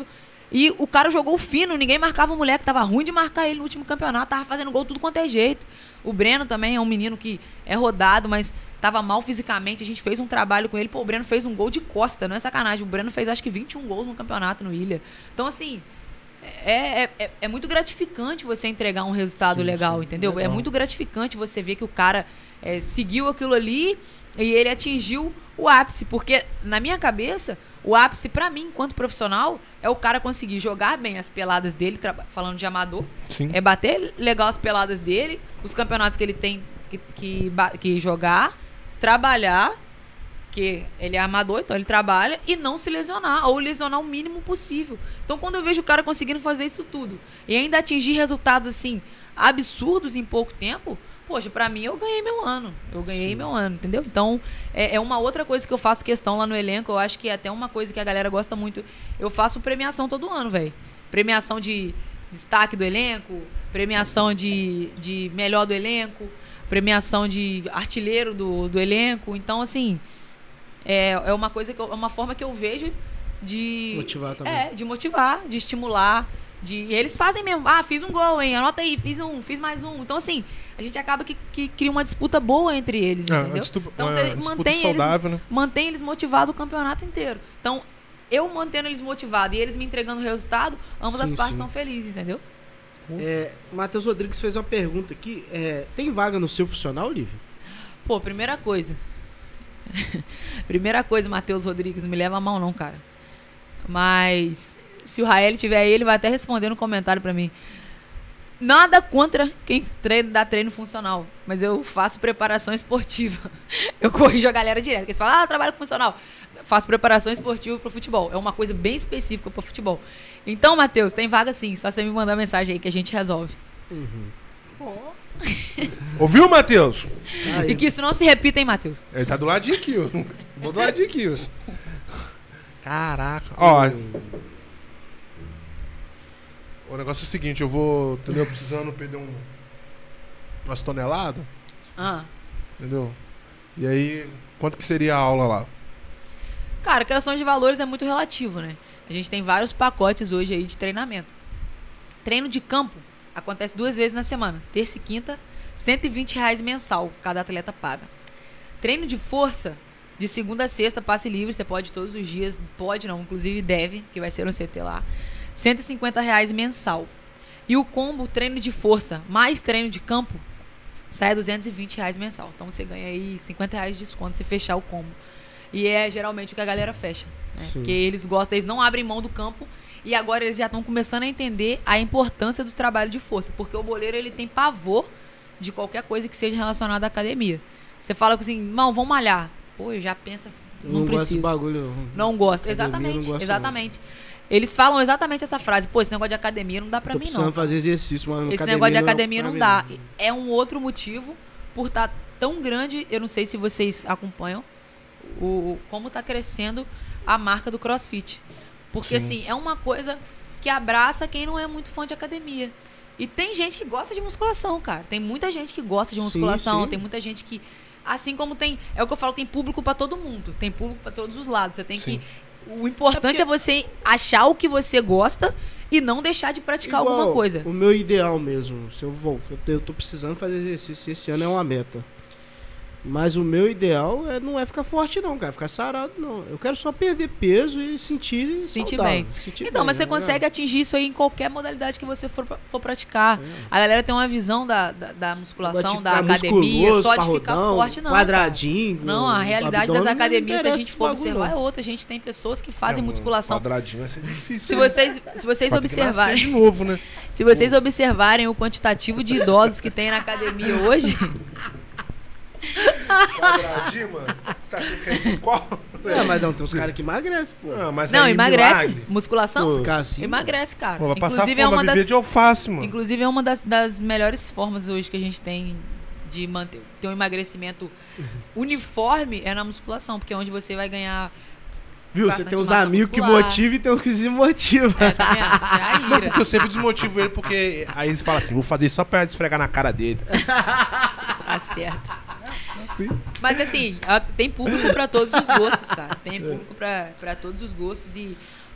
[SPEAKER 3] E o cara jogou fino, ninguém marcava o moleque, tava ruim de marcar ele no último campeonato, tava fazendo gol tudo quanto é jeito. O Breno também é um menino que é rodado, mas tava mal fisicamente, a gente fez um trabalho com ele, pô, o Breno fez um gol de costa, não é sacanagem, o Breno fez acho que 21 gols no campeonato no Ilha. Então, assim, é muito gratificante você entregar um resultado legal, entendeu?
[SPEAKER 1] Legal.
[SPEAKER 3] É muito gratificante você ver que o cara seguiu aquilo ali e ele atingiu o ápice, porque na minha cabeça, o ápice pra mim, enquanto profissional, é o cara conseguir jogar bem as peladas dele, falando de amador,
[SPEAKER 2] Sim.
[SPEAKER 3] é bater legal as peladas dele, os campeonatos que ele tem que jogar, trabalhar, que ele é amador, então ele trabalha, e não se lesionar, ou lesionar o mínimo possível. Então, quando eu vejo o cara conseguindo fazer isso tudo, e ainda atingir resultados, assim, absurdos em pouco tempo, poxa, pra mim eu ganhei meu ano. Eu ganhei meu ano, entendeu? Então, é uma outra coisa que eu faço questão lá no elenco, eu acho que é até uma coisa que a galera gosta muito. Eu faço premiação todo ano, velho. Premiação de destaque do elenco, premiação de melhor do elenco, premiação de artilheiro do elenco. Então, assim, é uma coisa é uma forma que eu vejo de
[SPEAKER 1] Motivar também.
[SPEAKER 3] De motivar, de estimular. E eles fazem mesmo. Ah, fiz um gol, hein? Anota aí, fiz mais um. Então, assim, a gente acaba que cria uma disputa boa entre eles, entendeu? Então, você mantém eles motivados o campeonato inteiro. Então, eu mantendo eles motivados e eles me entregando o resultado, ambas as partes estão felizes, entendeu?
[SPEAKER 1] Matheus Rodrigues fez uma pergunta aqui. Tem vaga no seu funcional, Lívia?
[SPEAKER 3] Pô, primeira coisa. Matheus Rodrigues, não me leva a mal não, cara. Mas se o Rael tiver aí, ele vai até responder no comentário pra mim. Nada contra quem dá treino funcional, mas eu faço preparação esportiva. Eu corrijo a galera direto, porque eles falam, trabalho com funcional. Faço preparação esportiva pro futebol. É uma coisa bem específica pro futebol. Então, Matheus, tem vaga sim. Só você me mandar mensagem aí que a gente resolve.
[SPEAKER 2] Ouviu, Matheus?
[SPEAKER 3] E que isso não se repita, hein, Matheus?
[SPEAKER 2] Ele tá do ladinho aqui, ó. Vou do ladinho aqui, ó. Caraca. Ó. O negócio é o seguinte, eu vou, entendeu? Precisando perder umas toneladas. Entendeu? E aí, quanto que seria a aula lá?
[SPEAKER 3] Cara, criação de valores é muito relativo, né? A gente tem vários pacotes hoje aí de treinamento. Treino de campo acontece 2 vezes na semana, terça e quinta, R$120 mensal, cada atleta paga. Treino de força, de segunda a sexta, passe livre, você pode todos os dias, pode não, inclusive deve, que vai ser no CT lá, R$150 mensal. E o combo treino de força mais treino de campo sai a R$220 mensal. Então você ganha aí R$50 de desconto se fechar o combo. E é geralmente o que a galera fecha, né? Porque eles gostam, eles não abrem mão do campo. E agora eles já estão começando a entender a importância do trabalho de força. Porque o boleiro, ele tem pavor de qualquer coisa que seja relacionada à academia. Você fala assim, não, vamos malhar. Pô, já pensa, não preciso.
[SPEAKER 1] Gosto bagulho,
[SPEAKER 3] não gosto,
[SPEAKER 1] academia,
[SPEAKER 3] exatamente. Eles falam exatamente essa frase. Pô, esse negócio de academia não dá pra mim, não.
[SPEAKER 1] Tô precisando fazer exercício, mano.
[SPEAKER 3] Esse negócio de academia não dá. É um outro motivo por estar tão grande. Eu não sei se vocês acompanham como tá crescendo a marca do CrossFit. Porque, assim, é uma coisa que abraça quem não é muito fã de academia. E tem gente que gosta de musculação, cara. Tem muita gente que gosta de musculação. Tem muita gente que... Assim como tem... É o que eu falo, tem público pra todo mundo. Tem público pra todos os lados. Você tem que... O importante é você achar o que você gosta e não deixar de praticar alguma coisa.
[SPEAKER 1] O meu ideal mesmo, se eu tô precisando fazer exercício, esse ano é uma meta. Mas o meu ideal não é ficar forte não, cara, ficar sarado não. Eu quero só perder peso e sentir
[SPEAKER 3] bem. Então, mas você consegue atingir isso aí em qualquer modalidade que você for praticar. A galera tem uma visão da musculação, da academia, só de ficar forte não.
[SPEAKER 1] Quadradinho.
[SPEAKER 3] Cara. Não, a realidade das academias, se a gente for observar, é outra. A gente tem pessoas que fazem musculação.
[SPEAKER 2] Quadradinho vai ser difícil.
[SPEAKER 3] Se vocês observarem,
[SPEAKER 2] de novo, né?
[SPEAKER 3] Se vocês observarem o quantitativo de idosos que tem na academia hoje,
[SPEAKER 2] quadradinho, mano. Você tá achando que é escola?
[SPEAKER 1] Mas não, tem uns caras que emagrecem, pô.
[SPEAKER 3] Não, emagrece. Musculação?
[SPEAKER 1] Ficar assim,
[SPEAKER 3] emagrece, cara.
[SPEAKER 2] Pô, vai inclusive, passar fome, de alface, mano.
[SPEAKER 3] Inclusive, é uma das melhores formas hoje que a gente tem de manter ter um emagrecimento uniforme é na musculação, porque é onde você vai ganhar.
[SPEAKER 1] Viu? Você tem uns amigos que motivam e tem uns que desmotivam.
[SPEAKER 3] Tá vendo? É a ira.
[SPEAKER 2] Não, porque eu sempre desmotivo ele, porque aí eles falam assim, vou fazer isso só pra esfregar na cara dele.
[SPEAKER 3] Tá certo. Sim. Mas assim, tem público pra todos os gostos, cara. Tem público pra todos os gostos. E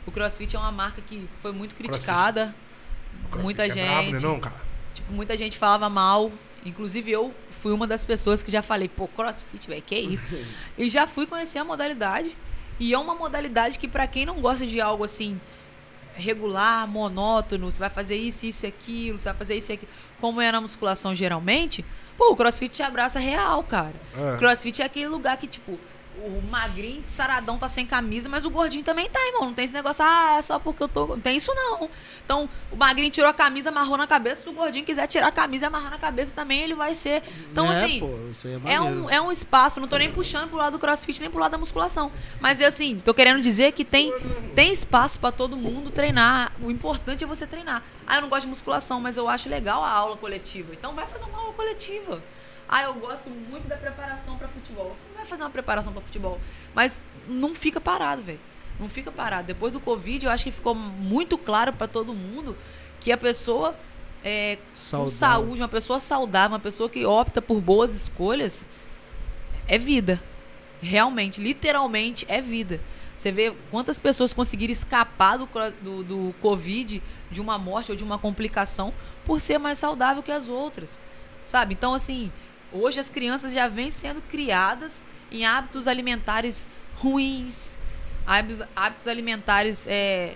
[SPEAKER 3] O CrossFit é uma marca que foi muito criticada. Muita gente.
[SPEAKER 2] Brabo, né, não, cara?
[SPEAKER 3] Tipo, muita gente falava mal. Inclusive eu fui uma das pessoas que já falei, pô, CrossFit, velho, que isso? E já fui conhecer a modalidade. E é uma modalidade que pra quem não gosta de algo assim regular, monótono, você vai fazer isso, isso e aquilo, você vai fazer isso e aquilo, como é na musculação geralmente, pô, o CrossFit te abraça real, cara. CrossFit é aquele lugar que, tipo, o magrinho, saradão tá sem camisa, mas o gordinho também tá, irmão. Não tem esse negócio, é só porque eu tô... Não tem isso, não. Então, o magrinho tirou a camisa, amarrou na cabeça. Se o gordinho quiser tirar a camisa e amarrar na cabeça também, ele vai ser... Então, assim,
[SPEAKER 1] pô, isso aí
[SPEAKER 3] é um espaço. Não tô nem puxando pro lado do CrossFit, nem pro lado da musculação. Mas, assim, tô querendo dizer que tem espaço pra todo mundo treinar. O importante é você treinar. Ah, eu não gosto de musculação, mas eu acho legal a aula coletiva. Então, vai fazer uma aula coletiva. Ah, eu gosto muito da preparação pra futebol. Não vai fazer uma preparação pra futebol. Mas não fica parado, velho. Não fica parado. Depois do Covid, eu acho que ficou muito claro pra todo mundo que a pessoa com saúde, uma pessoa saudável, uma pessoa que opta por boas escolhas, é vida. Realmente, literalmente, é vida. Você vê quantas pessoas conseguiram escapar do Covid, de uma morte ou de uma complicação, por ser mais saudável que as outras. Sabe? Então, assim... Hoje as crianças já vêm sendo criadas em hábitos alimentares ruins, hábitos alimentares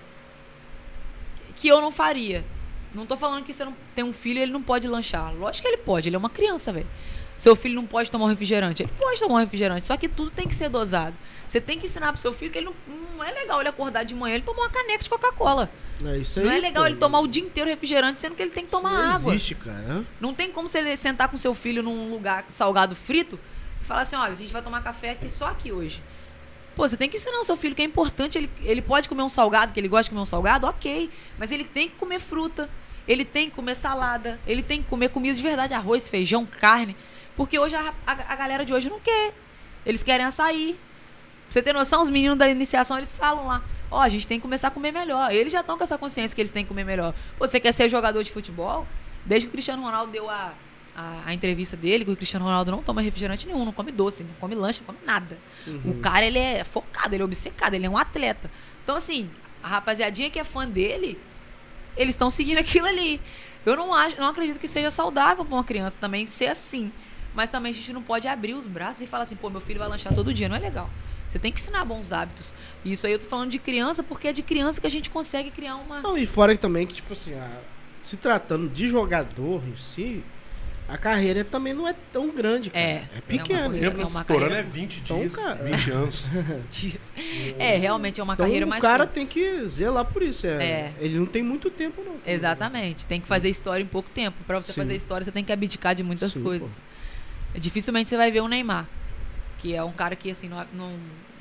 [SPEAKER 3] que eu não faria. Não tô falando que você não tem um filho e ele não pode lanchar. Lógico que ele pode, ele é uma criança, velho. Seu filho não pode tomar um refrigerante. Ele pode tomar um refrigerante, só que tudo tem que ser dosado. Você tem que ensinar pro seu filho que ele não é legal ele acordar de manhã e ele tomar uma caneca de Coca-Cola.
[SPEAKER 1] É isso aí,
[SPEAKER 3] não é legal ele tomar o dia inteiro refrigerante, sendo que ele tem que tomar água.
[SPEAKER 1] Não existe, cara.
[SPEAKER 3] Não tem como você sentar com seu filho num lugar salgado frito e falar assim, olha, a gente vai tomar café aqui só aqui hoje. Pô, você tem que ensinar o seu filho que é importante, ele pode comer um salgado, que ele gosta de comer um salgado, ok. Mas ele tem que comer fruta, ele tem que comer salada, ele tem que comer comida de verdade, arroz, feijão, carne. Porque hoje a galera de hoje não quer. Eles querem açaí. Pra você ter noção, os meninos da iniciação, eles falam lá, a gente tem que começar a comer melhor. Eles já estão com essa consciência que eles têm que comer melhor. Pô, você quer ser jogador de futebol? Desde que o Cristiano Ronaldo deu a entrevista dele, que o Cristiano Ronaldo não toma refrigerante nenhum, não come doce, não come lanche, não come nada. O cara, ele é focado, ele é obcecado, ele é um atleta. Então, assim, a rapaziadinha que é fã dele, eles estão seguindo aquilo ali. Eu não acredito que seja saudável pra uma criança também ser assim. Mas também a gente não pode abrir os braços e falar assim, pô, meu filho vai lanchar todo dia. Não é legal. Você tem que ensinar bons hábitos. E isso aí eu tô falando de criança, porque é de criança que a gente consegue criar uma...
[SPEAKER 1] Não, e fora que também que, tipo assim, se tratando de jogador em si, a carreira também não é tão grande, cara. É pequena.
[SPEAKER 2] Estourando carreira... 20 dias, então, cara, 20 anos.
[SPEAKER 3] Realmente é uma
[SPEAKER 1] então,
[SPEAKER 3] carreira mais...
[SPEAKER 1] o cara
[SPEAKER 3] curta.
[SPEAKER 1] tem que zelar por isso. Ele não tem muito tempo, não.
[SPEAKER 3] Exatamente. Tem que fazer história em pouco tempo. Pra você fazer história, você tem que abdicar de muitas coisas. Dificilmente você vai ver o Neymar, que é um cara que, assim, não...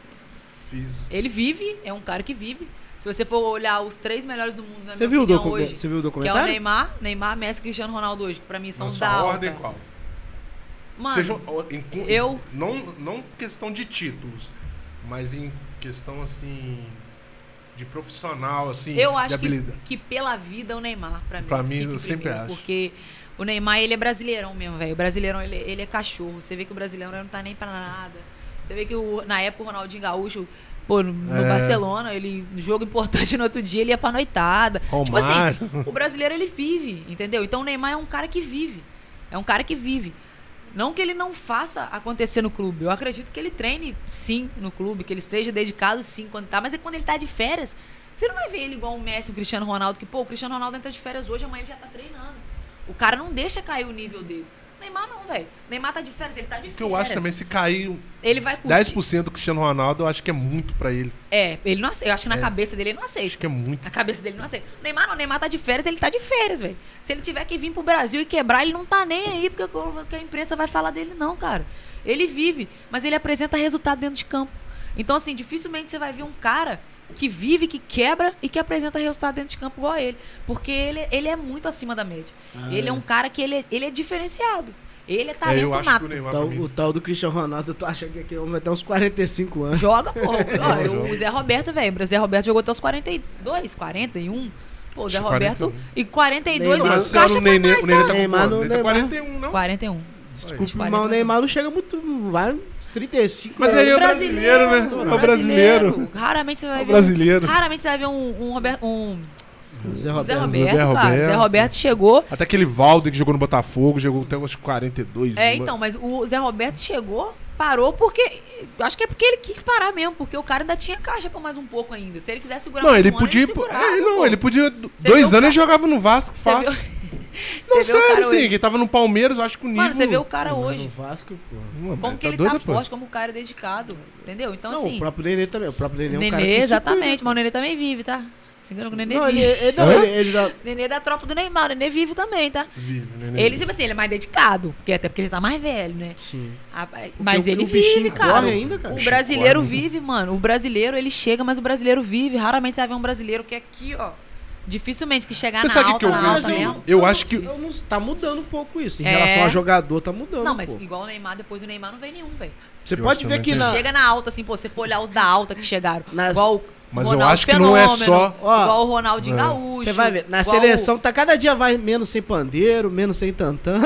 [SPEAKER 3] Ele vive, é um cara que vive. Se você for olhar os 3 melhores do mundo,
[SPEAKER 1] você viu o documentário?
[SPEAKER 3] Que é o Neymar, Messi e Cristiano Ronaldo hoje, que pra mim são os da alta.
[SPEAKER 2] Ordem qual?
[SPEAKER 3] Mano,
[SPEAKER 2] Não questão de títulos, mas em questão, assim, de profissional, assim,
[SPEAKER 3] eu
[SPEAKER 2] de
[SPEAKER 3] acho
[SPEAKER 2] habilidade.
[SPEAKER 3] que pela vida o Neymar, pra mim.
[SPEAKER 2] Pra mim, eu sempre acho.
[SPEAKER 3] Porque o Neymar, ele é brasileirão mesmo, velho. O brasileirão, ele é cachorro. Você vê que o brasileiro não tá nem pra nada. Você vê que na época o Ronaldinho Gaúcho, pô, no Barcelona, ele, no jogo importante no outro dia, ele ia pra noitada. Tipo assim, o brasileiro, ele vive, entendeu? Então o Neymar é um cara que vive. É um cara que vive. Não que ele não faça acontecer no clube. Eu acredito que ele treine, sim, no clube, que ele esteja dedicado, sim, quando tá. Mas é quando ele tá de férias, você não vai ver ele igual o Messi, o Cristiano Ronaldo, que, pô, o Cristiano Ronaldo entra de férias hoje, amanhã ele já tá treinando. O cara não deixa cair o nível dele. Neymar não, velho. Neymar tá de férias, ele tá de férias.
[SPEAKER 2] Porque eu acho também, se cair
[SPEAKER 3] ele vai
[SPEAKER 2] 10% do Cristiano Ronaldo, eu acho que é muito pra ele.
[SPEAKER 3] Ele não aceita. Eu acho que na cabeça dele ele não aceita.
[SPEAKER 2] Acho que é muito.
[SPEAKER 3] Na cabeça dele ele não aceita. Neymar não, Neymar tá de férias, ele tá de férias, velho. Se ele tiver que vir pro Brasil e quebrar, ele não tá nem aí, porque a imprensa vai falar dele, não, cara. Ele vive, mas ele apresenta resultado dentro de campo. Então, assim, dificilmente você vai ver um cara que vive, que quebra e que apresenta resultado dentro de campo igual a ele. Porque ele é muito acima da média. Ele é um cara que ele é diferenciado. Ele é talento nato.
[SPEAKER 1] O tal do Cristiano Ronaldo, tu acha que vai ter uns 45 anos?
[SPEAKER 3] Joga, pô. O Zé Roberto, velho. O Zé Roberto jogou até os 42, 41. Pô, o Zé Roberto... 41. E 42 e encaixa pra mais, tá?
[SPEAKER 2] O Neymar tá com 41, não?
[SPEAKER 3] 41.
[SPEAKER 1] Desculpa, mas o Neymar não chega muito. Vai uns 35.
[SPEAKER 2] Mas aí é o brasileiro, né? É o brasileiro.
[SPEAKER 3] Raramente você vai ver.
[SPEAKER 2] Brasileiro.
[SPEAKER 3] Raramente você vai ver um Roberto.
[SPEAKER 1] Zé
[SPEAKER 3] Zé
[SPEAKER 1] Roberto.
[SPEAKER 3] Roberto, claro. Zé Roberto chegou.
[SPEAKER 2] Até aquele Valdo que jogou no Botafogo, jogou até uns 42.
[SPEAKER 3] Então, mas o Zé Roberto chegou, parou porque... Acho que é porque ele quis parar mesmo, porque o cara ainda tinha caixa pra mais um pouco ainda. Se ele quiser segurar
[SPEAKER 2] Não,
[SPEAKER 3] mais
[SPEAKER 2] ele
[SPEAKER 3] um ano,
[SPEAKER 2] podia... Ele podia... 2 anos ele jogava no Vasco, fácil. Não, sério, sim, que tava no Palmeiras, eu acho que o nível...
[SPEAKER 3] Mano, você vê o cara hoje.
[SPEAKER 1] No Vasco, pô.
[SPEAKER 3] Como que ele tá forte, como o cara é dedicado, entendeu? Então,
[SPEAKER 1] não,
[SPEAKER 3] assim...
[SPEAKER 1] o próprio Nenê também. O próprio Nenê é um cara
[SPEAKER 3] Nenê,
[SPEAKER 1] que
[SPEAKER 3] exatamente, mas o Nenê também vive, tá? Se engano, o Nenê
[SPEAKER 1] não,
[SPEAKER 3] vive.
[SPEAKER 1] Ele dá...
[SPEAKER 3] Nenê é da tropa do Neymar, o Nenê vive também, tá?
[SPEAKER 2] Vive, Nenê.
[SPEAKER 3] Ele, tipo assim, ele é mais dedicado, até porque ele tá mais velho, né?
[SPEAKER 1] Sim.
[SPEAKER 3] Mas ele
[SPEAKER 1] o
[SPEAKER 3] vive, cara.
[SPEAKER 1] Corre ainda, cara.
[SPEAKER 3] O brasileiro vive, mano. O brasileiro, ele chega, mas o brasileiro vive. Raramente você vai ver um brasileiro que é aqui, ó. Dificilmente que chegar
[SPEAKER 2] Você
[SPEAKER 3] na
[SPEAKER 2] sabe
[SPEAKER 3] alta,
[SPEAKER 2] que eu
[SPEAKER 3] na
[SPEAKER 2] vi
[SPEAKER 3] alta
[SPEAKER 2] assim,
[SPEAKER 3] mesmo.
[SPEAKER 2] eu acho que...
[SPEAKER 1] Tá mudando um pouco isso. Em relação a jogador, tá mudando.
[SPEAKER 3] Não, mas igual o Neymar, depois do Neymar não vem nenhum, velho.
[SPEAKER 1] Você pode ver que
[SPEAKER 3] Chega na alta, assim, pô, você for olhar os da alta que chegaram. Igual
[SPEAKER 2] mas
[SPEAKER 3] Ronaldo
[SPEAKER 2] eu acho que não é só...
[SPEAKER 3] Igual o Ronaldinho Gaúcho.
[SPEAKER 1] Você vai ver, na seleção tá cada dia vai menos sem pandeiro, menos sem tantã.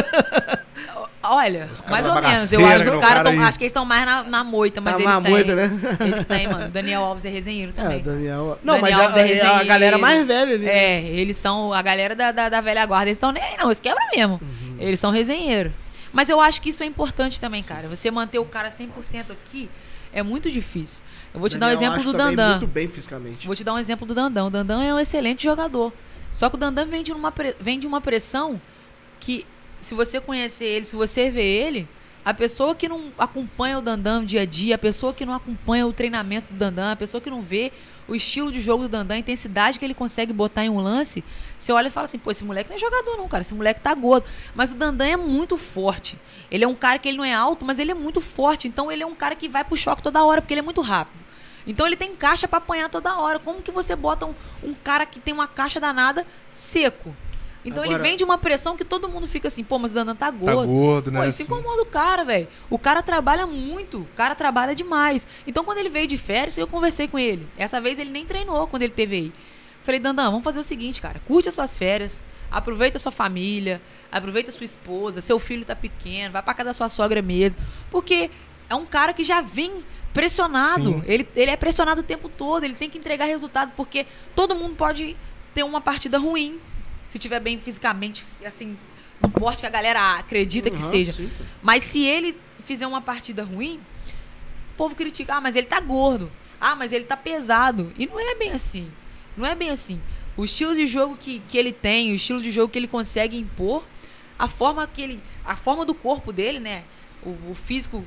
[SPEAKER 3] Olha, mais ou menos. Eu acho que os caras estão. Acho que eles estão mais na moita, mas
[SPEAKER 1] tá
[SPEAKER 3] eles
[SPEAKER 1] na
[SPEAKER 3] têm.
[SPEAKER 1] Moita, né?
[SPEAKER 3] Eles têm, mano. Daniel Alves é resenheiro também.
[SPEAKER 1] Daniel.
[SPEAKER 3] Daniel
[SPEAKER 1] Não, mas
[SPEAKER 3] Alves
[SPEAKER 1] a galera mais velha ali.
[SPEAKER 3] É, eles são a galera da velha guarda. Eles estão nem aí, não. Eles quebram mesmo. Eles são resenheiros. Mas eu acho que isso é importante também, cara. Você manter o cara 100% aqui é muito difícil. Eu vou te dar um exemplo do Dandan.
[SPEAKER 1] Muito bem fisicamente.
[SPEAKER 3] Vou te dar um exemplo do Dandan. O Dandan é um excelente jogador. Só que o Dandan vem de uma pressão que, se você conhecer ele, se você ver ele, a pessoa que não acompanha o Dandan dia a dia, a pessoa que não acompanha o treinamento do Dandan, a pessoa que não vê o estilo de jogo do Dandan, a intensidade que ele consegue botar em um lance, você olha e fala assim, pô, esse moleque não é jogador não, cara, esse moleque tá gordo. Mas o Dandan é muito forte. Ele é um cara que ele não é alto, mas ele é muito forte. Então ele é um cara que vai pro choque toda hora, porque ele é muito rápido. Então ele tem caixa pra apanhar toda hora. Como que você bota um cara que tem uma caixa danada seco? Então agora, ele vem de uma pressão que todo mundo fica assim, pô, mas o Dandan tá gordo.
[SPEAKER 2] Tá gordo, né?
[SPEAKER 3] Pô, isso incomoda o cara, velho. O cara trabalha muito, o cara trabalha demais. Então quando ele veio de férias, eu conversei com ele. Essa vez ele nem treinou quando ele teve aí. Falei, Dandan, vamos fazer o seguinte, cara. Curte as suas férias, aproveita a sua família, aproveita a sua esposa, seu filho tá pequeno, vai pra casa da sua sogra mesmo. Porque é um cara que já vem pressionado. Ele é pressionado o tempo todo, ele tem que entregar resultado, porque todo mundo pode ter uma partida ruim. Se tiver bem fisicamente, assim, no porte que a galera acredita que seja. Sim. Mas se ele fizer uma partida ruim, o povo critica. Ah, mas ele tá gordo. Ah, mas ele tá pesado. E não é bem assim. Não é bem assim. O estilo de jogo que ele tem, o estilo de jogo que ele consegue impor, a forma do corpo dele, né? O físico,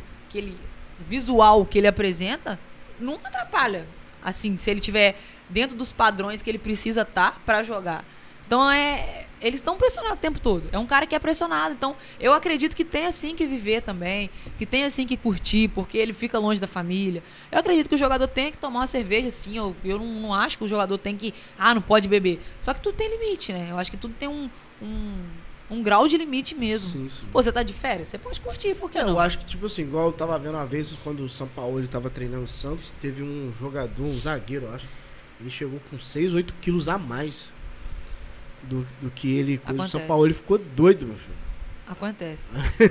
[SPEAKER 3] o visual que ele apresenta, não atrapalha. Assim, se ele tiver dentro dos padrões que ele precisa estar pra jogar. Então, eles estão pressionados o tempo todo. É um cara que é pressionado. Então, eu acredito que tem assim que viver também, que tem assim que curtir, porque ele fica longe da família. Eu acredito que o jogador tem que tomar uma cerveja, sim. Eu não acho que o jogador tem que... não pode beber. Só que tudo tem limite, né? Eu acho que tudo tem um grau de limite mesmo. Sim. Pô, você tá de férias? Você pode curtir, por que não?
[SPEAKER 1] Eu acho que, tipo assim, igual eu tava vendo uma vez, quando o São Paulo tava treinando o Santos, teve um jogador, um zagueiro, eu acho, ele chegou com 6, 8 quilos a mais do que ele... O São Paulo ele ficou doido, meu filho.
[SPEAKER 3] Acontece.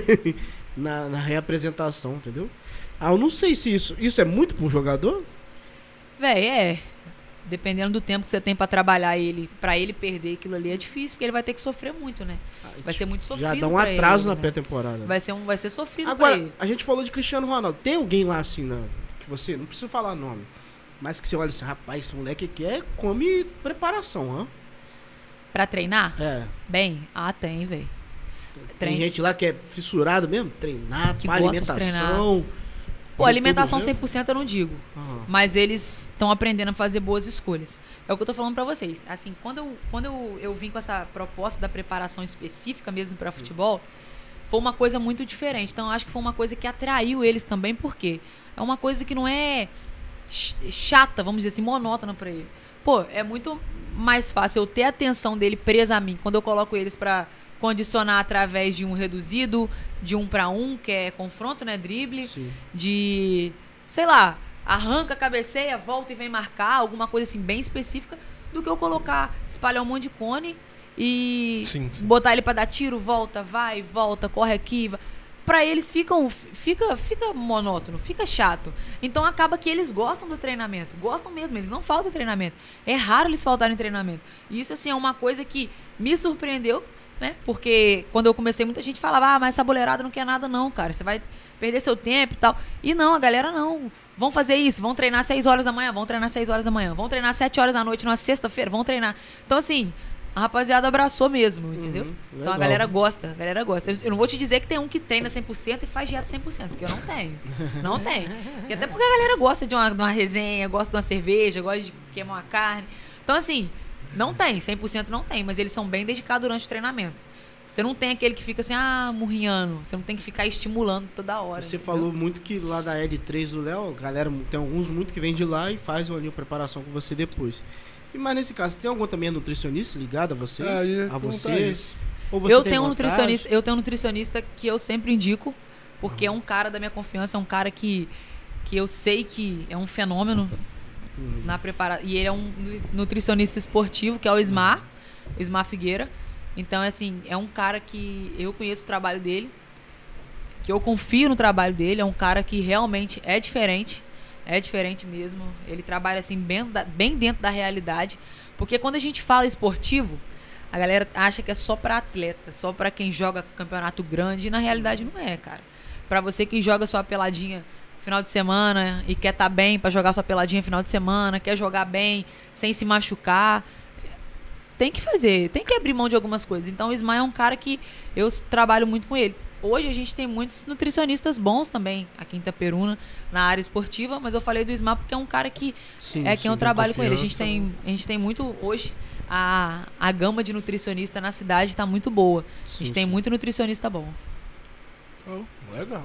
[SPEAKER 1] na reapresentação, entendeu? Eu não sei se isso é muito pra um jogador.
[SPEAKER 3] Véi, dependendo do tempo que você tem pra trabalhar ele, pra ele perder aquilo ali é difícil, porque ele vai ter que sofrer muito, né? Vai ser muito sofrido.
[SPEAKER 1] Já dá um atraso na pré-temporada.
[SPEAKER 3] Vai ser sofrido.
[SPEAKER 1] Agora,
[SPEAKER 3] pra ele.
[SPEAKER 1] A gente falou de Cristiano Ronaldo. Tem alguém lá assim, que você, não precisa falar nome, mas que você olha assim, rapaz, esse moleque aqui come preparação, hã?
[SPEAKER 3] Pra treinar? Bem, tem, velho.
[SPEAKER 1] Tem gente lá que é fissurado mesmo, treinar,
[SPEAKER 3] que
[SPEAKER 1] pra alimentação.
[SPEAKER 3] Pô, alimentação 100% eu não digo. Mas eles estão aprendendo a fazer boas escolhas. É o que eu tô falando pra vocês. Assim, quando eu vim com essa proposta da preparação específica mesmo pra futebol, foi uma coisa muito diferente. Então, eu acho que foi uma coisa que atraiu eles também, porque é uma coisa que não é chata, vamos dizer assim, monótona pra ele. Pô, é muito mais fácil eu ter a atenção dele presa a mim quando eu coloco eles pra condicionar através de um reduzido, de 1 para 1, que é confronto, né, drible, de, sei lá, arranca, cabeceia, volta e vem marcar, alguma coisa assim bem específica, do que eu colocar, espalhar um monte de cone e
[SPEAKER 2] Sim.
[SPEAKER 3] botar ele pra dar tiro, volta, vai, volta, corre aqui. Pra eles fica monótono, fica chato. Então acaba que eles gostam do treinamento. Gostam mesmo, eles não faltam treinamento. É raro eles faltarem treinamento. E isso, assim, é uma coisa que me surpreendeu, né? Porque quando eu comecei, muita gente falava, mas essa boleirada não quer nada não, cara. Você vai perder seu tempo e tal. E não, a galera não. Vão fazer isso, vão treinar 6 horas da manhã, vão treinar 6 horas da manhã. Vão treinar 7 horas da noite numa sexta-feira, vão treinar. Então, assim... A rapaziada abraçou mesmo, entendeu? Então a galera gosta, Eu não vou te dizer que tem um que treina 100% e faz dieta 100%, porque eu não tenho. Não tenho. E até porque a galera gosta de uma resenha, gosta de uma cerveja, gosta de queimar uma carne. Então, assim, não tem, 100% não tem, mas eles são bem dedicados durante o treinamento. Você não tem aquele que fica assim, murrinhando. Você não tem que ficar estimulando toda hora.
[SPEAKER 1] Você
[SPEAKER 3] entendeu?
[SPEAKER 1] falou muito que lá da L3 do Léo, galera, tem alguns muito que vem de lá e faz ali a preparação com você depois. Mas nesse caso, tem algum também nutricionista ligado a vocês? A você? Ou você
[SPEAKER 3] eu
[SPEAKER 1] tem
[SPEAKER 3] tenho um
[SPEAKER 1] vontade?
[SPEAKER 3] nutricionista que eu sempre indico, porque é um cara da minha confiança, é um cara que eu sei que é um fenômeno na preparação. E ele é um nutricionista esportivo, que é o Ismar Figueira. Então, assim, é um cara que eu conheço o trabalho dele, que eu confio no trabalho dele, é um cara que realmente é diferente. É diferente mesmo. Ele trabalha assim bem dentro da realidade. Porque quando a gente fala esportivo, a galera acha que é só pra atleta, só pra quem joga campeonato grande. E na realidade não é, cara. Pra você que joga sua peladinha final de semana e quer tá bem pra jogar sua peladinha final de semana, quer jogar bem, sem se machucar, tem que fazer, tem que abrir mão de algumas coisas. Então o Ismael é um cara que eu trabalho muito com ele. Hoje a gente tem muitos nutricionistas bons também aqui em Itaperuna, na área esportiva, mas eu falei do Ismar porque é um cara que quem eu trabalho com ele. A gente tem muito, hoje, a gama de nutricionista na cidade está muito boa. A gente tem muito nutricionista bom.
[SPEAKER 2] Legal.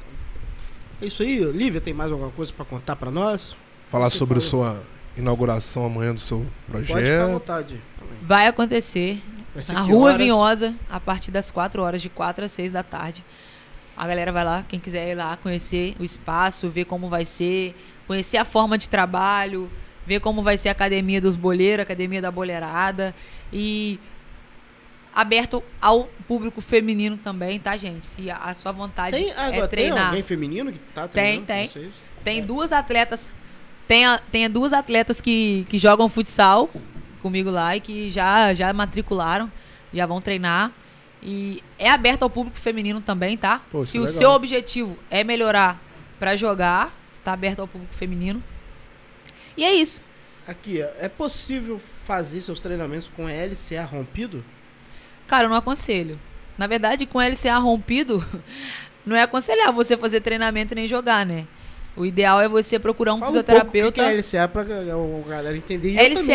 [SPEAKER 1] É isso aí, Lívia, tem mais alguma coisa para contar para nós?
[SPEAKER 2] Falar sobre a sua inauguração amanhã do seu projeto.
[SPEAKER 1] Pode ficar à vontade.
[SPEAKER 3] Vai acontecer. Na Rua Vinhosa, a partir das 4 horas, de 4 às 6 da tarde. A galera vai lá, quem quiser ir lá conhecer o espaço, ver como vai ser, conhecer a forma de trabalho, ver como vai ser a academia dos boleiros, a academia da boleirada. E aberto ao público feminino também, tá, gente? Se a sua vontade é treinar.
[SPEAKER 1] Tem alguém feminino que tá treinando?
[SPEAKER 3] Tem duas atletas. Tem duas atletas que jogam futsal comigo lá e que já matricularam, já vão treinar. E é aberto ao público feminino também, tá? Se o seu objetivo é melhorar pra jogar, tá aberto ao público feminino. E é isso.
[SPEAKER 1] Aqui, é possível fazer seus treinamentos com LCA rompido?
[SPEAKER 3] Cara, eu não aconselho. Na verdade, com LCA rompido, não é aconselhar você fazer treinamento nem jogar, né? O ideal é você procurar um fisioterapeuta.
[SPEAKER 1] O que é LCA pra galera entender?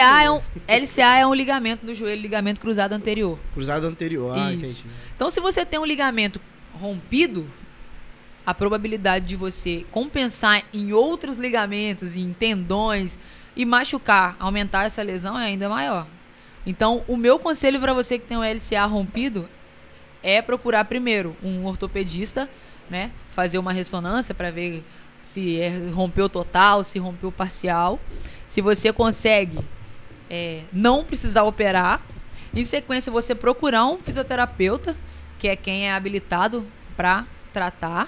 [SPEAKER 3] LCA é um ligamento do joelho, ligamento cruzado anterior.
[SPEAKER 1] Cruzado anterior,
[SPEAKER 3] isso.
[SPEAKER 1] Entendi.
[SPEAKER 3] Então, se você tem um ligamento rompido, a probabilidade de você compensar em outros ligamentos, em tendões e machucar, aumentar essa lesão é ainda maior. Então, o meu conselho para você que tem um LCA rompido é procurar primeiro um ortopedista, né? Fazer uma ressonância para ver se rompeu total, se rompeu parcial. Se você consegue não precisar operar, em sequência você procurar um fisioterapeuta, que é quem é habilitado para tratar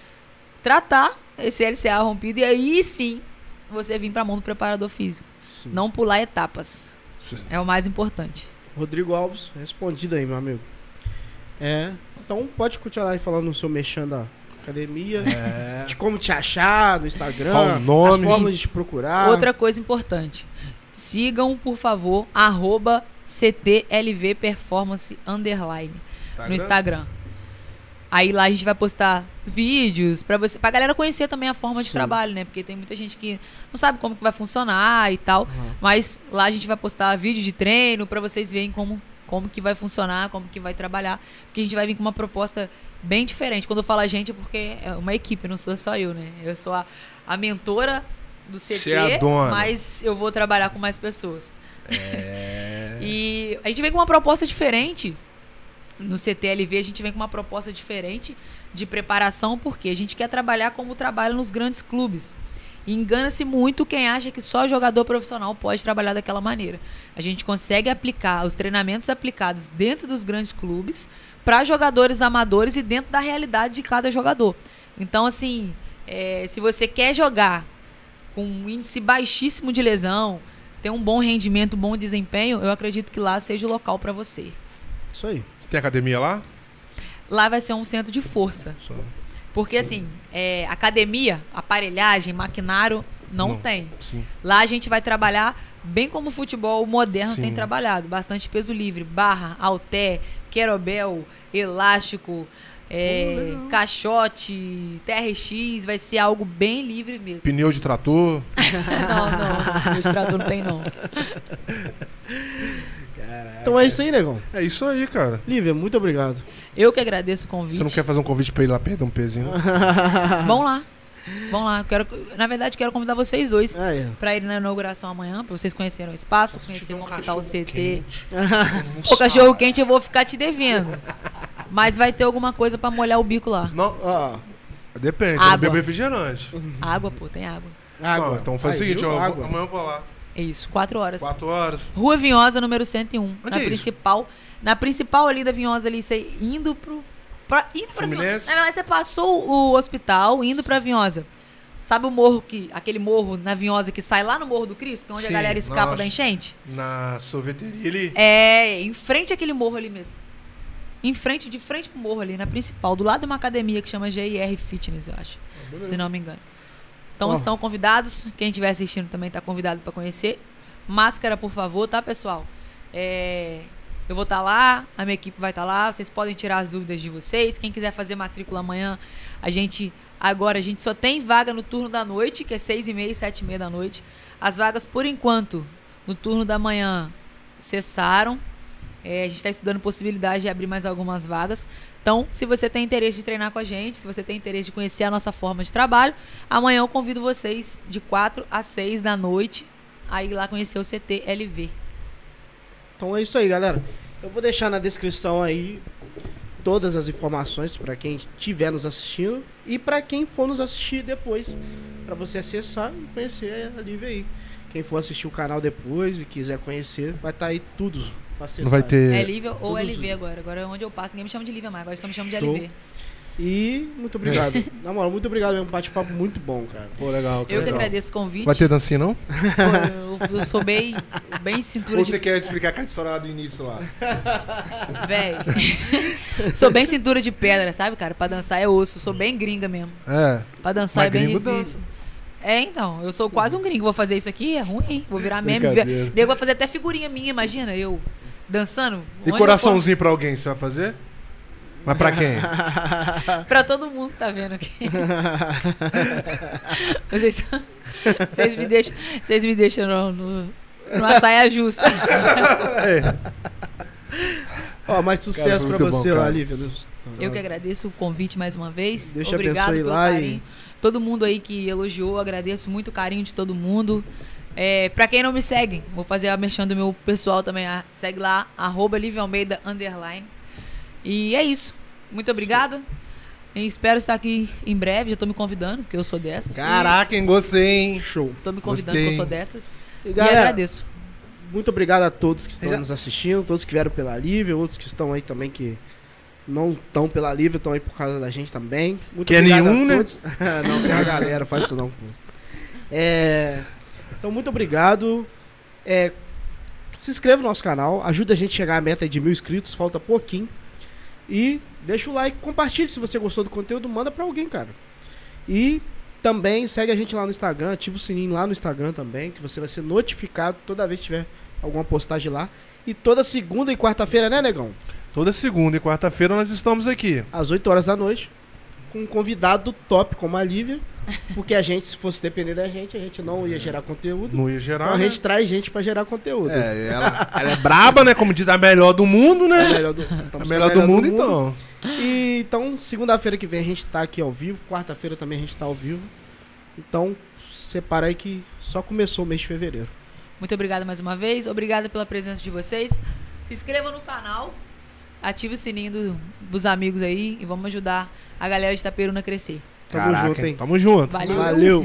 [SPEAKER 3] esse LCA rompido, e aí sim você vir para a mão do preparador físico. Sim. Não pular etapas. Sim. É o mais importante.
[SPEAKER 1] Rodrigo Alves, respondido aí, meu amigo. Então pode continuar aí falando no seu merchan da academia, de como te achar no Instagram,
[SPEAKER 2] qual o nome,
[SPEAKER 1] as formas de te procurar.
[SPEAKER 3] Outra coisa importante, sigam, por favor, @CTLVperformance_ no Instagram. Aí lá a gente vai postar vídeos pra galera conhecer também a forma de trabalho, né? Porque tem muita gente que não sabe como que vai funcionar e tal. Mas lá a gente vai postar vídeos de treino pra vocês verem como que vai funcionar, como que vai trabalhar. Porque a gente vai vir com uma proposta bem diferente. Quando eu falo a gente é porque é uma equipe, não sou só eu, né? Eu sou a mentora do CT,
[SPEAKER 2] você é a dona.
[SPEAKER 3] Mas eu vou trabalhar com mais pessoas. E a gente vem com uma proposta diferente. No CTLV a gente vem com uma proposta diferente de preparação, porque a gente quer trabalhar como trabalha nos grandes clubes. E engana-se muito quem acha que só jogador profissional pode trabalhar daquela maneira. A gente consegue aplicar os treinamentos aplicados dentro dos grandes clubes para jogadores amadores e dentro da realidade de cada jogador. Então, assim, se você quer jogar com um índice baixíssimo de lesão, ter um bom rendimento, um bom desempenho, eu acredito que lá seja o local para você.
[SPEAKER 1] Isso aí.
[SPEAKER 2] Você tem academia lá?
[SPEAKER 3] Lá vai ser um centro de força.
[SPEAKER 2] Só.
[SPEAKER 3] Porque, assim, academia, aparelhagem, maquinário, não tem.
[SPEAKER 2] Sim.
[SPEAKER 3] Lá a gente vai trabalhar bem como o futebol moderno
[SPEAKER 2] Sim.
[SPEAKER 3] tem trabalhado. Bastante peso livre, barra, halter, kettlebell, elástico, caixote, TRX. Vai ser algo bem livre mesmo.
[SPEAKER 2] Pneu de trator.
[SPEAKER 3] Não. Meu trator não tem, não.
[SPEAKER 1] Então é isso aí, negão.
[SPEAKER 2] É isso aí, cara.
[SPEAKER 1] Lívia, muito obrigado.
[SPEAKER 3] Eu que agradeço o convite.
[SPEAKER 2] Você não quer fazer um convite pra ir lá perder um pezinho?
[SPEAKER 3] Vamos lá. Na verdade, quero convidar vocês dois
[SPEAKER 1] É.
[SPEAKER 3] pra ir na inauguração amanhã, pra vocês conhecerem o espaço, conhecer como que tá o CT.
[SPEAKER 2] quente.
[SPEAKER 3] O cachorro quente eu vou ficar te devendo. Mas vai ter alguma coisa pra molhar o bico lá.
[SPEAKER 2] Não,
[SPEAKER 1] Ó,
[SPEAKER 2] depende. Eu
[SPEAKER 3] Água.
[SPEAKER 2] não bebo refrigerante.
[SPEAKER 3] Água, pô, tem água.
[SPEAKER 1] água.
[SPEAKER 2] Não, então faz o
[SPEAKER 1] Aí,
[SPEAKER 2] seguinte,
[SPEAKER 1] viu?
[SPEAKER 2] ó,
[SPEAKER 1] Água.
[SPEAKER 2] amanhã eu vou lá.
[SPEAKER 3] É isso, 4 horas.
[SPEAKER 2] 4 horas.
[SPEAKER 3] Rua Vinhosa, número 101.
[SPEAKER 2] Onde
[SPEAKER 3] na
[SPEAKER 2] é isso?
[SPEAKER 3] principal. Na principal ali da Vinhosa, ali, você indo pra
[SPEAKER 2] Fluminense?
[SPEAKER 3] Vinhosa. Na verdade, você passou o hospital indo pra Vinhosa. Sabe o morro aquele morro na Vinhosa que sai lá no Morro do Cristo, que é onde
[SPEAKER 2] Sim,
[SPEAKER 3] a galera escapa
[SPEAKER 2] nossa.
[SPEAKER 3] da enchente?
[SPEAKER 2] Na sorveteria ali.
[SPEAKER 3] Em frente àquele morro ali mesmo. De frente pro morro ali, na principal, do lado de uma academia que chama GIR Fitness, eu acho. Se não me engano. Então
[SPEAKER 1] Ó.
[SPEAKER 3] estão convidados. Quem estiver assistindo também está convidado para conhecer. Máscara, por favor, tá, pessoal? Eu vou estar lá, a minha equipe vai estar lá. Vocês podem tirar as dúvidas de vocês. Quem quiser fazer matrícula amanhã, a gente só tem vaga no turno da noite, que é 6h30 e 7h30 da noite. As vagas, por enquanto, no turno da manhã, cessaram. A gente está estudando possibilidade de abrir mais algumas vagas. Então, se você tem interesse de treinar com a gente, se você tem interesse de conhecer a nossa forma de trabalho, amanhã eu convido vocês de 4 às 6 da noite a ir lá conhecer o CT LV.
[SPEAKER 1] Então é isso aí, galera. Eu vou deixar na descrição aí todas as informações para quem estiver nos assistindo e para quem for nos assistir depois, para você acessar e conhecer a Lívia aí. Quem for assistir o canal depois e quiser conhecer, vai estar aí tudo pra acessar.
[SPEAKER 2] Não vai ter...
[SPEAKER 3] É Lívia ou
[SPEAKER 1] Todos
[SPEAKER 3] LV agora. Agora é onde eu passo. Ninguém me chama de Lívia mais. Agora só me chama de
[SPEAKER 1] Show.
[SPEAKER 3] LV.
[SPEAKER 1] E muito obrigado. Na moral, muito obrigado. É um bate-papo muito bom, cara.
[SPEAKER 2] Pô, legal.
[SPEAKER 3] Eu que
[SPEAKER 2] legal.
[SPEAKER 3] agradeço o convite.
[SPEAKER 2] Vai ter dancinha, não?
[SPEAKER 3] Pô, eu sou bem cintura
[SPEAKER 2] Ou
[SPEAKER 3] de...
[SPEAKER 2] você quer explicar aquela história lá do início lá?
[SPEAKER 3] Véi. Sou bem cintura de pedra, sabe, cara? Pra dançar é osso. Sou bem gringa mesmo.
[SPEAKER 2] É.
[SPEAKER 3] Pra dançar
[SPEAKER 2] Mas
[SPEAKER 3] é bem
[SPEAKER 2] gringo
[SPEAKER 3] difícil. Então, eu sou quase um gringo. Vou fazer isso aqui, é ruim, hein? Vou virar meme.
[SPEAKER 2] Brincadeira.
[SPEAKER 3] Nego vai fazer até figurinha minha, imagina, eu dançando.
[SPEAKER 2] E
[SPEAKER 3] onde
[SPEAKER 2] coraçãozinho pra alguém, você vai fazer? Mas pra quem?
[SPEAKER 3] eu for. Pra todo mundo que tá vendo aqui. Vocês me deixam numa saia justa.
[SPEAKER 1] Ó, mais sucesso
[SPEAKER 2] Cara,
[SPEAKER 1] pra
[SPEAKER 2] muito
[SPEAKER 1] você
[SPEAKER 2] bom,
[SPEAKER 1] lá,
[SPEAKER 2] cara.
[SPEAKER 1] Lívia.
[SPEAKER 3] Eu que agradeço o convite mais uma vez.
[SPEAKER 1] Deus te
[SPEAKER 3] Obrigado
[SPEAKER 1] abençoe
[SPEAKER 3] pelo
[SPEAKER 1] lá
[SPEAKER 3] carinho. Todo mundo aí que elogiou, agradeço muito o carinho de todo mundo. Pra quem não me segue, vou fazer a merchan do meu pessoal também. Segue lá, @LiviaAlmeida_. E é isso. Muito obrigada. E espero estar aqui em breve. Já tô me convidando, porque eu sou dessas.
[SPEAKER 2] Caraca, hein? Gostei, hein?
[SPEAKER 1] Show.
[SPEAKER 3] Tô me convidando,
[SPEAKER 2] Gostei.
[SPEAKER 3] porque eu sou dessas.
[SPEAKER 1] E
[SPEAKER 3] E
[SPEAKER 1] galera,
[SPEAKER 3] agradeço.
[SPEAKER 1] muito obrigado a todos que estão
[SPEAKER 2] Já-
[SPEAKER 1] nos assistindo, todos que vieram pela Lívia, outros que estão aí também que não estão pela Lívia, estão aí por causa da gente também. Muito
[SPEAKER 2] Que é
[SPEAKER 1] obrigado
[SPEAKER 2] nenhum,
[SPEAKER 1] a
[SPEAKER 2] né?
[SPEAKER 1] todos. Não, tem a galera, faz isso não. Pô. Então, muito obrigado. Se inscreva no nosso canal, ajuda a gente a chegar à meta de 1000 inscritos, falta pouquinho. E deixa o like, compartilhe se você gostou do conteúdo, manda pra alguém, cara. E também segue a gente lá no Instagram, ativa o sininho lá no Instagram também, que você vai ser notificado toda vez que tiver alguma postagem lá. E toda segunda e quarta-feira, né, negão?
[SPEAKER 2] Toda segunda e quarta-feira nós estamos aqui.
[SPEAKER 1] Às 8 horas da noite, com um convidado top como a Lívia. Porque a gente, se fosse depender da gente, a gente não ia gerar conteúdo.
[SPEAKER 2] Não ia gerar,
[SPEAKER 1] Então a
[SPEAKER 2] né?
[SPEAKER 1] gente traz gente pra gerar conteúdo.
[SPEAKER 2] Ela é braba, né? Como diz, a melhor do mundo,
[SPEAKER 1] É a
[SPEAKER 2] né?
[SPEAKER 1] melhor do,
[SPEAKER 2] A
[SPEAKER 1] estamos
[SPEAKER 2] melhor
[SPEAKER 1] com
[SPEAKER 2] do mundo, então.
[SPEAKER 1] E então, segunda-feira que vem a gente tá aqui ao vivo, quarta-feira também a gente tá ao vivo. Então, separa aí que só começou o mês de fevereiro.
[SPEAKER 3] Muito obrigada mais uma vez. Obrigada pela presença de vocês. Se inscreva no canal. Ative o sininho dos amigos aí. E vamos ajudar a galera de Itaperuna a crescer.
[SPEAKER 1] Tamo junto,
[SPEAKER 2] Caraca,
[SPEAKER 1] hein?
[SPEAKER 2] tamo junto.
[SPEAKER 3] Valeu.
[SPEAKER 1] Valeu.